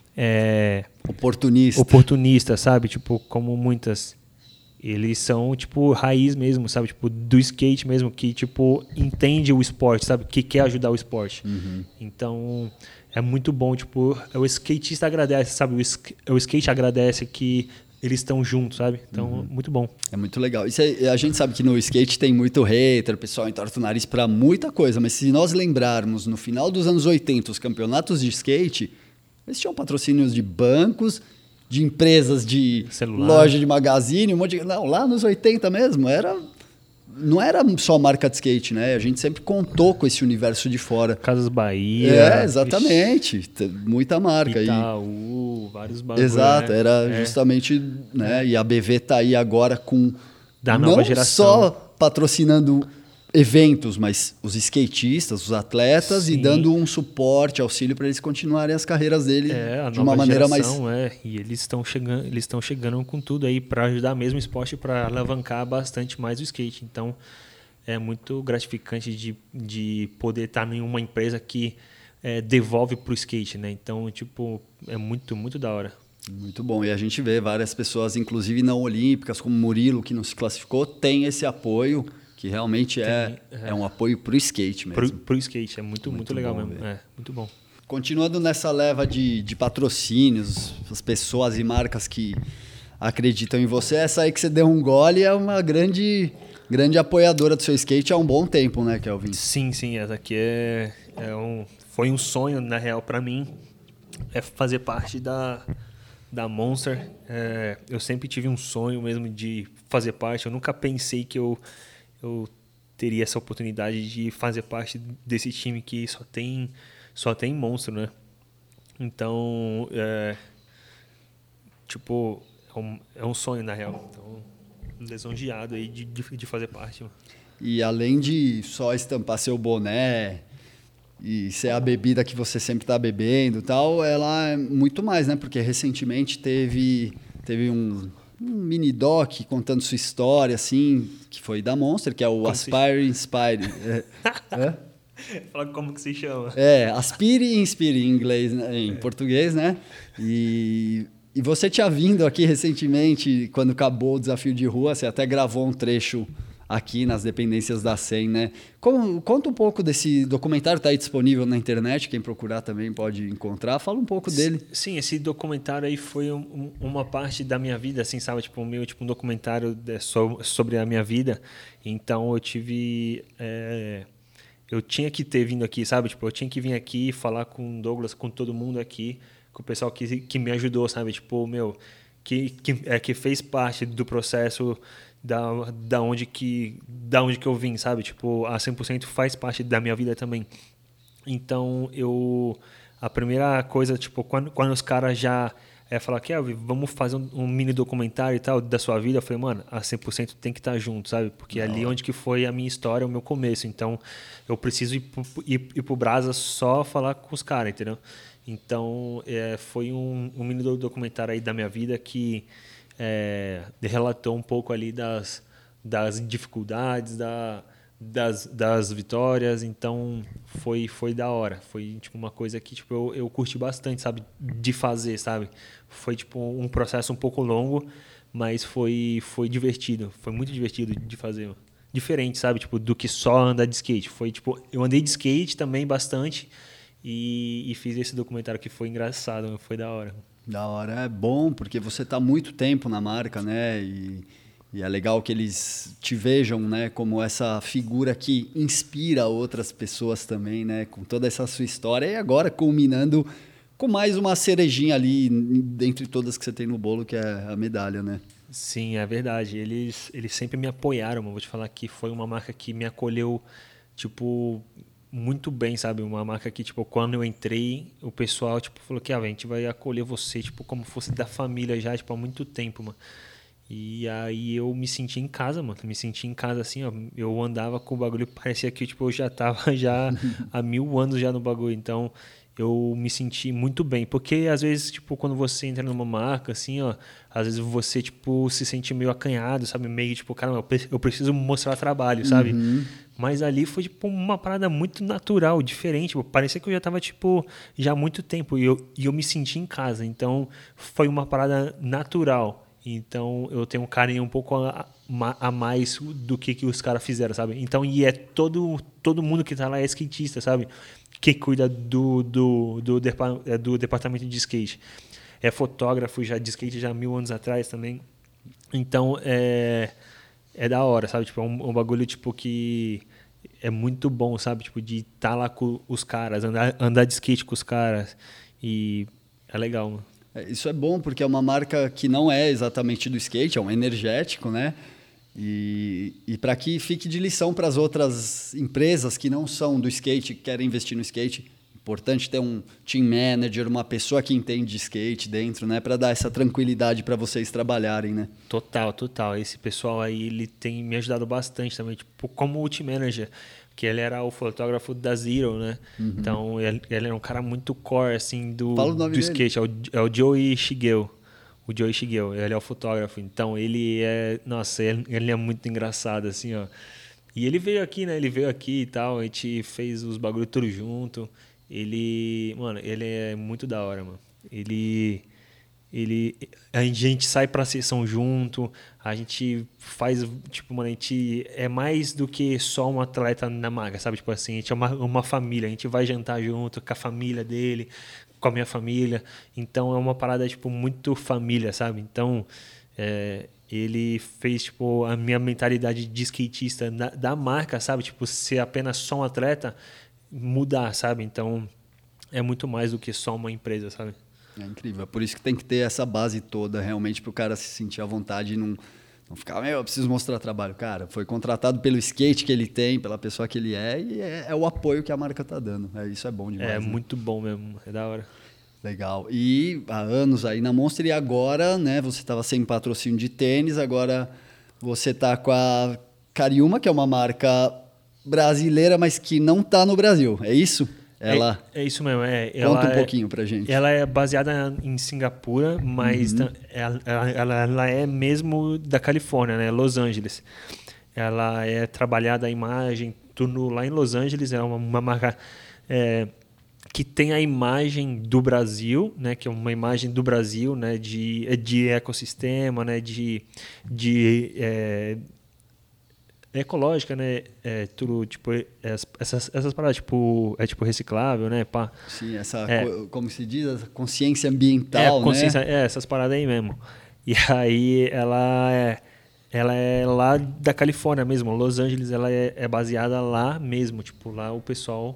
é, oportunista. oportunista, sabe? Tipo, como muitas. Eles são, tipo, raiz mesmo, sabe? Tipo, do skate mesmo, que, tipo, entende o esporte, sabe? Que quer ajudar o esporte. Uhum. Então, é muito bom, tipo, o skatista agradece, sabe? O, sk- o skate agradece que eles estão juntos, sabe? Então, uhum. muito bom. É muito legal. Isso é, a gente sabe que no skate tem muito hater, o pessoal entorta o nariz pra muita coisa, mas se nós lembrarmos, no final dos anos oitenta, os campeonatos de skate, eles tinham patrocínios de bancos, de empresas de celular, loja de magazine, um monte de... Não, lá nos oitenta mesmo, era... não era só marca de skate, né? A gente sempre contou com esse universo de fora. Casas Bahia. É, exatamente. Ixi, muita marca. Itaú, e... vários bagulhos. Exato, né? era é. justamente... Né? E a B V tá aí agora com... Da nova não geração. Só patrocinando eventos, mas os skatistas, os atletas, Sim. e dando um suporte, auxílio para eles continuarem as carreiras deles é, de uma maneira geração, mais... É, e eles estão chegando, eles estão chegando com tudo aí para ajudar mesmo o esporte, para alavancar bastante mais o skate. Então, é muito gratificante de, de poder estar em uma empresa que é, devolve para o skate, né? Então, tipo, é muito, muito da hora. Muito bom. E a gente vê várias pessoas, inclusive não olímpicas, como Murilo, que não se classificou, tem esse apoio... que realmente é, é. é um apoio para o skate mesmo. Para o skate, é muito, muito, muito legal bom, mesmo. É, muito bom. Continuando nessa leva de, de patrocínios, as pessoas e marcas que acreditam em você, essa aí que você deu um gole é uma grande, grande apoiadora do seu skate há um bom tempo, né, Kelvin? Sim, sim. Essa aqui é, é um, foi um sonho, na real, para mim, é fazer parte da, da Monster. É, eu sempre tive um sonho mesmo de fazer parte. Eu nunca pensei que eu... eu teria essa oportunidade de fazer parte desse time que só tem, só tem monstro, né? Então, é, tipo, é um, é um sonho, na real. Então, lisonjeado aí de, de, de fazer parte. Mano. E além de só estampar seu boné e ser a bebida que você sempre está bebendo e tal, ela é muito mais, né? Porque recentemente teve, teve um... um mini doc contando sua história, assim, que foi da Monster, que é o como Aspire Inspire. É. é? Fala como que se chama. É, Aspire e Inspire em inglês, né? Em é. português, né? E, e você tinha vindo aqui recentemente, quando acabou o desafio de rua, você até gravou um trecho aqui nas dependências da S E M, né? Como, conta um pouco desse documentário, está aí disponível na internet, quem procurar também pode encontrar. Fala um pouco dele. Sim, esse documentário aí foi um, uma parte da minha vida, assim, sabe? Tipo, meio, tipo um documentário de, so, sobre a minha vida. Então, eu tive... É, eu tinha que ter vindo aqui, sabe? Tipo, eu tinha que vir aqui falar com o Douglas, com todo mundo aqui, com o pessoal que, que me ajudou, sabe? Tipo, meu, que, que, é, que fez parte do processo... Da, da, onde que, da onde que eu vim, sabe? Tipo, a cem por cento faz parte da minha vida também. Então, eu... A primeira coisa, tipo, quando, quando os caras já é, falam que ah, vamos fazer um, um mini documentário e tal da sua vida, eu falei, mano, a cem por cento tem que estar junto, sabe? Porque é ali onde que foi a minha história, o meu começo. Então, eu preciso ir pro, ir, ir pro Brasa só falar com os caras, entendeu? Então, é, foi um, um mini documentário aí da minha vida que... É, relatou um pouco ali das, das dificuldades, da, das, das vitórias, então foi, foi da hora, foi tipo uma coisa que tipo, eu, eu curti bastante, sabe, de fazer, sabe, foi tipo um processo um pouco longo, mas foi, foi divertido, foi muito divertido de fazer. Diferente, sabe? Tipo, do que só andar de skate. Foi, tipo, eu andei de skate também bastante e, e fiz esse documentário que foi engraçado, foi da hora. Da hora, é bom, porque você está muito tempo na marca, né? E, e é legal que eles te vejam, né? Como essa figura que inspira outras pessoas também, né? Com toda essa sua história. E agora culminando com mais uma cerejinha ali, dentre todas que você tem no bolo, que é a medalha, né? Sim, é verdade. Eles, eles sempre me apoiaram, mano. Vou te falar que foi uma marca que me acolheu, tipo... muito bem, sabe? Uma marca que, tipo, quando eu entrei, o pessoal, tipo, falou que, ah, a gente vai acolher você, tipo, como fosse da família já, tipo, há muito tempo, mano. E aí eu me senti em casa, mano. Me senti em casa, assim, ó. Eu andava com o bagulho, parecia que, tipo, eu já tava já há mil anos já no bagulho. Então, eu me senti muito bem. Porque, às vezes, tipo, quando você entra numa marca, assim, ó, às vezes você, tipo, se sente meio acanhado, sabe? Meio, tipo, caramba, eu preciso mostrar trabalho, sabe? Uhum. Mas ali foi, tipo, uma parada muito natural, diferente. Tipo, parecia que eu já tava, tipo, já há muito tempo. E eu, e eu me senti em casa. Então, foi uma parada natural. Então, eu tenho um carinho um pouco a, a mais do que, que os caras fizeram, sabe? Então, e é todo, todo mundo que tá lá é skatista, sabe? Que cuida do, do, do, depa, do departamento de skate. É fotógrafo já de skate já há mil anos atrás também. Então, é... é da hora, sabe? Tipo, é um, um bagulho, tipo, que é muito bom, sabe? Tipo, de estar tá lá com os caras, andar, andar de skate com os caras. E é legal, mano. É, isso é bom, porque é uma marca que não é exatamente do skate, é um energético, né? E, e para que fique de lição para as outras empresas que não são do skate, que querem investir no skate, importante ter um team manager, uma pessoa que entende de skate dentro, né, para dar essa tranquilidade para vocês trabalharem, né? Total, total. Esse pessoal aí, ele tem me ajudado bastante também, tipo, como o team manager, que ele era o fotógrafo da Zero, né? Uhum. Então, ele, ele era um cara muito core, assim, do, do skate. É o, é o Joey Shigeo. O Joey Shigeo, ele é o fotógrafo. Então, ele é... Nossa, ele, ele é muito engraçado, assim, ó. E ele veio aqui, né? Ele veio aqui e tal, a gente fez os bagulho tudo junto. Ele, mano, ele é muito da hora, mano. Ele, ele, a gente sai pra sessão junto, a gente faz, tipo, mano, a gente é mais do que só um atleta na marca, sabe? Tipo assim, a gente é uma, uma família, a gente vai jantar junto com a família dele, com a minha família. Então é uma parada, tipo, muito família, sabe? Então, é, ele fez, tipo, a minha mentalidade de skatista da, da marca, sabe? Tipo, ser apenas só um atleta, mudar, sabe? Então, é muito mais do que só uma empresa, sabe? É incrível. É por isso que tem que ter essa base toda, realmente, para o cara se sentir à vontade e não, não ficar, meu, eu preciso mostrar trabalho. Cara, foi contratado pelo skate que ele tem, pela pessoa que ele é, e é, é o apoio que a marca tá dando. É, isso é bom demais. É, né? Muito bom mesmo. É da hora. Legal. E há anos aí na Monster, e agora, né, você estava sem patrocínio de tênis, agora você tá com a Cariúma, que é uma marca brasileira, mas que não está no Brasil, é isso? Ela... É, é isso mesmo. É, Conta ela um pouquinho pra gente. Ela é baseada em Singapura, mas uhum. ela, ela, ela é mesmo da Califórnia, né? Los Angeles. Ela é trabalhada a imagem, tudo lá em Los Angeles, é uma, uma marca é, que tem a imagem do Brasil, né? Que é uma imagem do Brasil, né? De, de ecossistema, né? De... de é, ecológica, né? É tudo, tipo, essas, essas paradas, tipo, é tipo reciclável, né? Pá. Sim, essa, é, como se diz, essa consciência ambiental, é, consciência, né? É, essas paradas aí mesmo. E aí ela é, ela é lá da Califórnia mesmo, Los Angeles, ela é, é baseada lá mesmo, tipo, lá o pessoal.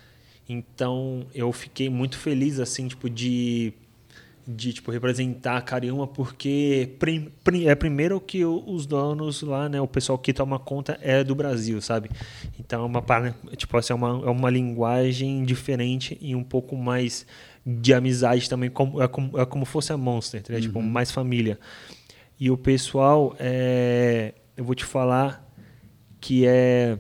Então, eu fiquei muito feliz, assim, tipo, de... de tipo, representar a Cariúma, porque prim, prim, é primeiro que os donos lá, né, o pessoal que toma conta é do Brasil, sabe? Então é uma tipo assim, é uma, é uma linguagem diferente e um pouco mais de amizade também, como, é, como, é como fosse a Monster, né? Uhum. Tipo, mais família. E o pessoal, é, eu vou te falar que é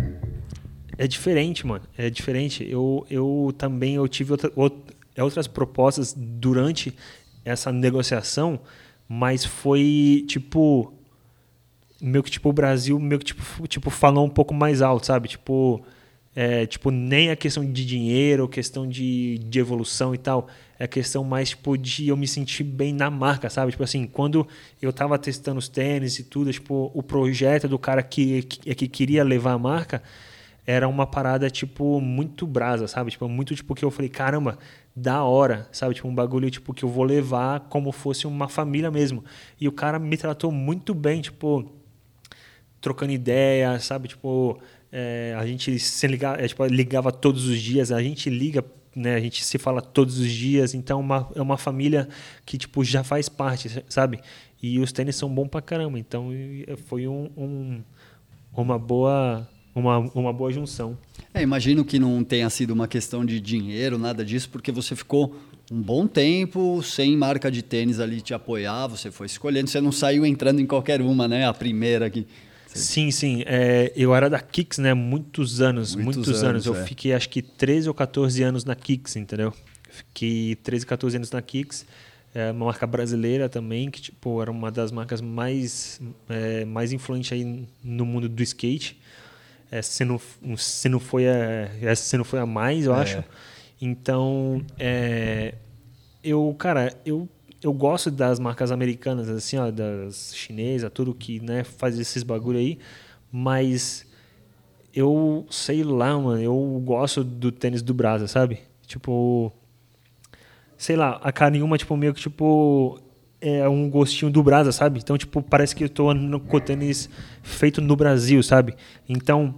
é diferente, mano, é diferente. Eu, eu também eu tive outra, outra outras propostas durante essa negociação, mas foi tipo meio que tipo o Brasil meio que tipo, tipo falou um pouco mais alto, sabe? Tipo, é, tipo, nem a questão de dinheiro, questão de, de evolução e tal. É questão mais, tipo, de eu me sentir bem na marca, sabe? Tipo assim, quando eu tava testando os tênis e tudo, tipo, o projeto do cara que, que, que queria levar a marca era uma parada, tipo, muito brasa, sabe? Tipo, muito, tipo, que eu falei, caramba, da hora, sabe? Tipo, um bagulho, tipo, que eu vou levar como fosse uma família mesmo. E o cara me tratou muito bem, tipo, trocando ideia, sabe? Tipo, é, a gente se ligava, é, tipo, ligava todos os dias, a gente liga, né? A gente se fala todos os dias, então uma, é uma família que, tipo, já faz parte, sabe? E os tênis são bons pra caramba, então foi um, um, uma boa... Uma, uma boa junção. É, imagino que não tenha sido uma questão de dinheiro, nada disso, porque você ficou um bom tempo sem marca de tênis ali te apoiar, você foi escolhendo, você não saiu entrando em qualquer uma, né? A primeira aqui. Sim, sim. É, eu era da Kicks, né? Muitos anos, muitos, muitos anos. anos. Eu é. fiquei acho que treze ou quatorze anos na Kicks, entendeu? Fiquei treze, quatorze anos na Kicks. É uma marca brasileira também, que tipo, era uma das marcas mais, é, mais influentes aí no mundo do skate. Essa se não, se não foi a, essa se não foi a mais, eu é. acho. Então, é, eu, cara, eu, eu gosto das marcas americanas, assim, ó, das chinesas, tudo que, né, faz esses bagulho aí, mas eu sei lá, mano, eu gosto do tênis do Brasa, sabe? Tipo, sei lá, a K N um, tipo, meio que, tipo, é um gostinho do Brasa, sabe? Então, tipo, parece que eu tô andando com tênis feito no Brasil, sabe? Então,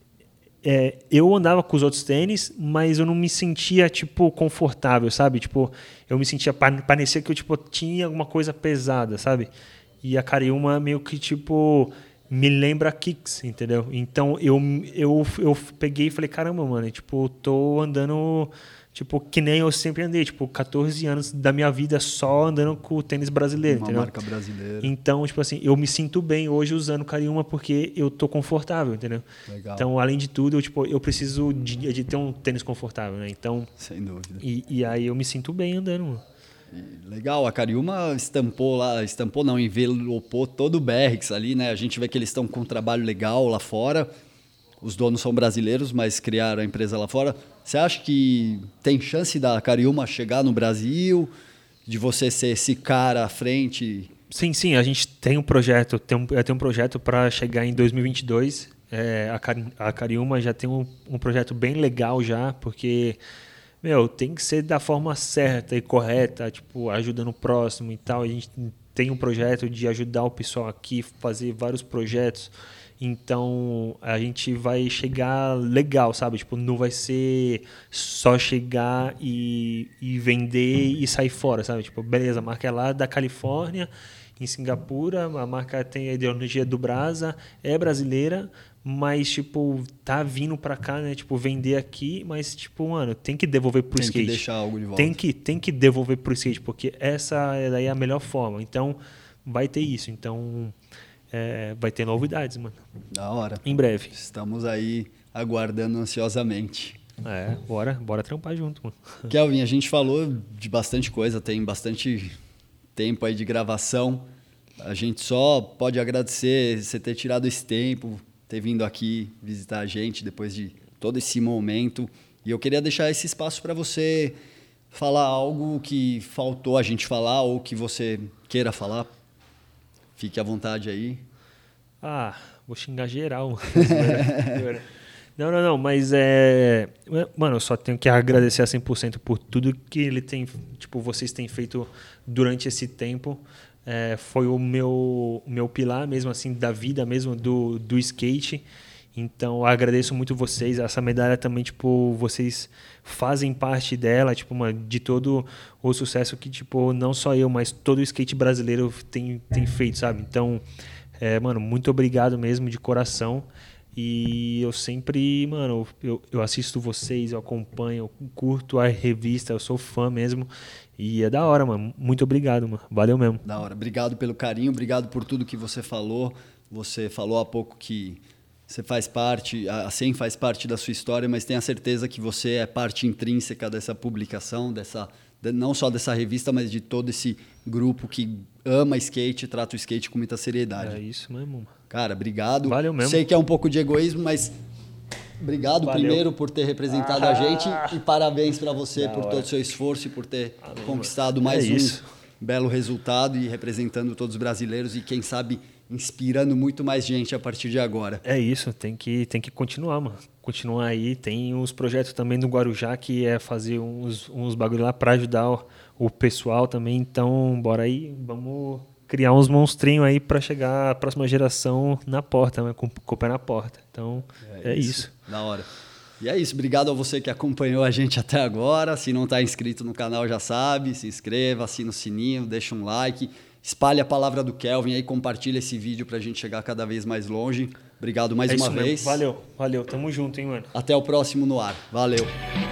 é, eu andava com os outros tênis, mas eu não me sentia, tipo, confortável, sabe? Tipo, eu me sentia, parecia que eu, tipo, tinha alguma coisa pesada, sabe? E a Cariúma meio que, tipo, me lembra Kicks, entendeu? Então, eu, eu, eu peguei e falei, caramba, mano, tipo, tô andando... Tipo, que nem eu sempre andei, tipo, quatorze anos da minha vida só andando com o tênis brasileiro, uma entendeu? marca brasileira. Então, tipo assim, eu me sinto bem hoje usando Cariúma porque eu tô confortável, entendeu? Legal. Então, além de tudo, eu, tipo, eu preciso de, de ter um tênis confortável, né? Então, sem dúvida. E, e aí eu me sinto bem andando, mano. Legal, a Cariúma estampou lá, estampou não, envelopou todo o B R X ali, né? A gente vê que eles estão com um trabalho legal lá fora. Os donos são brasileiros, mas criaram a empresa lá fora. Você acha que tem chance da Cariúma chegar no Brasil, de você ser esse cara à frente? Sim, sim, a gente tem um projeto, tem um, tem um projeto para chegar em dois mil e vinte e dois. É, a, a Cariúma já tem um, um projeto bem legal já, porque, meu, tem que ser da forma certa e correta, tipo, ajudando o próximo e tal. A gente tem um projeto de ajudar o pessoal aqui, fazer vários projetos. Então, a gente vai chegar legal, sabe? Tipo, não vai ser só chegar e, e vender e sair fora, sabe? Tipo, beleza, a marca é lá da Califórnia, em Singapura, a marca tem a ideologia do Brasa, é brasileira, mas, tipo, tá vindo pra cá, né? Tipo, vender aqui, mas, tipo, mano, tem que devolver pro tem skate. Tem que deixar algo de volta. Tem que, tem que devolver pro skate, porque essa é daí a melhor forma. Então, vai ter isso. Então... É, vai ter novidades, mano. Da hora. Em breve. Estamos aí aguardando ansiosamente. É, bora, bora trampar junto, mano. Kelvin, a gente falou de bastante coisa, tem bastante tempo aí de gravação. A gente só pode agradecer você ter tirado esse tempo, ter vindo aqui visitar a gente depois de todo esse momento. E eu queria deixar esse espaço para você falar algo que faltou a gente falar ou que você queira falar. Fique à vontade aí. Ah, vou xingar geral. Não, não, não, mas é... Mano, eu só tenho que agradecer a cem por cento por tudo que ele tem, tipo, vocês têm feito durante esse tempo. É, foi o meu, meu pilar mesmo, assim, da vida mesmo, do, do skate. Então, eu agradeço muito vocês. Essa medalha também, tipo, vocês fazem parte dela, tipo, mano, de todo o sucesso que, tipo, não só eu, mas todo o skate brasileiro tem, tem feito, sabe? Então, é, mano, muito obrigado mesmo, de coração. E eu sempre, mano, eu, eu assisto vocês, eu acompanho, eu curto a revista, eu sou fã mesmo. E é da hora, mano. Muito obrigado, mano. Valeu mesmo. Da hora. Obrigado pelo carinho, obrigado por tudo que você falou. Você falou há pouco que você faz parte, a C E M faz parte da sua história, mas tenha certeza que você é parte intrínseca dessa publicação, dessa, não só dessa revista, mas de todo esse grupo que ama skate e trata o skate com muita seriedade. É isso mesmo. Cara, obrigado. Valeu mesmo. Sei que é um pouco de egoísmo, mas obrigado Valeu. primeiro por ter representado Ah, a gente e parabéns para você por hora. todo o seu esforço e por ter Amém, conquistado mano. mais É um isso. belo resultado e representando todos os brasileiros e quem sabe inspirando muito mais gente a partir de agora. É isso, tem que, tem que continuar, mano. Continuar aí. Tem uns projetos também no Guarujá que é fazer uns, uns bagulho lá para ajudar o, o pessoal também. Então, bora aí, vamos criar uns monstrinhos aí para chegar a próxima geração na porta, né? com, com o pé na porta. Então, é, é isso. isso. Da hora. E é isso, obrigado a você que acompanhou a gente até agora. Se não está inscrito no canal, já sabe, se inscreva, assina o sininho, deixa um like. Espalhe a palavra do Kelvin aí, compartilha esse vídeo pra gente chegar cada vez mais longe. Obrigado mais É uma isso mesmo. vez. Valeu, valeu. Tamo junto, hein, mano. Até o próximo no ar. Valeu.